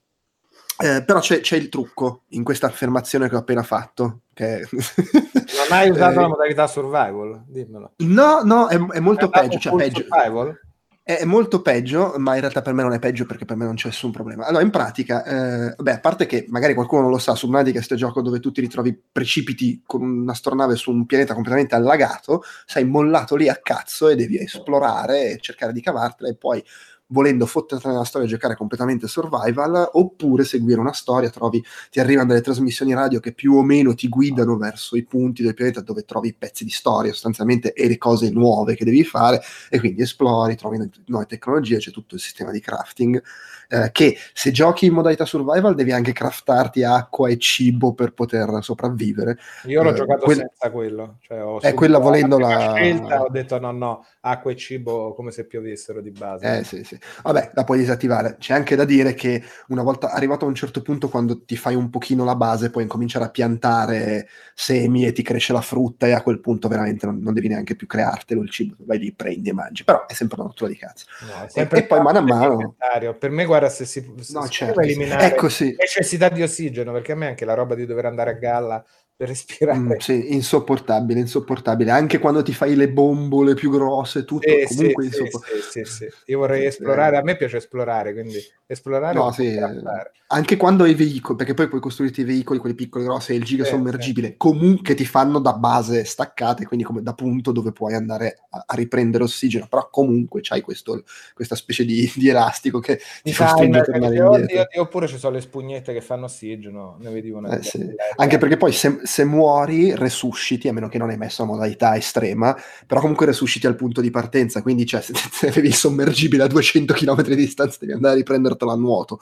Eh, però c'è, c'è il trucco in questa affermazione che ho appena fatto. Che... non hai usato eh... la modalità survival? Dimmelo. No, no, è, è molto è peggio. Cioè peggio. Survival? È, è molto peggio, ma in realtà per me non è peggio perché per me non c'è nessun problema. Allora, in pratica, eh, beh, a parte che magari qualcuno non lo sa, Subnautica è questo gioco dove tu ti ritrovi precipiti con un'astronave su un pianeta completamente allagato, sei mollato lì a cazzo e devi esplorare e cercare di cavartela e poi volendo fotterti nella storia e giocare completamente survival, oppure seguire una storia, trovi, ti arrivano delle trasmissioni radio che più o meno ti guidano verso i punti del pianeta dove trovi i pezzi di storia sostanzialmente e le cose nuove che devi fare, e quindi esplori, trovi nuove tecnologie, c'è tutto il sistema di crafting, eh, che se giochi in modalità survival devi anche craftarti acqua e cibo per poter sopravvivere. Io l'ho eh, giocato quel... senza quello, cioè ho è quella volendo la scelta, ho detto no no, acqua e cibo come se piovessero di base. Eh sì sì. Vabbè, la puoi disattivare. C'è anche da dire che una volta arrivato a un certo punto, quando ti fai un pochino la base, puoi incominciare a piantare semi e ti cresce la frutta, e a quel punto veramente non, non devi neanche più creartelo il cibo, vai lì, prendi e mangi. Però è sempre una rottura di cazzo. No, e, e poi mano a mano per me guarda, se si, se no, si certo, può eliminare ecco, sì. necessità di ossigeno, perché a me anche la roba di dover andare a galla per respirare. Mm, sì, insopportabile, insopportabile. Anche quando ti fai le bombole più grosse, tutto eh, comunque sì, insopport- sì, sì, sì. Io vorrei esplorare, a me piace esplorare, quindi esplorare no, sì. Anche quando hai veicoli, perché poi puoi costruirti i veicoli, quelli piccoli, grossi, e il giga sì, sommergibile, sì. comunque ti fanno da base staccate, quindi come da punto dove puoi andare a, a riprendere ossigeno, però comunque c'hai questo, questa specie di, di elastico che ti costringe a tornare indietro. Oddio, oppure ci sono le spugnette che fanno ossigeno, ne vedi una. Eh, sì. Anche perché poi se, se muori resusciti, a meno che non hai messo la modalità estrema, però comunque resusciti al punto di partenza, quindi cioè, se, se avevi il sommergibile a duecento chilometri di distanza devi andare a riprendertelo a nuoto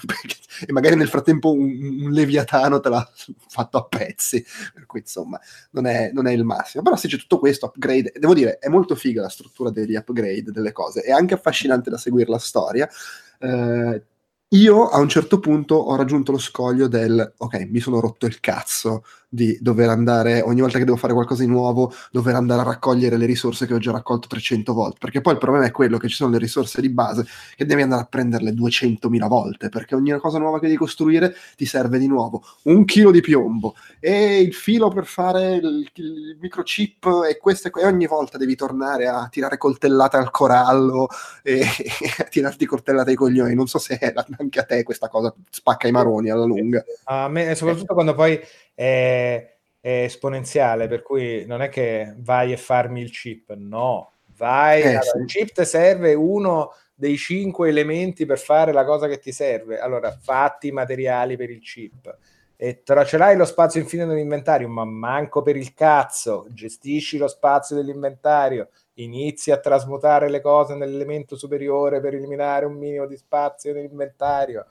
e magari nel frattempo un, un leviatano te l'ha fatto a pezzi, per cui insomma non è, non è il massimo. Però se c'è tutto questo upgrade, devo dire è molto figa la struttura degli upgrade delle cose, è anche affascinante da seguire la storia. eh, Io a un certo punto ho raggiunto lo scoglio del ok, mi sono rotto il cazzo di dover andare, ogni volta che devo fare qualcosa di nuovo, dover andare a raccogliere le risorse che ho già raccolto trecento volte, perché poi il problema è quello che ci sono le risorse di base che devi andare a prenderle duecentomila volte, perché ogni cosa nuova che devi costruire ti serve di nuovo un chilo di piombo e il filo per fare il, il microchip e questo e, que- e ogni volta devi tornare a tirare coltellate al corallo e, e a tirarti coltellate ai coglioni. Non so se anche a te questa cosa spacca i maroni alla lunga. A me, soprattutto eh. quando poi è, è esponenziale, per cui non è che vai e farmi il chip, no, vai, eh, allora, sì. il chip ti serve uno dei cinque elementi per fare la cosa che ti serve, allora fatti i materiali per il chip e tra ce l'hai lo spazio infinito nell'inventario, ma manco per il cazzo, gestisci lo spazio dell'inventario, inizi a trasmutare le cose nell'elemento superiore per eliminare un minimo di spazio nell'inventario.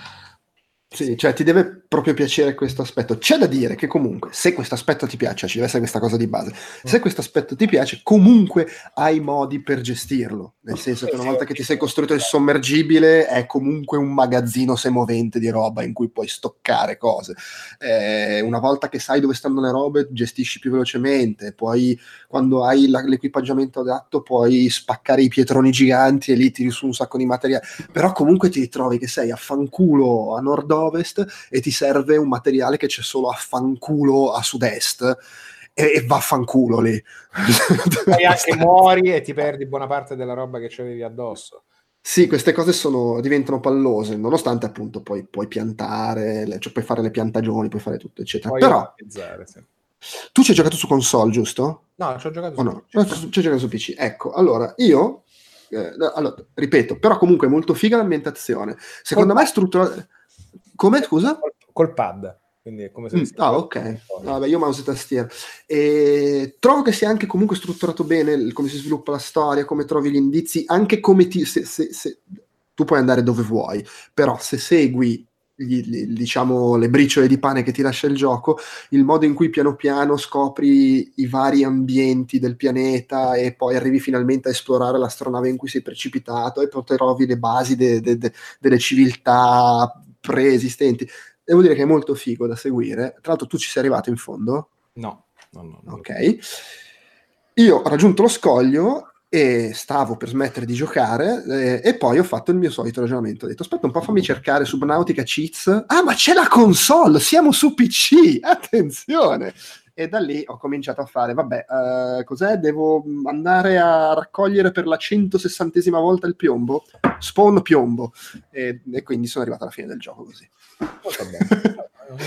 Sì, cioè ti deve proprio piacere questo aspetto. C'è da dire che comunque, se questo aspetto ti piace, ci deve essere questa cosa di base, se questo aspetto ti piace, comunque hai modi per gestirlo. Nel senso che una volta che ti sei costruito il sommergibile, è comunque un magazzino semovente di roba in cui puoi stoccare cose. Eh, una volta che sai dove stanno le robe, gestisci più velocemente. Poi, quando hai la, l'equipaggiamento adatto, puoi spaccare i pietroni giganti e lì tiri su un sacco di materiale. Però comunque ti ritrovi che sei a fanculo a nord-ovest e ti serve un materiale che c'è solo a fanculo a sud-est e, e vaffanculo lì. E anche muori e ti perdi buona parte della roba che c'avevi addosso. Sì, queste cose sono, diventano pallose, nonostante appunto poi puoi piantare, le, cioè puoi fare le piantagioni, puoi fare tutto, eccetera. Puoi Però sì. Tu ci hai giocato su console, giusto? No, ci ho giocato o su no? P C. Ci ho giocato su P C. Ecco, allora, io eh, allora, ripeto, però comunque è molto figa l'ambientazione. Secondo Col me è strutturata... Come, scusa? Col, col pad. Quindi è come se mm, ah, ok. Vabbè, io mouse e tastiera. E trovo che sia anche comunque strutturato bene come si sviluppa la storia, come trovi gli indizi, anche come ti... Se, se, se, tu puoi andare dove vuoi, però se segui Gli, gli, diciamo le briciole di pane che ti lascia il gioco, il modo in cui piano piano scopri i vari ambienti del pianeta e poi arrivi finalmente a esplorare l'astronave in cui sei precipitato e poi trovi le basi de, de, de, delle civiltà preesistenti, devo dire che è molto figo da seguire. Tra l'altro tu ci sei arrivato in fondo? No, no, no, no. Ok, io ho raggiunto lo scoglio e stavo per smettere di giocare eh, e poi ho fatto il mio solito ragionamento, ho detto aspetta un po', fammi cercare Subnautica Cheats, ah ma c'è la console, siamo su P C, attenzione, e da lì ho cominciato a fare vabbè, uh, cos'è, devo andare a raccogliere per la centosessantesima volta il piombo, spawn piombo, e, e quindi sono arrivato alla fine del gioco così. Molto bene.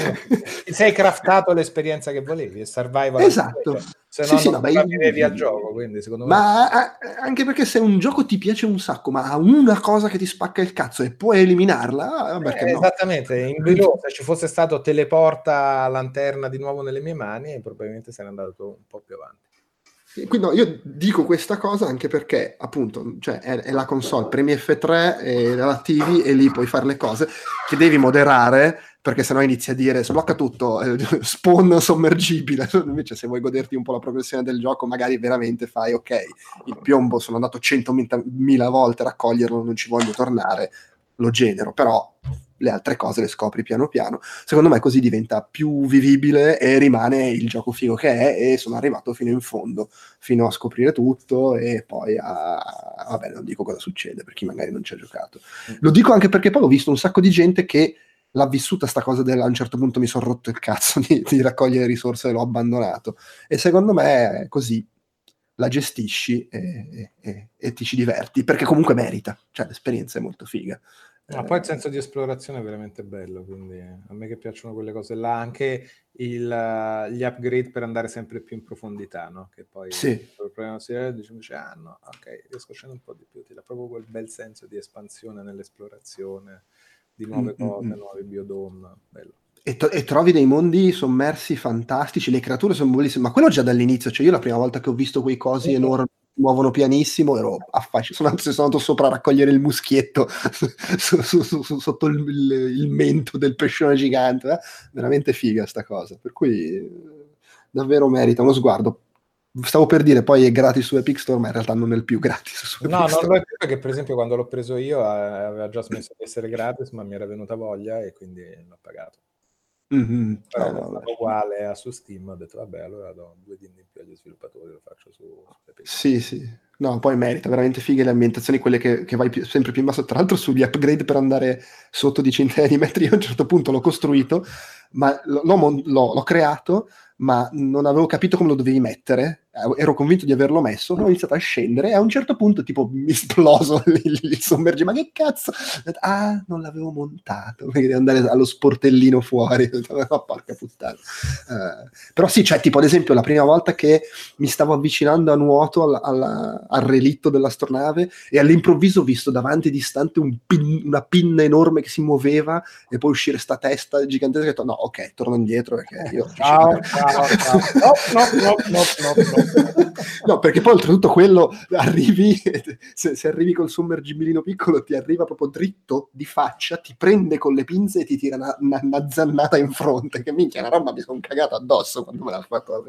Ti sei craftato l'esperienza che volevi, survival, esatto, se no sì, sì, non no, capirevi al gioco, quindi secondo me ma a, anche perché se un gioco ti piace un sacco ma ha una cosa che ti spacca il cazzo e puoi eliminarla, perché eh, no? Esattamente, in veloce, se ci fosse stato teleporta lanterna di nuovo nelle mie mani probabilmente sarei andato un po' più avanti. Quindi no, io dico questa cosa anche perché appunto cioè, è, è la console, premi F tre e la attivi e lì puoi fare le cose che devi moderare, perché sennò inizi a dire sblocca tutto, eh, spawn sommergibile. Invece se vuoi goderti un po' la progressione del gioco magari veramente fai ok, il piombo sono andato centomila volte a raccoglierlo, non ci voglio tornare, lo genero, però le altre cose le scopri piano piano. Secondo me così diventa più vivibile e rimane il gioco figo che è, e sono arrivato fino in fondo, fino a scoprire tutto e poi a... vabbè, non dico cosa succede per chi magari non ci ha giocato. Lo dico anche perché poi ho visto un sacco di gente che l'ha vissuta sta cosa del a un certo punto mi sono rotto il cazzo di, di raccogliere risorse e l'ho abbandonato, e secondo me è così, la gestisci e, e, e ti ci diverti, perché comunque merita, cioè l'esperienza è molto figa. Ma poi il senso di esplorazione è veramente bello, quindi a me che piacciono quelle cose là, anche il, gli upgrade per andare sempre più in profondità, no? Che poi sì. il problema si è, diciamo, ah no, ok, riesco a scendere un po' di più, ti dà proprio quel bel senso di espansione nell'esplorazione, di nuove mm-hmm. cose, nuovi biodome, bello. E, to- e trovi dei mondi sommersi fantastici, le creature sono bellissime, ma quello già dall'inizio, cioè io la prima volta che ho visto quei cosi Mm-hmm. enormi muovono pianissimo, ero affascinato, sono andato, sono andato sopra a raccogliere il muschietto su, su, su, su, sotto il, il, il mento del pescione gigante, eh? Veramente figa sta cosa, per cui davvero merita uno sguardo. Stavo per dire poi è gratis su Epic Store, ma in realtà non è il più gratis su Epic no, Store. Non lo è più, perché per esempio quando l'ho preso io aveva già smesso di essere gratis, ma mi era venuta voglia e quindi l'ho pagato. Mm-hmm. Però eh, no, uguale a su Steam, ho detto vabbè, allora do due dindi in più agli sviluppatori, lo faccio su Epic. Sì, sì, no, poi merita, veramente fighe le ambientazioni, quelle che, che vai più, sempre più in basso. Tra l'altro sugli upgrade per andare sotto di centinaia di metri, io a un certo punto l'ho costruito, ma l'ho, l'ho, l'ho creato, ma non avevo capito come lo dovevi mettere, ero convinto di averlo messo, ho iniziato a scendere e a un certo punto tipo mi esploso il, il sommerge, ma che cazzo? Ah, non l'avevo montato, perché devo andare allo sportellino fuori, oh, porca puttana. Uh, però sì, cioè tipo ad esempio la prima volta che mi stavo avvicinando a nuoto alla, alla, al relitto dell'astronave e all'improvviso ho visto davanti distante un pin, una pinna enorme che si muoveva e poi uscire sta testa gigantesca e ho detto no, ok, torno indietro perché io... Ciao, ciao, ciao. No, no, no, no, no. No, perché poi oltretutto quello arrivi, se, se arrivi col sommergibilino piccolo ti arriva proprio dritto di faccia, ti prende con le pinze e ti tira una, una, una zannata in fronte, che minchia, una roba mi sono cagato addosso quando me l'ha fatto.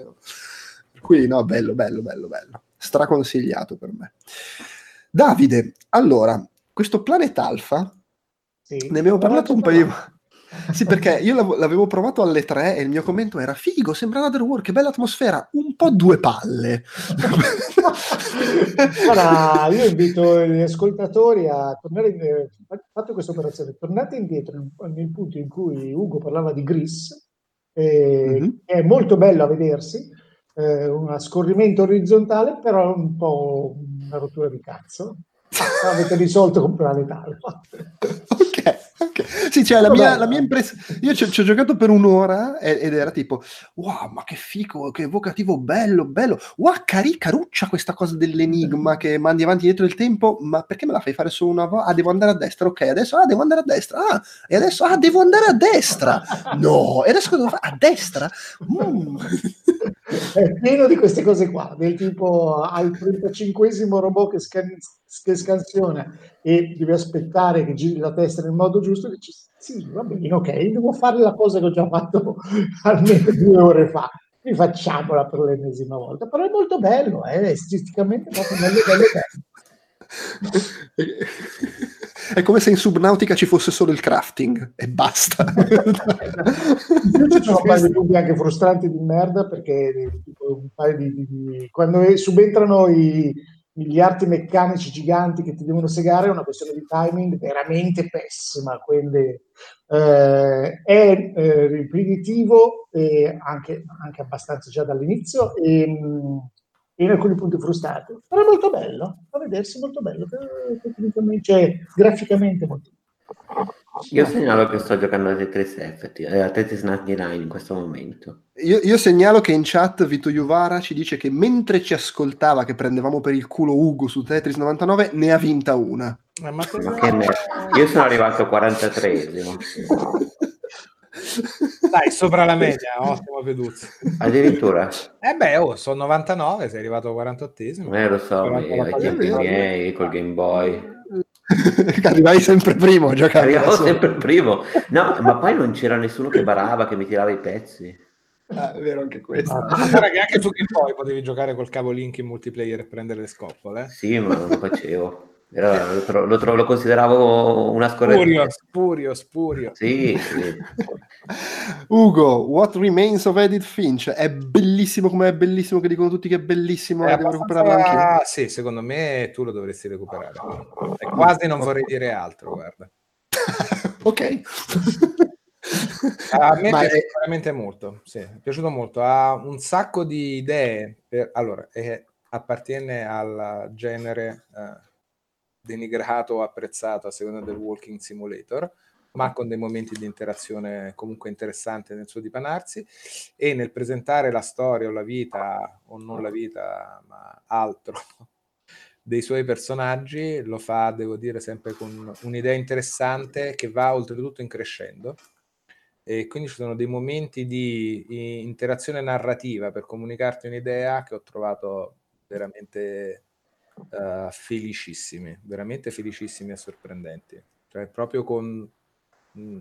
Per cui no, bello, bello, bello, bello, straconsigliato per me. Davide, allora, questo Planet Alpha, sì, ne abbiamo parlato un paio... Sì, perché io l'av- l'avevo provato alle tre e il mio commento era figo, sembra Another World, che bella atmosfera, un po' due palle. Ora, io invito gli ascoltatori a tornare, in, fate questa operazione, tornate indietro nel punto in cui Ugo parlava di Gris, eh, mm-hmm. è molto bello a vedersi, eh, un scorrimento orizzontale, però un po' una rottura di cazzo. Ah, avete risolto con Planet Alpha. Ok. Okay. Sì, cioè la mia, la mia impressione, io ci, ci ho giocato per un'ora ed era tipo wow, ma che figo, che evocativo, bello, bello, wow, cari, caruccia questa cosa dell'enigma che mandi avanti dietro il tempo, ma perché me la fai fare solo una volta? Ah, devo andare a destra, ok, adesso ah, devo andare a destra, ah, e adesso ah, devo andare a destra, no, e adesso cosa devo fare? A destra? Mm. è pieno di queste cose qua, del tipo al trentacinquesimo robot che, scan- che scansiona e devi aspettare che giri la testa nel modo giusto, dici sì, va bene, ok, devo fare la cosa che ho già fatto almeno due ore fa, rifacciamola per l'ennesima volta, però è molto bello, è esteticamente proprio bello, bello, bello. È come se in Subnautica ci fosse solo il crafting e basta. In più ci sono un paio di punti anche frustranti di merda, perché tipo, un paio di, di- di- quando subentrano i gli arti meccanici giganti che ti devono segare è una questione di timing veramente pessima, quindi eh, è eh, ripetitivo e anche, anche abbastanza già dall'inizio e, mh, e in alcuni punti frustrante, però è molto bello, a vedersi molto bello, eh, tecnicamente, cioè, graficamente molto bello. Io segnalo che sto giocando a Tetris Effect, eh, a Tetris novantanove in questo momento. Io, io segnalo che in chat Vito Juvara ci dice che mentre ci ascoltava che prendevamo per il culo Ugo su Tetris novantanove ne ha vinta una. Eh, ma te- Ma che merda. Io sono arrivato quarantatreesimo. Dai, sopra la media, ottimo Peduzzi. Addirittura. Eh beh, oh, sono novantanove, sei arrivato quarantottesimo. Eh, lo so, Però mi- ancora ai fa tempi vedere. miei, col Game Boy. Arrivai sempre primo a giocare. Arrivavo sempre primo. No, ma poi non c'era nessuno che barava, che mi tirava i pezzi. Ah, è vero anche questo. Ma guarda che anche su Game Boy potevi giocare col cavo Link in multiplayer e prendere le scoppole. Eh? Sì, ma non lo facevo. Era, lo, tro- lo, tro- lo consideravo una scorrettezza. Spurio, spurio, spurio. Sì, sì. Ugo, What Remains of Edith Finch è bellissimo, come è bellissimo che dicono tutti che è bellissimo È e devo abbastanza- recuperarlo anch'io. Sì, secondo me tu lo dovresti recuperare. E quasi non vorrei dire altro, guarda. Ok. A me Ma piace è- veramente molto, sì, è piaciuto molto, ha un sacco di idee, per- allora, è- appartiene al genere eh, denigrato o apprezzato a seconda del walking simulator, ma con dei momenti di interazione comunque interessanti nel suo dipanarsi e nel presentare la storia o la vita, o non la vita, ma altro, dei suoi personaggi, lo fa, devo dire, sempre con un'idea interessante che va oltretutto in crescendo. E quindi ci sono dei momenti di i- interazione narrativa per comunicarti un'idea che ho trovato veramente eh, felicissimi, veramente felicissimi e sorprendenti. Cioè, proprio con mh,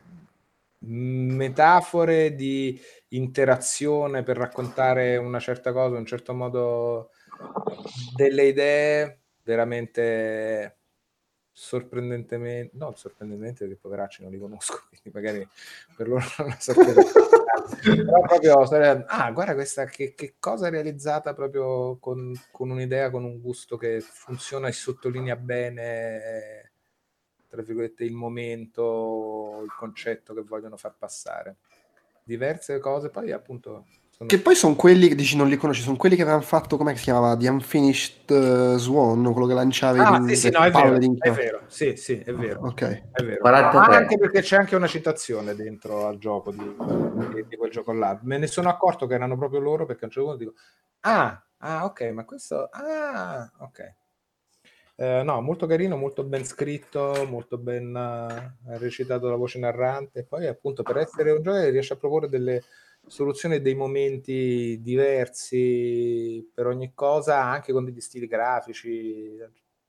metafore di interazione per raccontare una certa cosa, in un certo modo, delle idee veramente sorprendentemente, no, sorprendentemente perché poveracci non li conosco, quindi magari per loro è una sorpresa. Però proprio, ah, guarda questa che, che cosa realizzata proprio con, con un'idea, con un gusto che funziona e sottolinea bene, tra virgolette, il momento, il concetto che vogliono far passare. Diverse cose, poi appunto... Sono... Che poi sono quelli che dici non li conosci, sono quelli che avevano fatto, com'è che si chiamava? The Unfinished uh, Swan, quello che lanciavi Ah, in sì, sì, no, è palle vero, di è inchiostro. vero, sì, sì, è vero. Ok. È vero. quarantatré. Anche perché c'è anche una citazione dentro al gioco di, di, di quel gioco là. Me ne sono accorto che erano proprio loro perché a un certo punto dico ah, ah, ok, ma questo ah, ok. Eh, no, molto carino, molto ben scritto, molto ben uh, recitato la voce narrante. Poi appunto per essere un gioco riesce a proporre delle soluzioni, dei momenti diversi per ogni cosa, anche con degli stili grafici,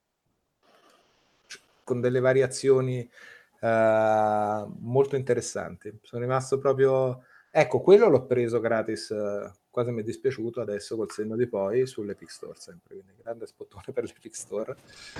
con delle variazioni uh, molto interessanti. Sono rimasto proprio... Ecco, quello l'ho preso gratis, uh, quasi mi è dispiaciuto adesso col senno di poi sull'Epic Store sempre, quindi grande spottone per l'Epic Store.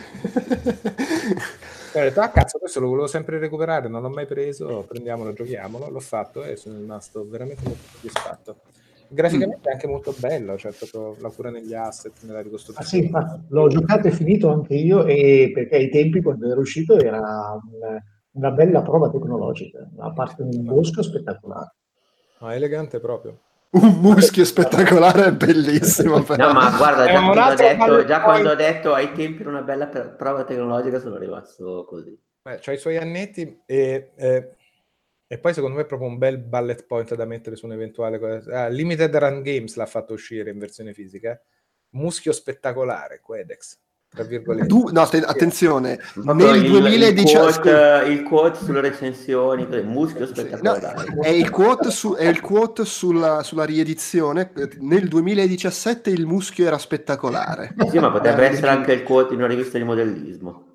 Ho detto, ah cazzo, questo lo volevo sempre recuperare, non l'ho mai preso, prendiamolo, giochiamolo, l'ho fatto e sono rimasto veramente molto soddisfatto. Graficamente è anche molto bello, cioè proprio la cura negli asset, nella ricostruzione. Ah sì, infatti, l'ho giocato e finito anche io, e perché ai tempi quando era uscito era un, una bella prova tecnologica, a parte un bosco spettacolare. No, elegante proprio. Un muschio spettacolare è bellissimo. Però. No, ma guarda, È già, un quando ho, altro detto, bullet già quando ho point. detto ai tempi una bella per- prova tecnologica sono rimasto così. Beh, c'ha i suoi annetti e, eh, e poi secondo me è proprio un bel bullet point da mettere su un'eventuale cosa. Ah, Limited Run Games l'ha fatto uscire in versione fisica. Muschio spettacolare, Quedex. tra virgolette. Du- no, st- attenzione, Proprio nel il, duemiladiciassette... il, quote, il quote sulle recensioni, muschio Sì, no, spettacolare. è il quote, su- è il quote sulla, sulla riedizione. Nel duemiladiciassette il muschio era spettacolare. Sì, ma potrebbe Grande essere Giulio. anche il quote in una rivista di modellismo.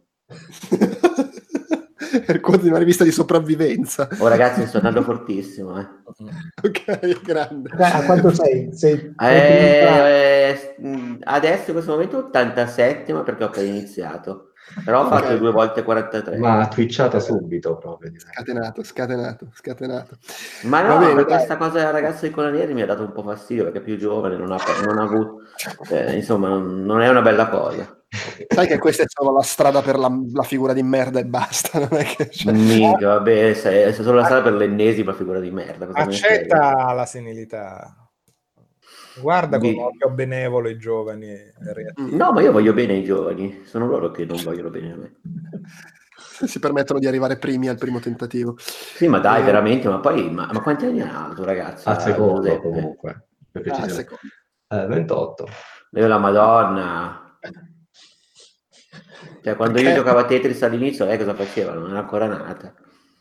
È il quote di una rivista di sopravvivenza. Oh ragazzi, sto andando fortissimo, eh. Ok, grande. Dai, a quanto sei? Sei, sei Eh, eh, adesso in questo momento ottantasette, ma perché ho appena iniziato. Però ho Ok. fatto due volte quarantatré. Ma twitchata subito proprio. direi. Scatenato, scatenato, scatenato. Ma Va no, bene, perché dai. questa cosa del ragazzo dei colori neri mi ha dato un po' fastidio, perché è più giovane, non ha, non ha avuto... eh, insomma, non, non è una bella cosa. Sai che questa è solo la strada per la, la figura di merda e basta, non è che... cioè- Minchia, vabbè, se, se solo la sala per l'ennesima figura di merda. cosa me ne frega? Accetta la senilità. Guarda con Di- un occhio benevolo i giovani e reattivi. No, ma io voglio bene ai giovani, sono loro che non vogliono bene a me. si permettono di arrivare primi al primo tentativo. Sì, ma dai, Eh, veramente, ma poi, ma, ma quanti anni ha tu ragazza? Al secondo Giuseppe? comunque. Per ah, precisione. secondo. Eh, ventotto. Io la Madonna. Cioè, quando io Perché? giocavo a Tetris all'inizio, lei cosa faceva? Non era ancora nata.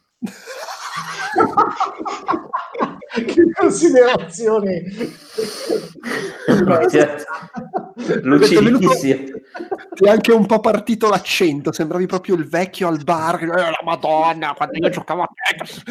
Che considerazione Lucidissimo. Ti è anche un po' partito l'accento, sembravi proprio il vecchio al bar, che, "Eh, la Madonna, quando io giocavo a Tetris."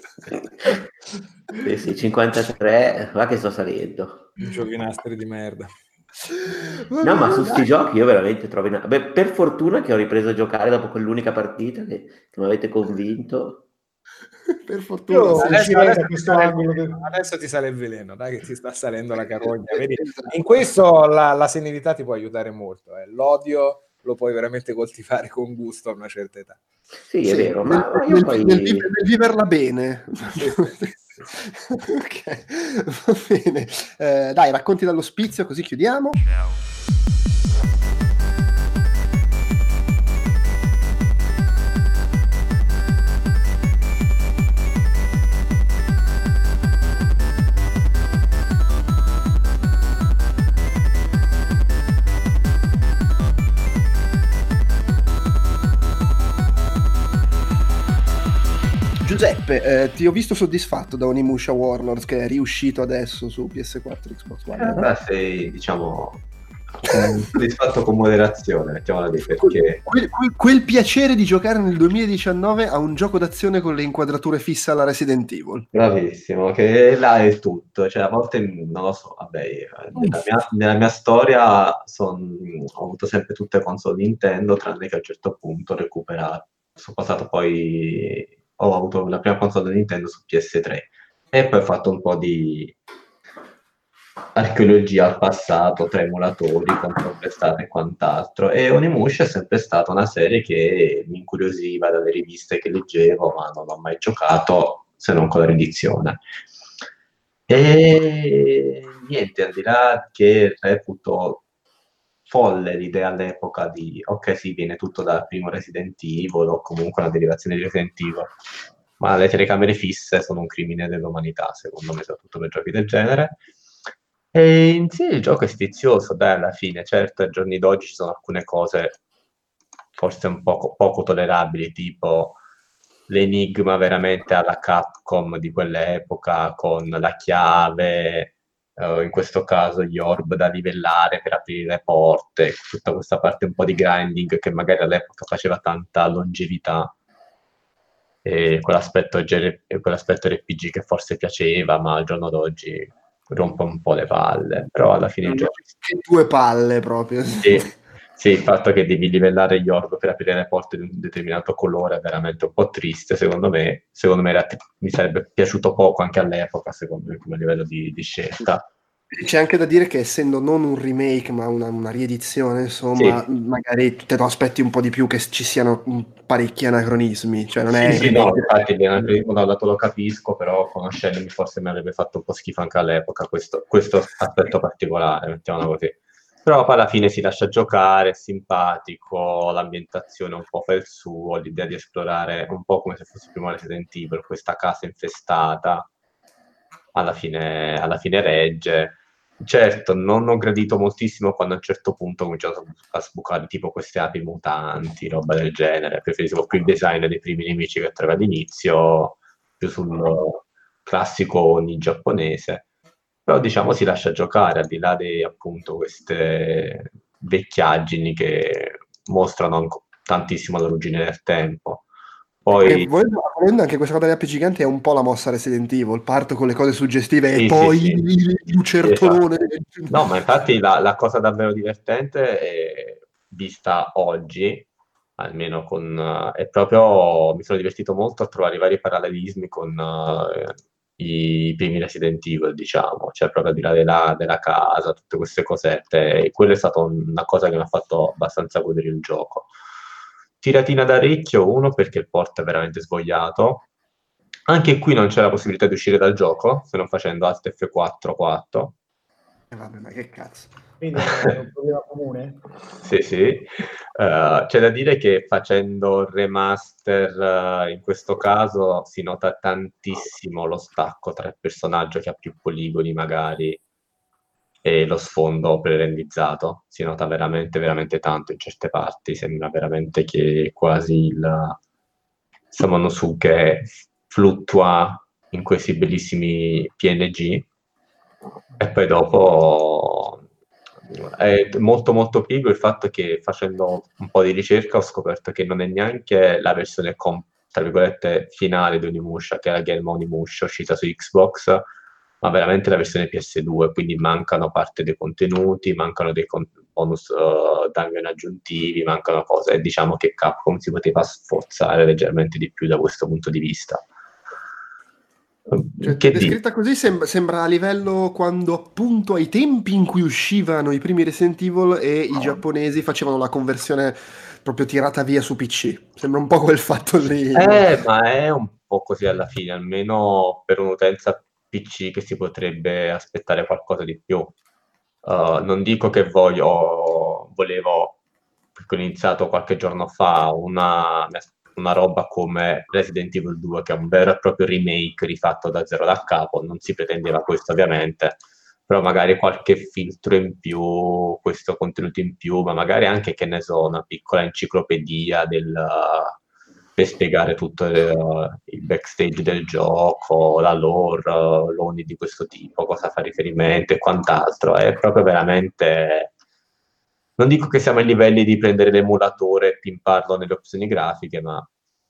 Sì, sì, cinquantatré, va che sto salendo. Giovinastri di merda. No, ma su sti giochi io veramente trovo... in- Beh, per fortuna che ho ripreso a giocare dopo quell'unica partita che, che mi avete convinto. Per fortuna. Io sì. adesso- uscirei da ti questo sale il angolo veleno, del- adesso ti sale il veleno, dai che ti sta salendo la carogna. Vedi? Esatto. In questo la, la senilità ti può aiutare molto. eh. L'odio lo puoi veramente coltivare con gusto a una certa età. Sì, è Sì, vero, nel, ma, ma io nel- poi... nel vive- nel viverla bene. Ok, va bene. Eh, dai, racconti dall'ospizio così chiudiamo. Giuseppe, eh, ti ho visto soddisfatto da Onimusha Warlords che è riuscito adesso su P S quattro Xbox In One. realtà sei, diciamo, soddisfatto con moderazione, mettiamola lì, perché... Quel, quel- quel piacere di giocare nel duemiladiciannove a un gioco d'azione con le inquadrature fisse alla Resident Evil. Bravissimo, che là è il tutto, cioè a volte non lo so, vabbè, eh, nella mia, nella mia storia son- ho avuto sempre tutte console Nintendo, tranne che a un certo punto ho recuperato, sono passato poi, ho avuto la prima console Nintendo su P S tre e poi ho fatto un po' di archeologia al passato tra emulatori, controprestate e quant'altro, e Onimusha è sempre stata una serie che mi incuriosiva dalle riviste che leggevo, ma non ho mai giocato se non con la riedizione. E niente, al di là che reputo folle l'idea all'epoca di ok, sì, viene tutto dal primo Resident Evil o comunque una derivazione di Resident Evil, ma le telecamere fisse sono un crimine dell'umanità, secondo me, soprattutto per giochi del genere. E in sì il gioco è sfizioso, dai, alla fine, certo, ai giorni d'oggi ci sono alcune cose forse un poco, poco tollerabili, tipo l'enigma veramente alla Capcom di quell'epoca, con la chiave, eh, in questo caso gli orb da livellare per aprire le porte, tutta questa parte un po' di grinding che magari all'epoca faceva tanta longevità, e quell'aspetto, G- e quell'aspetto R P G che forse piaceva, ma al giorno d'oggi rompe un po' le palle, però alla fine il gioco... Che due palle proprio. Sì, sì, il fatto che devi livellare gli orb per aprire le porte di un determinato colore è veramente un po' triste, secondo me. Secondo me era- mi sarebbe piaciuto poco anche all'epoca, secondo me, come livello di, di scelta. C'è anche da dire che essendo non un remake ma una, una riedizione, insomma, Sì. magari te lo aspetti un po' di più che ci siano mm, parecchi anacronismi, cioè non è Sì, sì, no, remake. infatti l'anacronismo da un lato lo capisco, però conoscendomi forse mi avrebbe fatto un po' schifo anche all'epoca questo, questo aspetto particolare, mettiamola così. Però poi alla fine si lascia giocare, è simpatico, l'ambientazione un po' fa il suo, l'idea di esplorare un po' come se fosse il primo Resident Evil, questa casa infestata, alla fine, alla fine regge. certo, non ho gradito moltissimo quando a un certo punto ho cominciato a sbucare tipo queste api mutanti, roba del genere. Preferisco più il design dei primi nemici che trovi all'inizio, più sul classico Oni giapponese. Però diciamo si lascia giocare, al di là di appunto queste vecchiaggini che mostrano anco tantissimo l'origine del tempo. Poi, volendo, volendo anche questa cosa delle api giganti è un po' la mossa Resident Evil, parto con le cose suggestive sì, e poi sì, sì. il lucertolone. Esatto. No, ma infatti la, la cosa davvero divertente è vista oggi, almeno con uh, è proprio mi sono divertito molto a trovare i vari parallelismi con uh, i primi Resident Evil, diciamo, cioè proprio al di là della, della casa, tutte queste cosette, e quello è stata una cosa che mi ha fatto abbastanza godere il gioco. Tiratina da ricchio, uno perché il port è veramente svogliato, anche qui non c'è la possibilità di uscire dal gioco se non facendo Alt F quattro quattro. Eh, vabbè, ma che cazzo. Quindi è un problema comune? Sì, sì. Uh, c'è da dire che facendo il remaster uh, in questo caso si nota tantissimo lo stacco tra il personaggio che ha più poligoni magari e lo sfondo pre-rendizzato. Si nota veramente, veramente tanto in certe parti. Sembra veramente che quasi il Samonosuke fluttua in questi bellissimi P N G e poi dopo è molto molto figo il fatto che facendo un po' di ricerca ho scoperto che non è neanche la versione com- tra virgolette finale di Onimusha, che è la Game Onimusha uscita su Xbox, ma veramente la versione P S due, quindi mancano parte dei contenuti, mancano dei con- bonus uh, dungeon aggiuntivi, mancano cose, e diciamo che Capcom si poteva sforzare leggermente di più da questo punto di vista. Cioè, che descritta così sembra, sembra a livello quando appunto ai tempi in cui uscivano i primi Resident Evil e i giapponesi facevano la conversione proprio tirata via su P C. Sembra un po' quel fatto lì. Eh, ma è un po' così alla fine, almeno per un'utenza P C che si potrebbe aspettare qualcosa di più. Uh, non dico che voglio, volevo, perché ho iniziato qualche giorno fa, una, una roba come Resident Evil due, che è un vero e proprio remake rifatto da zero da capo, non si pretendeva questo ovviamente, però magari qualche filtro in più, questo contenuto in più, ma magari anche, che ne so, una piccola enciclopedia del, per spiegare tutto il, il backstage del gioco, la lore, l'oni di questo tipo, cosa fa riferimento e quant'altro. È proprio veramente... Non dico che siamo ai livelli di prendere l'emulatore e pimparlo nelle opzioni grafiche, ma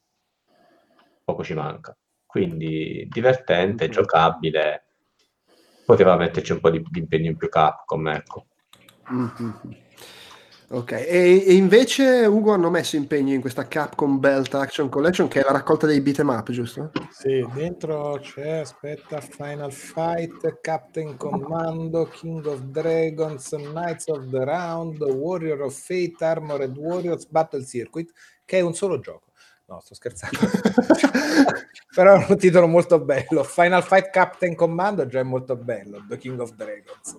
poco ci manca. Quindi divertente, mm-hmm. giocabile. Poteva metterci un po' di, di impegno in più Capcom, ecco. Mm-hmm. Ok, e, e invece Ugo hanno messo impegno in questa Capcom Belt Action Collection, che è la raccolta dei beat'em up, giusto? Sì, dentro c'è, aspetta, Final Fight, Captain Commando, King of Dragons, Knights of the Round, Warrior of Fate, Armored Warriors, Battle Circuit, che è un solo gioco. No, sto scherzando. Però è un titolo molto bello. Final Fight Captain Commando già è molto bello, The King of Dragons.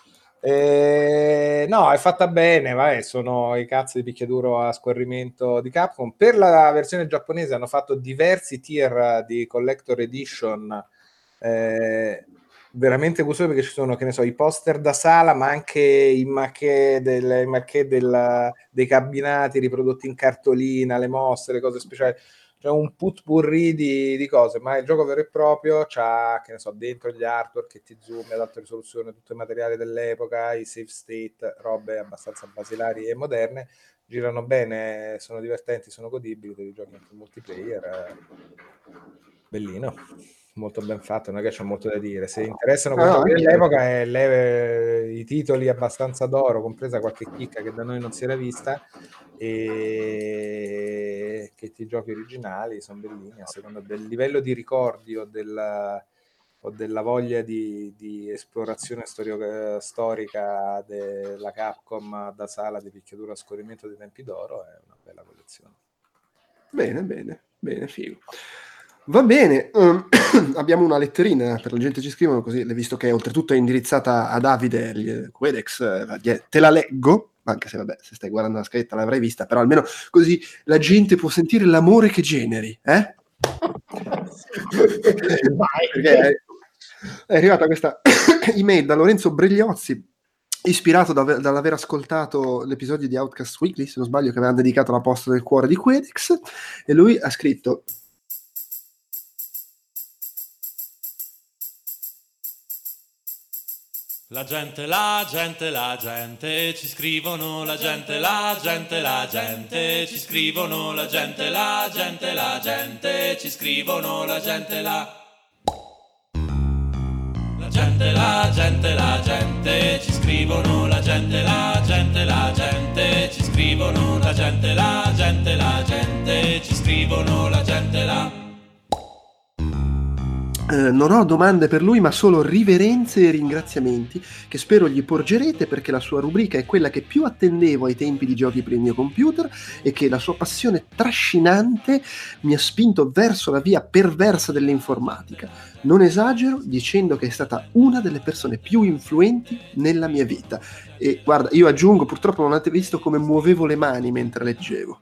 Eh, no, è fatta bene, vabbè, sono i cazzo di picchiaduro a scorrimento di Capcom. Per la versione giapponese hanno fatto diversi tier di Collector Edition, eh, veramente gustoso, perché ci sono, che ne so, i poster da sala, ma anche i maquet, del, i maquet della, dei cabinati riprodotti in cartolina, le mosse, le cose speciali. C'è un putpurri di, di cose, ma il gioco vero e proprio c'ha, che ne so, dentro gli artwork che ti zoom ad alta risoluzione, tutto il materiale dell'epoca, i save state, robe abbastanza basilari e moderne, girano bene, sono divertenti, sono godibili, devi giocare anche in multiplayer, bellino, molto ben fatto, non è che c'è molto da dire. Se interessano quello che dell'epoca è le, i titoli abbastanza d'oro, compresa qualche chicca che da noi non si era vista, e che ti giochi originali sono bellini a seconda del livello di ricordi o della, o della voglia di, di esplorazione storio, storica della Capcom da sala di picchiaduro a scorrimento dei tempi d'oro. È una bella collezione. Bene, bene, bene, figo. Va bene, um, abbiamo una letterina per la gente che ci scrivono, così, visto che oltretutto è indirizzata a Davide Quedex, te la leggo, anche se vabbè, se stai guardando la scritta l'avrai vista, però almeno così la gente può sentire l'amore che generi, eh? Vai. Perché È arrivata questa email da Lorenzo Bregliozzi, ispirato da, dall'aver ascoltato l'episodio di Outcast Weekly, se non sbaglio, che avevano dedicato la posta del cuore di Quedix, e lui ha scritto: la gente, la gente, la gente, ci scrivono la gente, la gente, la gente, ci scrivono la gente, la gente, la gente, ci scrivono la gente, la La gente, la gente, la gente, ci scrivono la gente, la gente, la gente, ci scrivono la gente, la gente, la gente, ci scrivono la gente, la Eh, non ho domande per lui, ma solo riverenze e ringraziamenti che spero gli porgerete, perché la sua rubrica è quella che più attendevo ai tempi di giochi per il mio computer e che la sua passione trascinante mi ha spinto verso la via perversa dell'informatica. Non esagero dicendo che è stata una delle persone più influenti nella mia vita. E guarda, io aggiungo, purtroppo non avete visto come muovevo le mani mentre leggevo.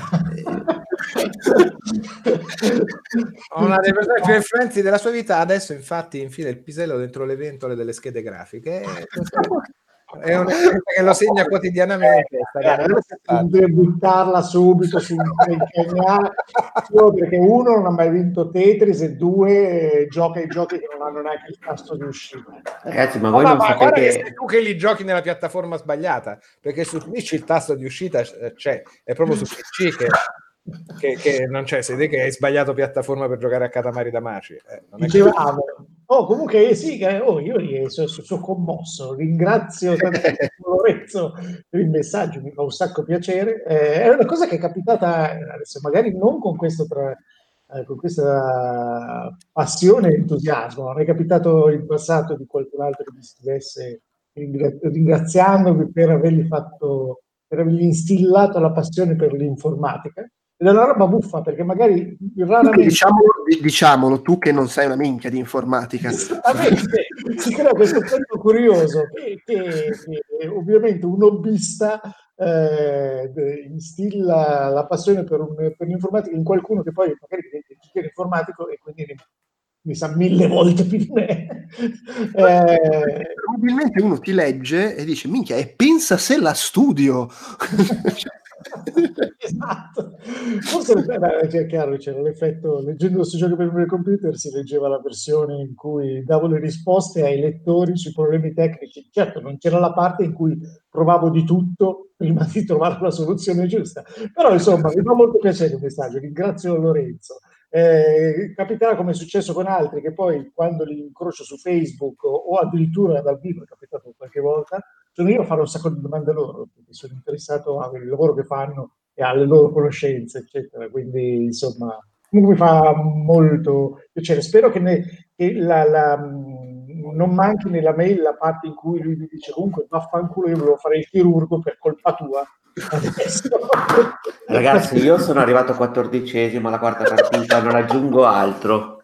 Una delle persone più influenti della sua vita. Adesso infatti infila il pisello dentro le ventole delle schede grafiche. È un'esperienza che lo segna quotidianamente. Deve buttarla subito su perché uno non ha mai vinto Tetris e due gioca i giochi che non hanno neanche il tasto di uscita. Ragazzi, ma voi ma, non ma sapete... guarda che sei tu che li giochi nella piattaforma sbagliata, perché su Switch il tasto di uscita c'è, è proprio su P C che Che, che non c'è, sei te che hai sbagliato piattaforma per giocare a Katamari Damacy. Eh, non è Dicevamo, oh, comunque sì, che, oh, io sono, sono commosso, ringrazio Lorenzo per il messaggio, mi fa un sacco piacere. Eh, è una cosa che è capitata adesso, magari non con questo tra, eh, con questa passione e entusiasmo, non è capitato in passato di qualcun altro che mi stesse ringraziandomi per avergli fatto, per avergli instillato la passione per l'informatica. Ed è una roba buffa, perché magari raramente... Diciamolo, diciamolo, tu che non sei una minchia di informatica. Esattamente, si crea questo effetto curioso che, che, che ovviamente un hobbista eh, instilla la passione per, un, per l'informatica in qualcuno che poi magari diventa ingegnere informatico e quindi ne, ne sa mille volte più di me. Eh, Probabilmente uno ti legge e dice: minchia, e pensa se la studio. Esatto, forse era chiaro, c'era l'effetto, leggendo su giochi per il computer si leggeva la versione in cui davo le risposte ai lettori sui problemi tecnici. Certo, non c'era la parte in cui provavo di tutto prima di trovare la soluzione giusta, però insomma mi fa molto piacere il messaggio, ringrazio Lorenzo. Eh, capiterà, come è successo con altri, che poi quando li incrocio su Facebook o, o addirittura dal vivo, è capitato qualche volta, sono io a fare un sacco di domande loro, perché sono interessato al lavoro che fanno e alle loro conoscenze, eccetera. Quindi, insomma, comunque mi fa molto piacere. Spero che, ne, che la, la, non manchi nella mail la parte in cui lui mi dice: comunque vaffanculo, io volevo fare il chirurgo per colpa tua. Adesso. Ragazzi, io sono arrivato quattordicesimo alla quarta partita, non aggiungo altro.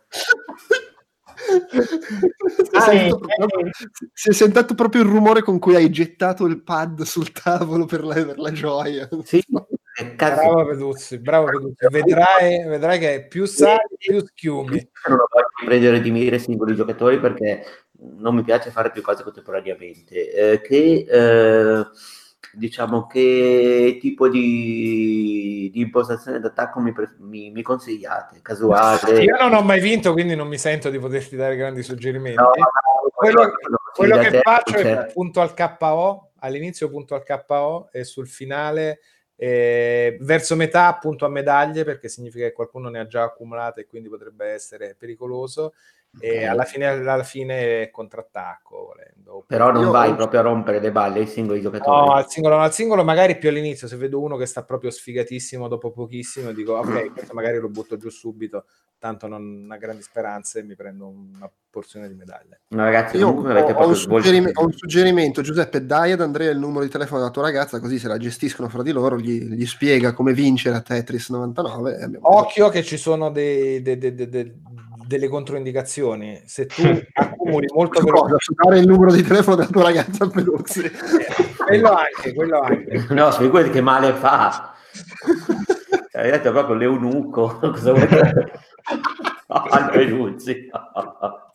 Si è, proprio, si è sentito proprio il rumore con cui hai gettato il pad sul tavolo per la, per la gioia. Sì, bravo Peduzzi, bravo Peduzzi. Vedrai, vedrai che più sali più schiumi. Non voglio prendere di mira i singoli giocatori perché non mi piace fare più cose contemporaneamente. Eh, che eh, diciamo che tipo di, di impostazione d'attacco mi, mi, mi consigliate? Casuale? Io non ho mai vinto, quindi non mi sento di poterti dare grandi suggerimenti. No, no, quello, no, quello che te, faccio certo. è punto al K O, all'inizio punto al K O e sul finale eh, verso metà punto a medaglie, perché significa che qualcuno ne ha già accumulate e quindi potrebbe essere pericoloso. Okay. E alla fine, alla fine è contrattacco, volendo. Però non Io vai ho... proprio a rompere le balle ai singoli giocatori. No, al singolo, al singolo magari più all'inizio, se vedo uno che sta proprio sfigatissimo dopo pochissimo, dico ok, questo magari lo butto giù subito, tanto non ha grandi speranze e mi prendo una porzione di medaglie. No, ragazzi, io comunque ho, avete ho, un svolto... ho un suggerimento, Giuseppe, dai ad Andrea il numero di telefono della tua ragazza, così se la gestiscono fra di loro gli, gli spiega come vincere a Tetris novantanove. E occhio che ci sono dei, dei, dei, dei, dei delle controindicazioni. Se tu accumuli molto velocemente, dare il numero di telefono della tua ragazza a Peduzzi. Eh, quello anche, quello anche. No, sono quelli che male fa. Hai detto proprio l'eunuco. Cosa vuoi dire? Al Peduzzi.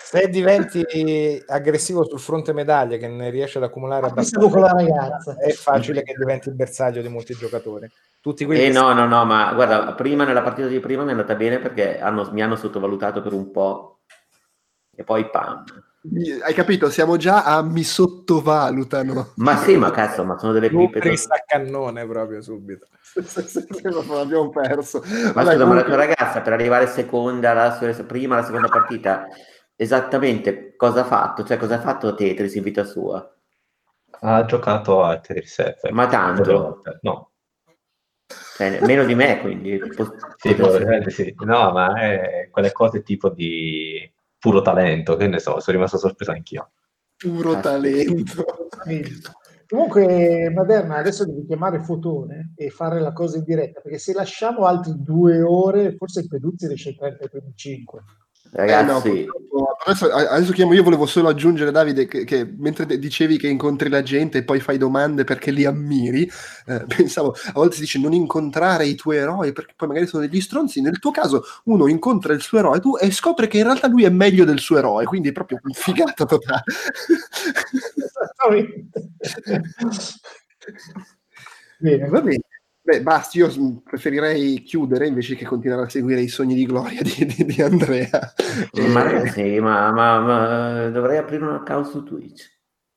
Se diventi aggressivo sul fronte medaglie, che ne riesce ad accumulare abbastanza con la ragazza, è facile che diventi il bersaglio di molti giocatori. Tutti quelli eh che no, no, no, ma guarda, prima nella partita di prima mi è andata bene perché hanno, mi hanno sottovalutato per un po' e poi pam. Hai capito? Siamo già a mi sottovalutano. Ma sì, ma cazzo, ma sono delle pippe. Presa a cannone proprio subito. L'abbiamo perso. Ma Vabbè, scusa, comunque... ma la tua ragazza per arrivare seconda, la, prima, la seconda partita, esattamente cosa ha fatto? Cioè, cosa ha fatto Tetris in vita sua? Ha giocato a Tetris Effect. Ma tanto? No. Cioè, meno di me, quindi. Sì, probabilmente sì. No, ma è quelle cose tipo di puro talento, che ne so, sono rimasto sorpreso anch'io. Puro Ah, talento. Comunque, Maderna, adesso devi chiamare Fotone e fare la cosa in diretta, perché se lasciamo altri due ore, forse il Peduzzi riesce a entrare ai primi cinque. Ragazzi, eh no, adesso, adesso chiamo, io volevo solo aggiungere, Davide, che, che mentre dicevi che incontri la gente e poi fai domande perché li ammiri, eh, pensavo, a volte si dice non incontrare i tuoi eroi perché poi magari sono degli stronzi. Nel tuo caso uno incontra il suo eroe tu, e scopre che in realtà lui è meglio del suo eroe, quindi è proprio un figata totale. Esattamente. Bene. Va bene. Beh, basta, io preferirei chiudere invece che continuare a seguire i sogni di gloria di, di, di Andrea. ma ragazzi, ma, ma, ma dovrei aprire un account su Twitch.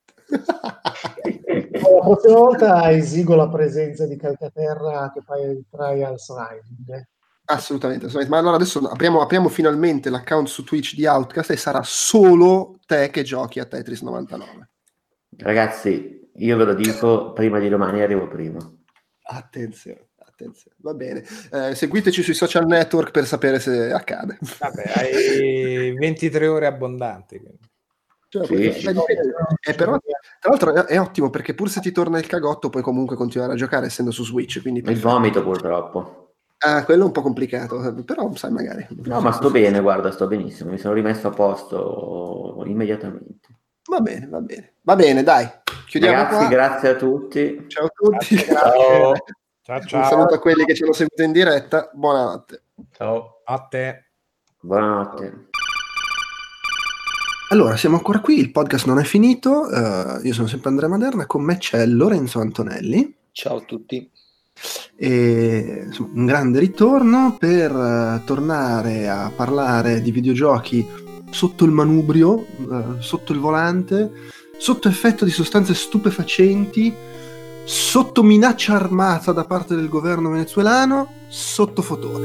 La prossima volta esigo la presenza di Calcaterra che fai il Trials Rising. Assolutamente, assolutamente, ma allora adesso apriamo, apriamo finalmente l'account su Twitch di Outcast e sarà solo te che giochi a Tetris novantanove. Ragazzi, io ve lo dico, prima di domani arrivo prima. Attenzione, attenzione, va bene. Eh, seguiteci sui social network per sapere se accade. Vabbè, hai ventitré ore abbondanti. Cioè, Sì, beh, sì. beh, eh, però, tra l'altro è, è ottimo perché pur se ti torna il cagotto puoi comunque continuare a giocare essendo su Switch. Quindi Il vomito purtroppo. Ah, quello è un po' complicato, però sai magari. No, ma sto bene, guarda, sto benissimo, mi sono rimesso a posto immediatamente. Va bene, va bene. Va bene, dai. Chiudiamo Ragazzi, qua. grazie a tutti. Ciao a tutti. Grazie, ciao. Ciao, ciao. Un saluto a quelli che ci hanno seguito in diretta. Buonanotte. Ciao. A te. Buonanotte. Allora, siamo ancora qui, il podcast non è finito. Uh, io sono sempre Andrea Maderna, con me c'è Lorenzo Antonelli. Ciao a tutti. E insomma, un grande ritorno per uh, tornare a parlare di videogiochi sotto il manubrio, uh, sotto il volante, sotto effetto di sostanze stupefacenti, sotto minaccia armata da parte del governo venezuelano, sotto fotone.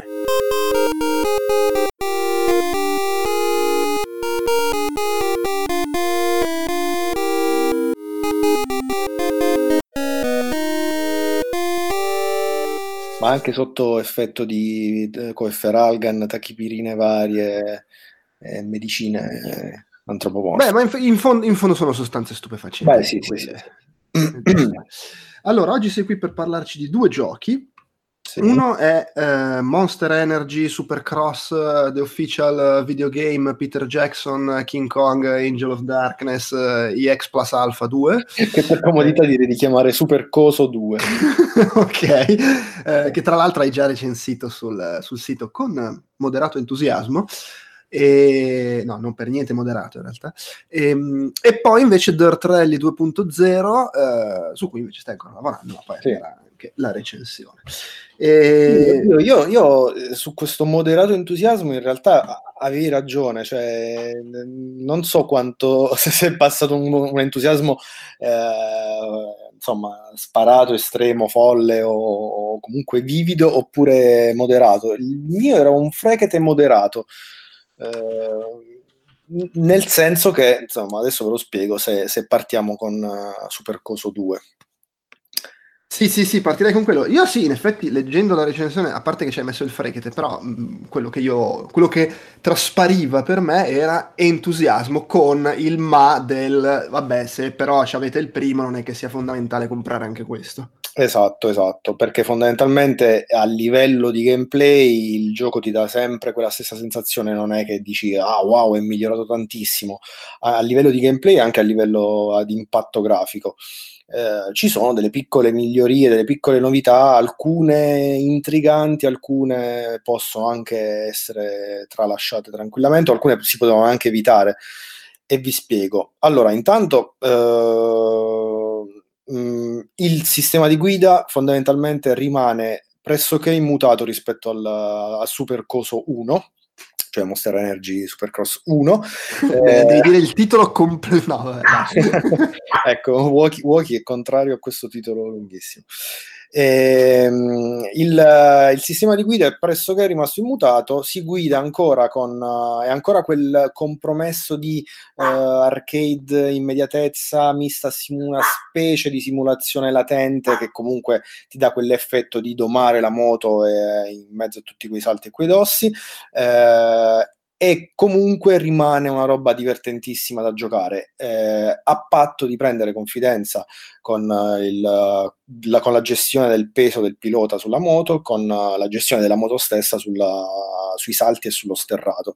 Ma anche sotto effetto di coefferalgan, tachipirine varie, eh, medicine eh, antropomorfe. Beh, ma in, in, fondo, in fondo sono sostanze stupefacenti. Beh, sì, sì, sì. Allora, oggi sei qui per parlarci di due giochi. Sì. Uno è eh, Monster Energy Supercross, uh, The Official Video Game, Peter Jackson, King Kong, Angel of Darkness, uh, E X Plus Alpha due. Che per comodità direi di chiamare Supercoso due. Ok, eh, che tra l'altro hai già recensito sul, sul sito con moderato entusiasmo. E no, non per niente moderato in realtà. E, e poi invece Dirt Rally due punto zero, eh, su cui invece stai ancora lavorando, ma poi sì. Era anche la recensione. E... Io, io, io su questo moderato entusiasmo in realtà avevi ragione, cioè non so quanto se è passato un, un entusiasmo eh, insomma sparato, estremo, folle o, o comunque vivido oppure moderato. Il mio era un frekete moderato. Uh, nel senso che insomma adesso ve lo spiego se, se partiamo con uh, Supercoso due. Sì, sì, sì, partirei con quello. Io sì, in effetti, leggendo la recensione, a parte che ci hai messo il frekete, però mh, quello che io, quello che traspariva per me era entusiasmo con il ma del vabbè, se però avete il primo non è che sia fondamentale comprare anche questo. Esatto, esatto, perché fondamentalmente a livello di gameplay il gioco ti dà sempre quella stessa sensazione, non è che dici ah wow è migliorato tantissimo, a, a livello di gameplay e anche a livello di impatto grafico. eh, ci sono delle piccole migliorie, delle piccole novità, alcune intriganti, alcune possono anche essere tralasciate tranquillamente, alcune si potevano anche evitare, e vi spiego. Allora, intanto eh, mh, il sistema di guida fondamentalmente rimane pressoché immutato rispetto al, al Supercoso uno, cioè Monster Energy Supercross uno. Eh, devi dire il titolo completo. No, vabbè, ecco, Woki, Woki è contrario a questo titolo lunghissimo. Ehm, il, il sistema di guida è pressoché rimasto immutato, si guida ancora con uh, è ancora quel compromesso di uh, arcade immediatezza mista a sim- una specie di simulazione latente che comunque ti dà quell'effetto di domare la moto eh, in mezzo a tutti quei salti e quei dossi, eh, e comunque rimane una roba divertentissima da giocare, eh, a patto di prendere confidenza con, uh, il, uh, la, con la gestione del peso del pilota sulla moto, con uh, la gestione della moto stessa sulla, sui salti e sullo sterrato.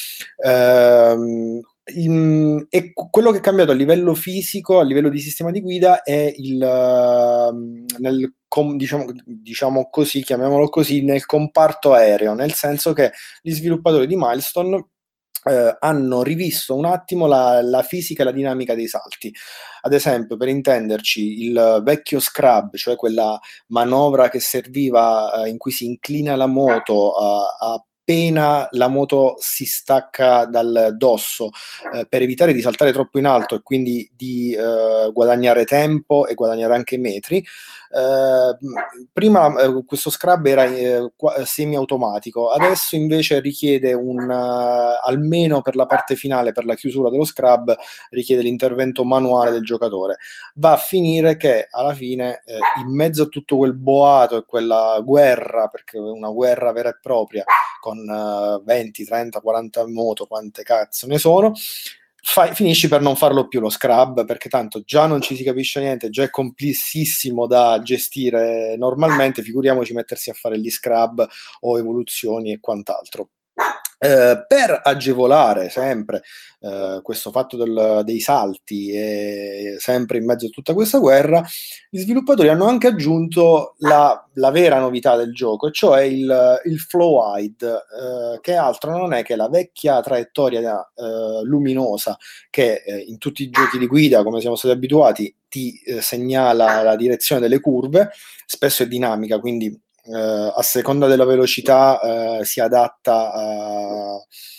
Ehm, in, e quello che è cambiato a livello fisico, a livello di sistema di guida, è il uh, nel com, diciamo, diciamo così, chiamiamolo così, nel comparto aereo, nel senso che gli sviluppatori di Milestone eh, hanno rivisto un attimo la, la fisica e la dinamica dei salti. Ad esempio, per intenderci, il vecchio scrub, cioè quella manovra che serviva eh, in cui si inclina la moto a, a appena la moto si stacca dal dosso, eh, per evitare di saltare troppo in alto e quindi di eh, guadagnare tempo e guadagnare anche metri. Eh, prima eh, questo scrub era eh, semi-automatico, adesso invece richiede un uh, almeno per la parte finale, per la chiusura dello scrub, richiede l'intervento manuale del giocatore. Va a finire che alla fine eh, in mezzo a tutto quel boato e quella guerra, perché è una guerra vera e propria con uh, venti, trenta, quaranta moto, quante cazzo ne sono, Fai, finisci per non farlo più lo scrub, perché tanto già non ci si capisce niente, già è complessissimo da gestire normalmente, figuriamoci mettersi a fare gli scrub o evoluzioni e quant'altro. Eh, per agevolare sempre eh, questo fatto del, dei salti e sempre in mezzo a tutta questa guerra, gli sviluppatori hanno anche aggiunto la, la vera novità del gioco, cioè il, il flow hide, eh, che altro non è che la vecchia traiettoria eh, luminosa che eh, in tutti i giochi di guida, come siamo stati abituati, ti eh, segnala la direzione delle curve, spesso è dinamica, quindi Uh, a seconda della velocità uh, si adatta a,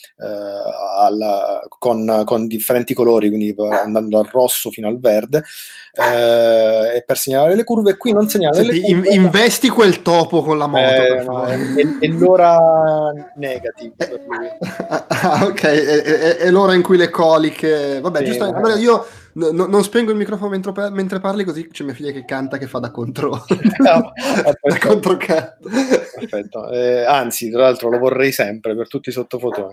uh, alla, con, con differenti colori, quindi andando dal rosso fino al verde, uh, e per segnalare le curve. Qui non segnala Senti, le curve, investi quel topo con la moto, eh, per no, favore. è, è l'ora negative per lui. Ah, ok, è, è, è l'ora in cui le coliche... Vabbè, Sì, giustamente, allora io no, no, non spengo il microfono mentre, mentre parli, così c'è mia figlia che canta, che fa da contro... No, da controcanto. Perfetto, eh, anzi tra l'altro lo vorrei sempre per tutti i sottofotoni.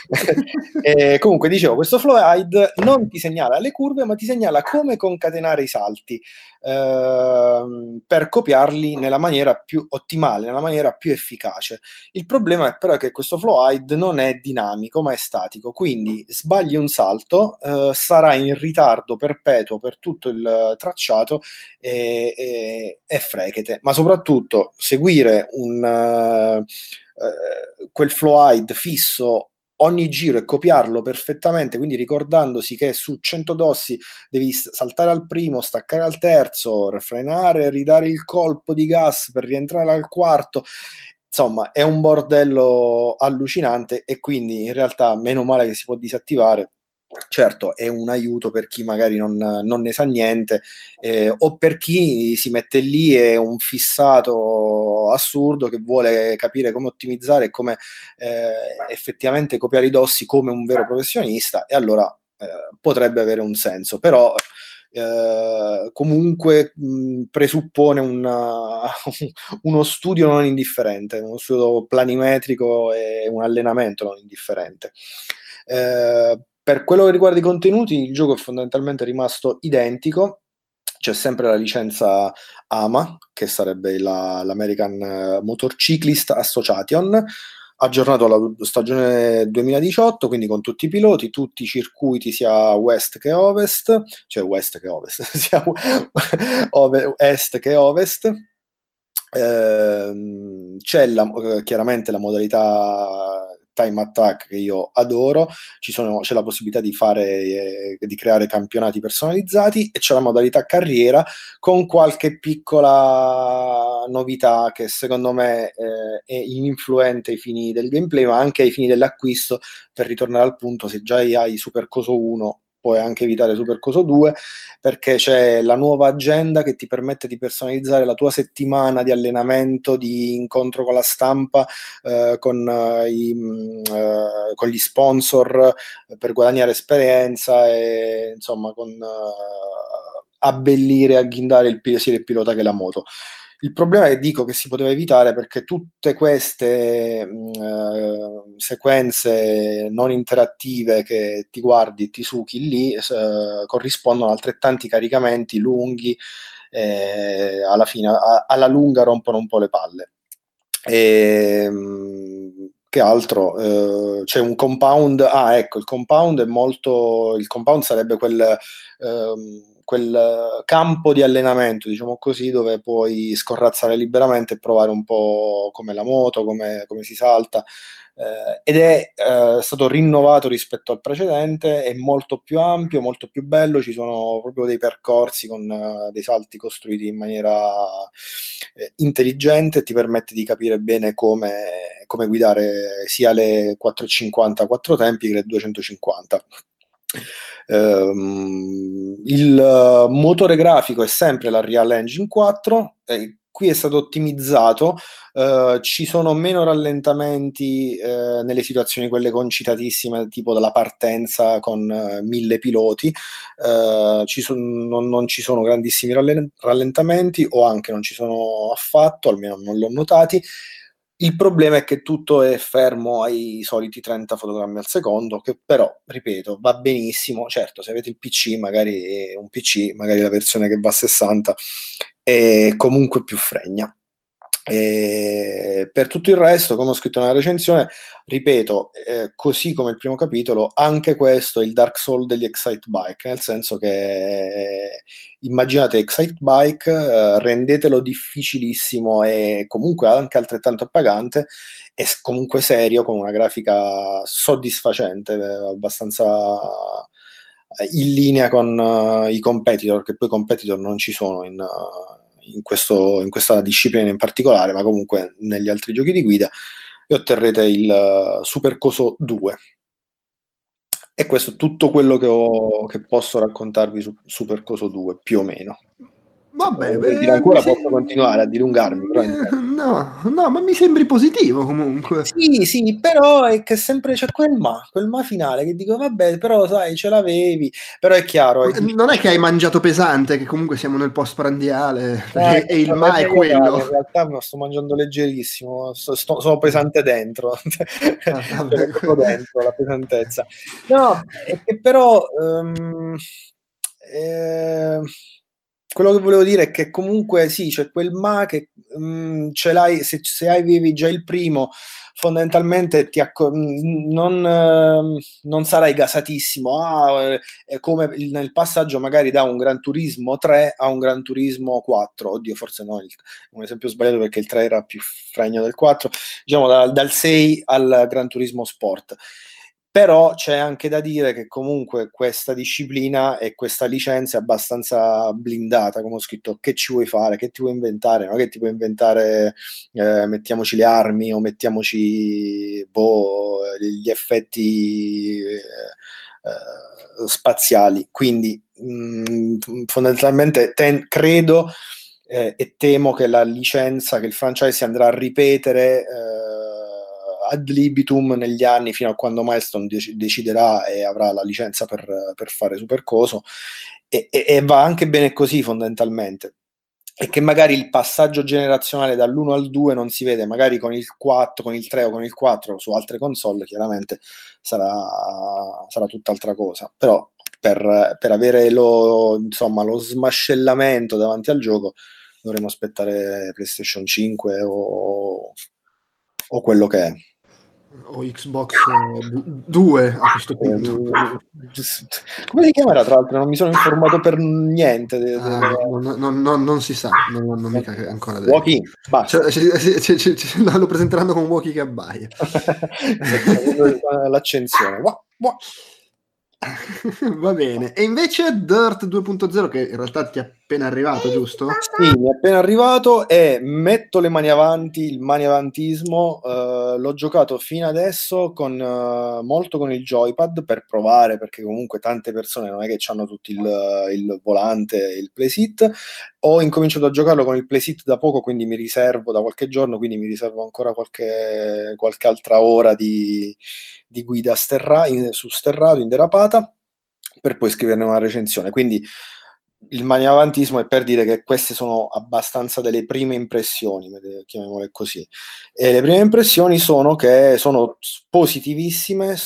eh, comunque dicevo, questo flow hide non ti segnala le curve, ma ti segnala come concatenare i salti eh, per copiarli nella maniera più ottimale, nella maniera più efficace. Il problema è però che questo flow hide non è dinamico ma è statico, quindi sbagli un salto, eh, sarà in ritardo perpetuo per tutto il tracciato e, e, e frechete, ma soprattutto seguire un uh, uh, quel flow hide fisso ogni giro e copiarlo perfettamente, quindi ricordandosi che su cento dossi devi saltare al primo, staccare al terzo, frenare, ridare il colpo di gas per rientrare al quarto. Insomma, è un bordello allucinante e quindi in realtà meno male che si può disattivare. Certo, è un aiuto per chi magari non, non ne sa niente, eh, o per chi si mette lì e è un fissato assurdo che vuole capire come ottimizzare e come eh, effettivamente copiare i dossi come un vero professionista, e allora eh, potrebbe avere un senso, però eh, comunque mh, presuppone una, uno studio non indifferente, uno studio planimetrico e un allenamento non indifferente. Eh, Per quello che riguarda i contenuti, il gioco è fondamentalmente rimasto identico, c'è sempre la licenza A M A, che sarebbe la, l'American Motorcyclist Association, aggiornato alla stagione duemiladiciotto, quindi con tutti i piloti, tutti i circuiti sia west che ovest, cioè west che ovest, sia ove- est che ovest. Eh, c'è la, chiaramente la modalità time attack che io adoro, ci sono, c'è la possibilità di fare, eh, di creare campionati personalizzati, e c'è la modalità carriera con qualche piccola novità che secondo me eh, è influente ai fini del gameplay, ma anche ai fini dell'acquisto. Per ritornare al punto, se già hai Super Coso uno puoi anche evitare Super Coso due, perché c'è la nuova agenda che ti permette di personalizzare la tua settimana di allenamento, di incontro con la stampa, eh, con, eh, i, eh, con gli sponsor, eh, per guadagnare esperienza e insomma con eh, abbellire e agghindare il, sia il pilota che la moto. Il problema è, dico, che si poteva evitare, perché tutte queste mh, eh, sequenze non interattive che ti guardi, ti succhi lì, eh, corrispondono a altrettanti caricamenti lunghi, eh, alla fine, a, alla lunga rompono un po' le palle. E, mh, che altro? Eh, c'è un compound, ah ecco, il compound è molto, il compound sarebbe quel... ehm, quel campo di allenamento, diciamo così, dove puoi scorrazzare liberamente e provare un po' come la moto, come, come si salta, eh, ed è eh, stato rinnovato rispetto al precedente, è molto più ampio, molto più bello, ci sono proprio dei percorsi con uh, dei salti costruiti in maniera eh, intelligente, ti permette di capire bene come, come guidare sia le quattrocentocinquanta a quattro tempi che le duecentocinquanta. Um, il uh, motore grafico è sempre la Real Engine quattro, eh, qui è stato ottimizzato, uh, ci sono meno rallentamenti uh, nelle situazioni quelle concitatissime, tipo dalla partenza con uh, mille piloti, uh, ci son, non, non ci sono grandissimi rallentamenti, o anche non ci sono affatto, almeno non l'ho notati. Il problema è che tutto è fermo ai soliti trenta fotogrammi al secondo, che però, ripeto, va benissimo. Certo, se avete il P C, magari un P C, magari la versione che va a sessanta, è comunque più fregna. E per tutto il resto, come ho scritto nella recensione, ripeto, eh, così come il primo capitolo, anche questo è il Dark Souls degli Excitebike, nel senso che eh, immaginate Excitebike, eh, rendetelo difficilissimo e comunque anche altrettanto appagante, e comunque serio, con una grafica soddisfacente, eh, abbastanza in linea con uh, i competitor, che poi competitor non ci sono in... Uh, In, questo, in questa disciplina in particolare, ma comunque negli altri giochi di guida, e otterrete il uh, Super Coso due. E questo è tutto quello che, ho, che posso raccontarvi su Super Coso due, più o meno. Vabbè, Se beh, ancora mi posso sem- continuare a dilungarmi, però no, no, ma mi sembri positivo comunque. Sì, sì, però è che sempre c'è quel ma, quel ma finale che dico, vabbè, però sai, ce l'avevi, però è chiaro. È Non è che hai mangiato pesante, che comunque siamo nel post prandiale, Ah, e il ma è in quello. realtà me lo sto mangiando leggerissimo, sto, sto, sono pesante dentro, Ah, vabbè. dentro la pesantezza. No, è che però um, eh, quello che volevo dire è che comunque sì, c'è quel ma che um, ce l'hai, se, se avevi già il primo, fondamentalmente ti acco- non, eh, non sarai gasatissimo. Ah, è come nel passaggio magari da un Gran Turismo tre a un Gran Turismo quattro. Oddio, forse no, il, un esempio sbagliato, perché il tre era più fregno del quattro, diciamo da, dal sei al Gran Turismo Sport. Però c'è anche da dire che comunque questa disciplina e questa licenza è abbastanza blindata, come ho scritto. Che ci vuoi fare? Che ti vuoi inventare? Non è che ti puoi inventare, eh, mettiamoci le armi o mettiamoci boh, gli effetti eh, eh, spaziali. Quindi mh, fondamentalmente ten- credo eh, e temo che la licenza, che il franchise si andrà a ripetere eh, ad libitum negli anni, fino a quando Milestone dec- deciderà e avrà la licenza per, per fare Super Coso, e, e, e va anche bene così, fondamentalmente. E che magari il passaggio generazionale dall'uno al due non si vede, magari con il quattro, con il tre o con il quattro su altre console, chiaramente sarà, sarà tutt'altra cosa. Però per, per avere lo, insomma, lo smascellamento davanti al gioco dovremo aspettare PlayStation cinque o, o quello che è. O Xbox due a questo punto. Come si chiamerà, tra l'altro? Non mi sono informato per niente. De, de, ah, de... non, non, non, non si sa, non, non mica ancora detto. Walkie, basta. Cioè, c- c- c- c- lo presenteranno con Walkie che abbaia. L'accensione. Va bene. E invece Dirt due punto zero, che in realtà ti è appena arrivato, giusto? Sì, mi è appena arrivato e metto le mani avanti, il mani avantismo. Uh, l'ho giocato fino adesso con uh, molto con il joypad per provare, perché comunque tante persone non è che hanno tutti il, il volante, il playset. Ho incominciato a giocarlo con il playset da poco, quindi mi riservo da qualche giorno, quindi mi riservo ancora qualche, qualche altra ora di, di guida sterra, in, su sterrato, in derapata, per poi scriverne una recensione. Quindi il maniavantismo è per dire che queste sono abbastanza delle prime impressioni, chiamiamole così. E le prime impressioni sono che sono positivissime,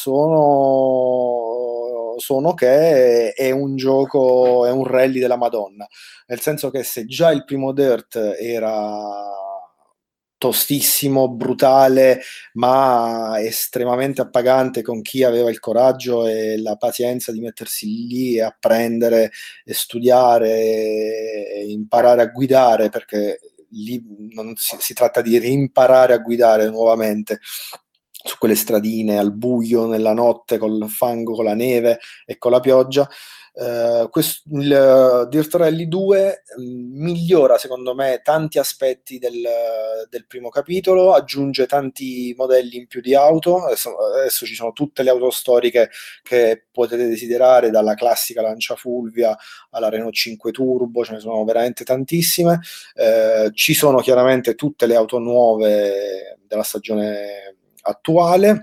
sono, sono che è un gioco, è un rally della Madonna, nel senso che se già il primo Dirt era tostissimo, brutale, ma estremamente appagante con chi aveva il coraggio e la pazienza di mettersi lì e apprendere e studiare e imparare a guidare, perché lì non si, si tratta di rimparare a guidare nuovamente su quelle stradine al buio, nella notte, col fango, con la neve e con la pioggia. Uh, questo, il uh, Dirt Rally due um, migliora secondo me tanti aspetti del, del primo capitolo, aggiunge tanti modelli in più di auto. Adesso, adesso ci sono tutte le auto storiche che potete desiderare, dalla classica Lancia Fulvia alla Renault cinque Turbo, ce ne sono veramente tantissime. Uh, ci sono chiaramente tutte le auto nuove della stagione attuale.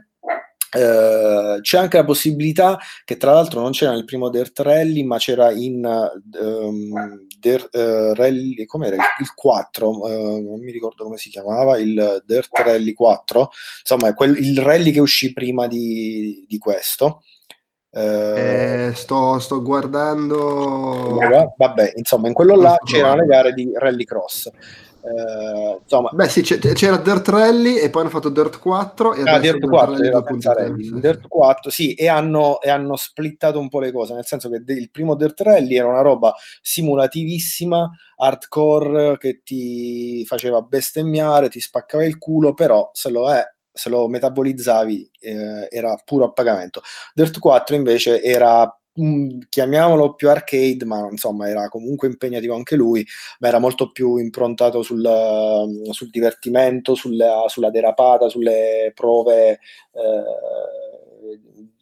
Uh, c'è anche la possibilità, che tra l'altro non c'era nel primo Dirt Rally, ma c'era in um, Dirt uh, Rally, com'era? Il, il quattro, uh, non mi ricordo come si chiamava, il Dirt Rally quattro, insomma è quel, il rally che uscì prima di, di questo. Uh, eh, sto, sto guardando, vabbè, insomma in quello là c'erano le gare di rallycross. Uh, insomma, beh sì, c'era Dirt Rally e poi hanno fatto Dirt quattro e ah, adesso Dirt quattro, Dirt Rally Rally, sì. Dirt quattro sì, e hanno, e hanno splittato un po' le cose, nel senso che il primo Dirt Rally era una roba simulativissima, hardcore, che ti faceva bestemmiare, ti spaccava il culo, però se lo è se lo metabolizzavi eh, era puro a pagamento. Dirt quattro invece era, chiamiamolo più arcade, ma insomma era comunque impegnativo anche lui, ma era molto più improntato sul, sul divertimento, sulla, sulla derapata, sulle prove eh,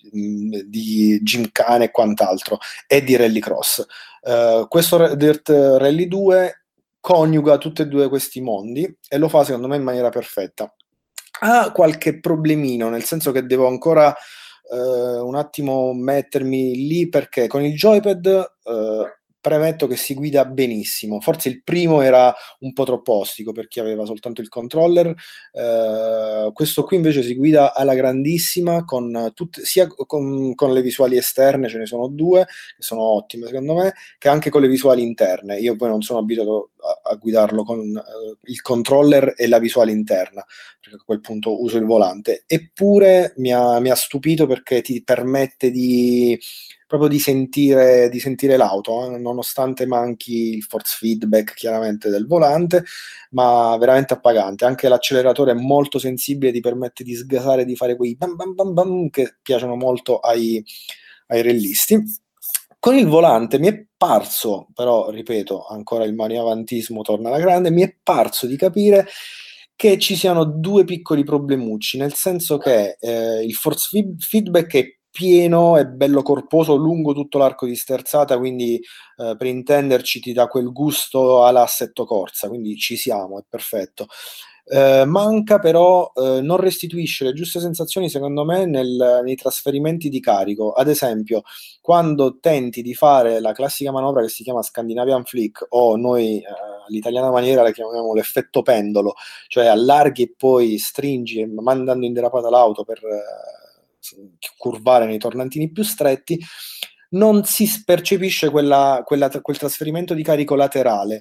di gymkhana e quant'altro, e di rallycross. Uh, questo Dirt Rally due coniuga tutti e due questi mondi e lo fa secondo me in maniera perfetta. Ha qualche problemino, nel senso che devo ancora Uh, un attimo mettermi lì, perché con il joypad uh, premetto che si guida benissimo. Forse il primo era un po' troppo ostico per chi aveva soltanto il controller. Uh, questo qui invece si guida alla grandissima, con tutte, sia con, con le visuali esterne, ce ne sono due che sono ottime secondo me, che anche con le visuali interne. Io poi non sono abituato a, a guidarlo con uh, il controller e la visuale interna, perché a quel punto uso il volante, eppure mi ha, mi ha stupito, perché ti permette di proprio di sentire, di sentire l'auto, eh? Nonostante manchi il force feedback chiaramente del volante, ma veramente appagante. Anche l'acceleratore è molto sensibile, ti permette di sgasare, di fare quei bam bam bam bam che piacciono molto ai, ai rallisti. Con il volante mi è parso, però ripeto, ancora il maniavantismo torna alla grande, mi è parso di capire che ci siano due piccoli problemucci, nel senso che eh, il force feedback è pieno, è bello corposo lungo tutto l'arco di sterzata, quindi eh, per intenderci ti dà quel gusto all'assetto corsa, quindi ci siamo, è perfetto. Eh, manca però, eh, non restituisce le giuste sensazioni secondo me nel, nei trasferimenti di carico. Ad esempio, quando tenti di fare la classica manovra che si chiama Scandinavian Flick, o noi eh, all'italiana maniera la chiamiamo l'effetto pendolo, cioè allarghi e poi stringi mandando in derapata l'auto per eh, curvare nei tornantini più stretti, non si percepisce quella, quella, quel trasferimento di carico laterale.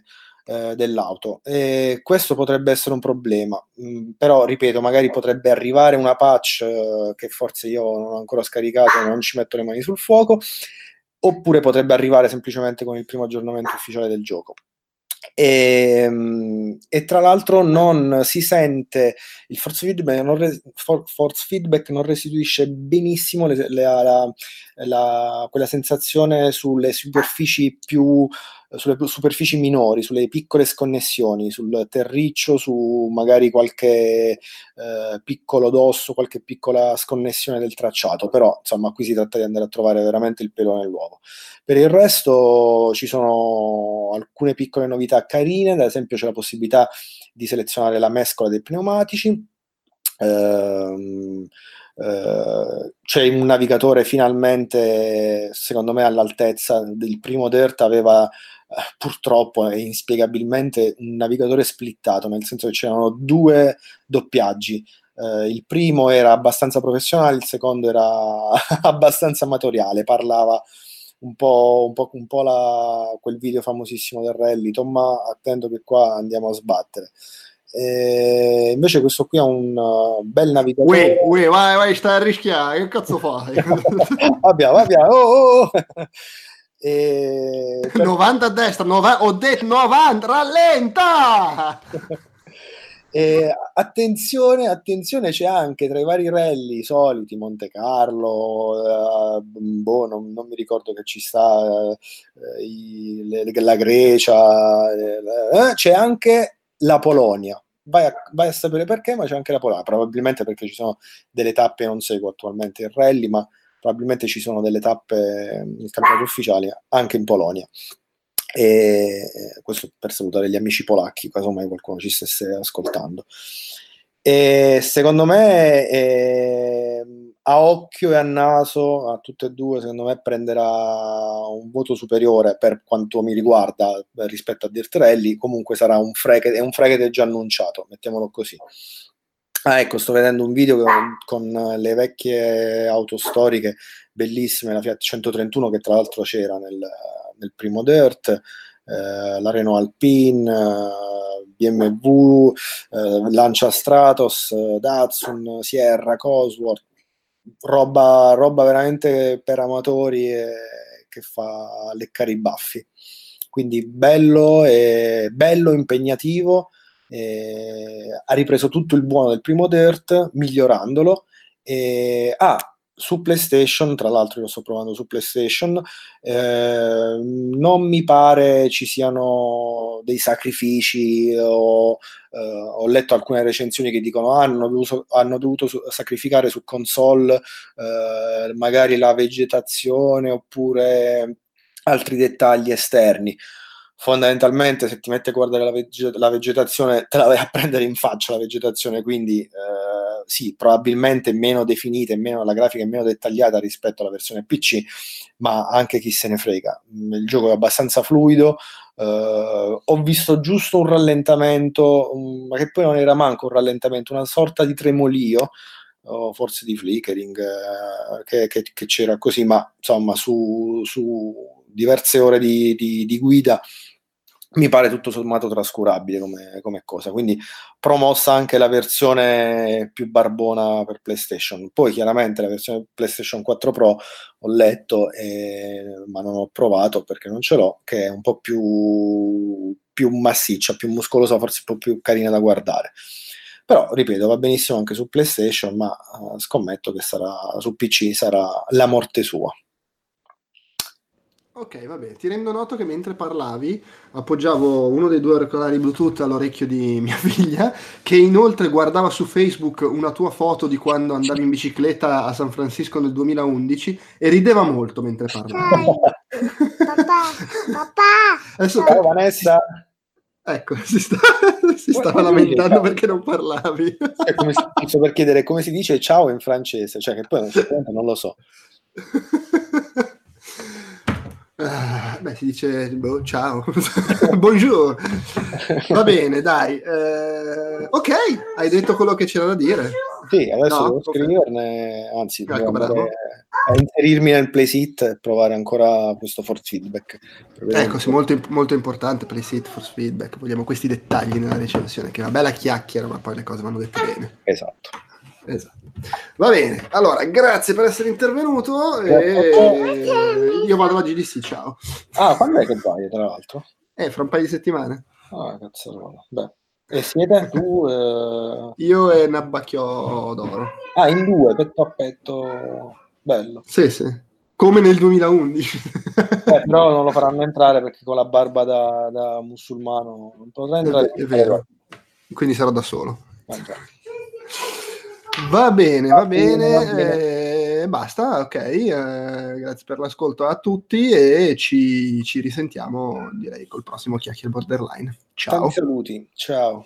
eh, dell'auto. E questo potrebbe essere un problema, mm, però ripeto, magari potrebbe arrivare una patch eh, che forse io non ho ancora scaricato e non ci metto le mani sul fuoco, oppure potrebbe arrivare semplicemente con il primo aggiornamento ufficiale del gioco. E, e tra l'altro non si sente il force feedback non, re, for, force feedback non restituisce benissimo le, le, la, la, quella sensazione sulle superfici più sulle superfici minori, sulle piccole sconnessioni, sul terriccio, su magari qualche eh, piccolo dosso, qualche piccola sconnessione del tracciato, però insomma qui si tratta di andare a trovare veramente il pelo nell'uovo. Per il resto ci sono alcune piccole novità carine, ad esempio c'è la possibilità di selezionare la mescola dei pneumatici, ehm, eh, c'è un navigatore finalmente, secondo me, all'altezza del primo Dirt. Aveva eh, purtroppo e inspiegabilmente un navigatore splittato, nel senso che c'erano due doppiaggi. Uh, il primo era abbastanza professionale, il secondo era abbastanza amatoriale, parlava un po', un po', un po' la, quel video famosissimo del rally, Tomma, attento che qua andiamo a sbattere. E invece questo qui è un uh, bel navigatore. Uè, uè, vai, vai, stai a rischiare, che cazzo fai? Abbiamo, abbiamo, oh, oh. E... novanta a destra, nova... ho detto novanta, rallenta! E attenzione, attenzione, c'è anche tra i vari rally soliti, Monte Carlo, eh, boh, non, non mi ricordo che ci sta, eh, i, le, la Grecia, eh, c'è anche la Polonia. Vai a, vai a sapere perché, ma c'è anche la Polonia, probabilmente perché ci sono delle tappe, non seguo attualmente il rally, ma probabilmente ci sono delle tappe in campionato ufficiali anche in Polonia. E questo per salutare gli amici polacchi, casomai qualcuno ci stesse ascoltando. E secondo me eh, a occhio e a naso a tutte e due, secondo me prenderà un voto superiore per quanto mi riguarda rispetto a Dirt Rally. Comunque sarà un Fracket, è un Fracket già annunciato, mettiamolo così. Ah, ecco, sto vedendo un video con, con le vecchie auto storiche bellissime, la Fiat centotrentuno che tra l'altro c'era nel, nel primo Dirt, eh, la Renault Alpine, eh, B M W, eh, Lancia Stratos, eh, Datsun, Sierra, Cosworth, roba, roba veramente per amatori e che fa leccare i baffi. Quindi bello, e, bello impegnativo. Eh, ha ripreso tutto il buono del primo Dirt migliorandolo. E, ah, su PlayStation, tra l'altro io lo sto provando su PlayStation, eh, non mi pare ci siano dei sacrifici o, eh, ho letto alcune recensioni che dicono ah, hanno, dovuto, hanno dovuto su, sacrificare su console eh, magari la vegetazione oppure altri dettagli esterni. Fondamentalmente se ti metti a guardare la, veg- la vegetazione te la vai a prendere in faccia la vegetazione, quindi eh, sì, probabilmente meno definita e meno, la grafica è meno dettagliata rispetto alla versione P C, ma anche chi se ne frega, il gioco è abbastanza fluido. Uh, ho visto giusto un rallentamento, um, ma che poi non era manco un rallentamento, una sorta di tremolio o forse di flickering uh, che, che, che c'era così, ma insomma su, su diverse ore di, di, di guida mi pare tutto sommato trascurabile come, come cosa, quindi promossa anche la versione più barbona per PlayStation. Poi chiaramente la versione PlayStation quattro Pro ho letto, eh, ma non ho provato perché non ce l'ho, che è un po' più, più massiccia, più muscolosa, forse un po' più carina da guardare. Però, ripeto, va benissimo anche su PlayStation, ma uh, scommetto che sarà su P C sarà la morte sua. Ok, vabbè, ti rendo noto che mentre parlavi appoggiavo uno dei due auricolari Bluetooth all'orecchio di mia figlia, che inoltre guardava su Facebook una tua foto di quando andavi in bicicletta a San Francisco nel duemilaundici e rideva molto mentre parlavi. Papà, papà. Adesso Ciao Vanessa. Ecco, si, sta, si stava lamentando perché non parlavi. È come si, per chiedere come si dice ciao in francese, cioè che poi non lo so. Beh, si dice boh, ciao, bonjour. Va bene, dai. Eh, ok, hai detto quello che c'era da dire. Sì, adesso No? devo Ok. scriverne, anzi, Ecco, devo andare bravo. a inserirmi nel playset e provare ancora questo force feedback. per vedere Ecco, un sì, po'. molto, molto importante per il sit force feedback. Vogliamo questi dettagli nella recensione, che è una bella chiacchiera, ma poi le cose vanno dette bene. Esatto. Esatto. Va bene, allora, grazie per essere intervenuto. Grazie E... Io vado oggi di sì, ciao. Ah, quando è che vai, tra l'altro? Eh, fra un paio di settimane. Ah, cazzarola. Beh. E siete tu? Eh... Io e Nabbacchio d'Oro. Ah, in due, petto a petto. Bello. Sì, sì. Come nel duemilaundici. Eh, però non lo faranno entrare perché con la barba da, da musulmano non potrà È, entrare. ve- è vero. Quindi sarò da solo. Ah, già. Va bene, Va va bene, va bene. bene. Eh, basta, ok. Eh, grazie per l'ascolto a tutti e ci, ci risentiamo, direi, col prossimo Chiacchiere Borderline. Ciao. Tanti saluti. Ciao.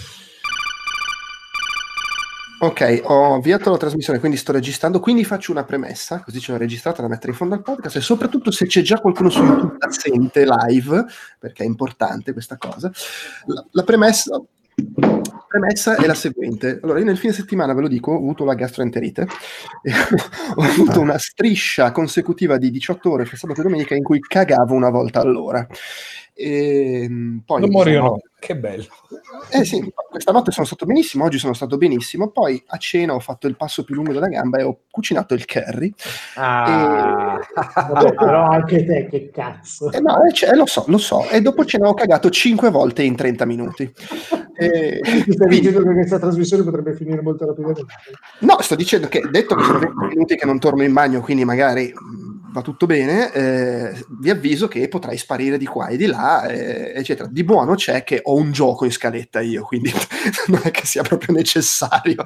Ok, ho avviato la trasmissione, quindi sto registrando, quindi faccio una premessa, così ce l'ho registrata da mettere in fondo al podcast e soprattutto se c'è già qualcuno su YouTube la sente live, perché è importante questa cosa. La, la premessa, la premessa è la seguente. Allora, io nel fine settimana, ve lo dico, ho avuto la gastroenterite e ho avuto una striscia consecutiva di diciotto ore fra sabato e domenica in cui cagavo una volta all'ora. E poi Non morirò, diciamo, che bello. eh sì, questa notte sono stato benissimo, oggi sono stato benissimo, poi a cena ho fatto il passo più lungo della gamba e ho cucinato il curry. Ah. Vabbè, però anche te, che cazzo. E, eh no, eh, cioè, lo so, lo so, e dopo cena ho cagato cinque volte in trenta minuti. E, Mi stai quindi, dicendo che questa trasmissione potrebbe finire molto rapidamente? no, sto dicendo che, detto che sono venti minuti che non torno in bagno, quindi magari mh, va tutto bene, eh, vi avviso che potrai sparire di qua e di là, eh, eccetera. Di buono c'è che ho un gioco in scaletta io, quindi non è che sia proprio necessario.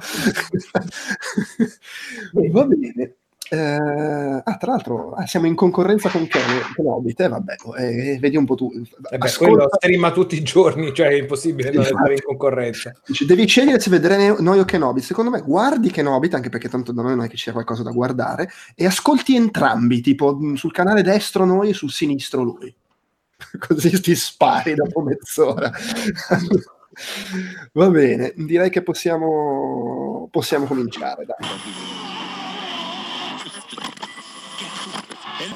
Va bene. Eh, ah, tra l'altro ah, siamo in concorrenza con Ken, con Hobbit, eh, vabbè, eh, vedi un po' tu. Eh beh, Ascolta- quello streama tutti i giorni, cioè è impossibile non stare in concorrenza. Dice, devi scegliere se vedere noi o Kenobit. Secondo me guardi Kenobit, anche perché tanto da noi non è che c'è qualcosa da guardare, e ascolti entrambi, tipo mh, sul canale destro noi e sul sinistro lui. Così ti spari dopo mezz'ora. Va bene, direi che possiamo, possiamo cominciare, dai.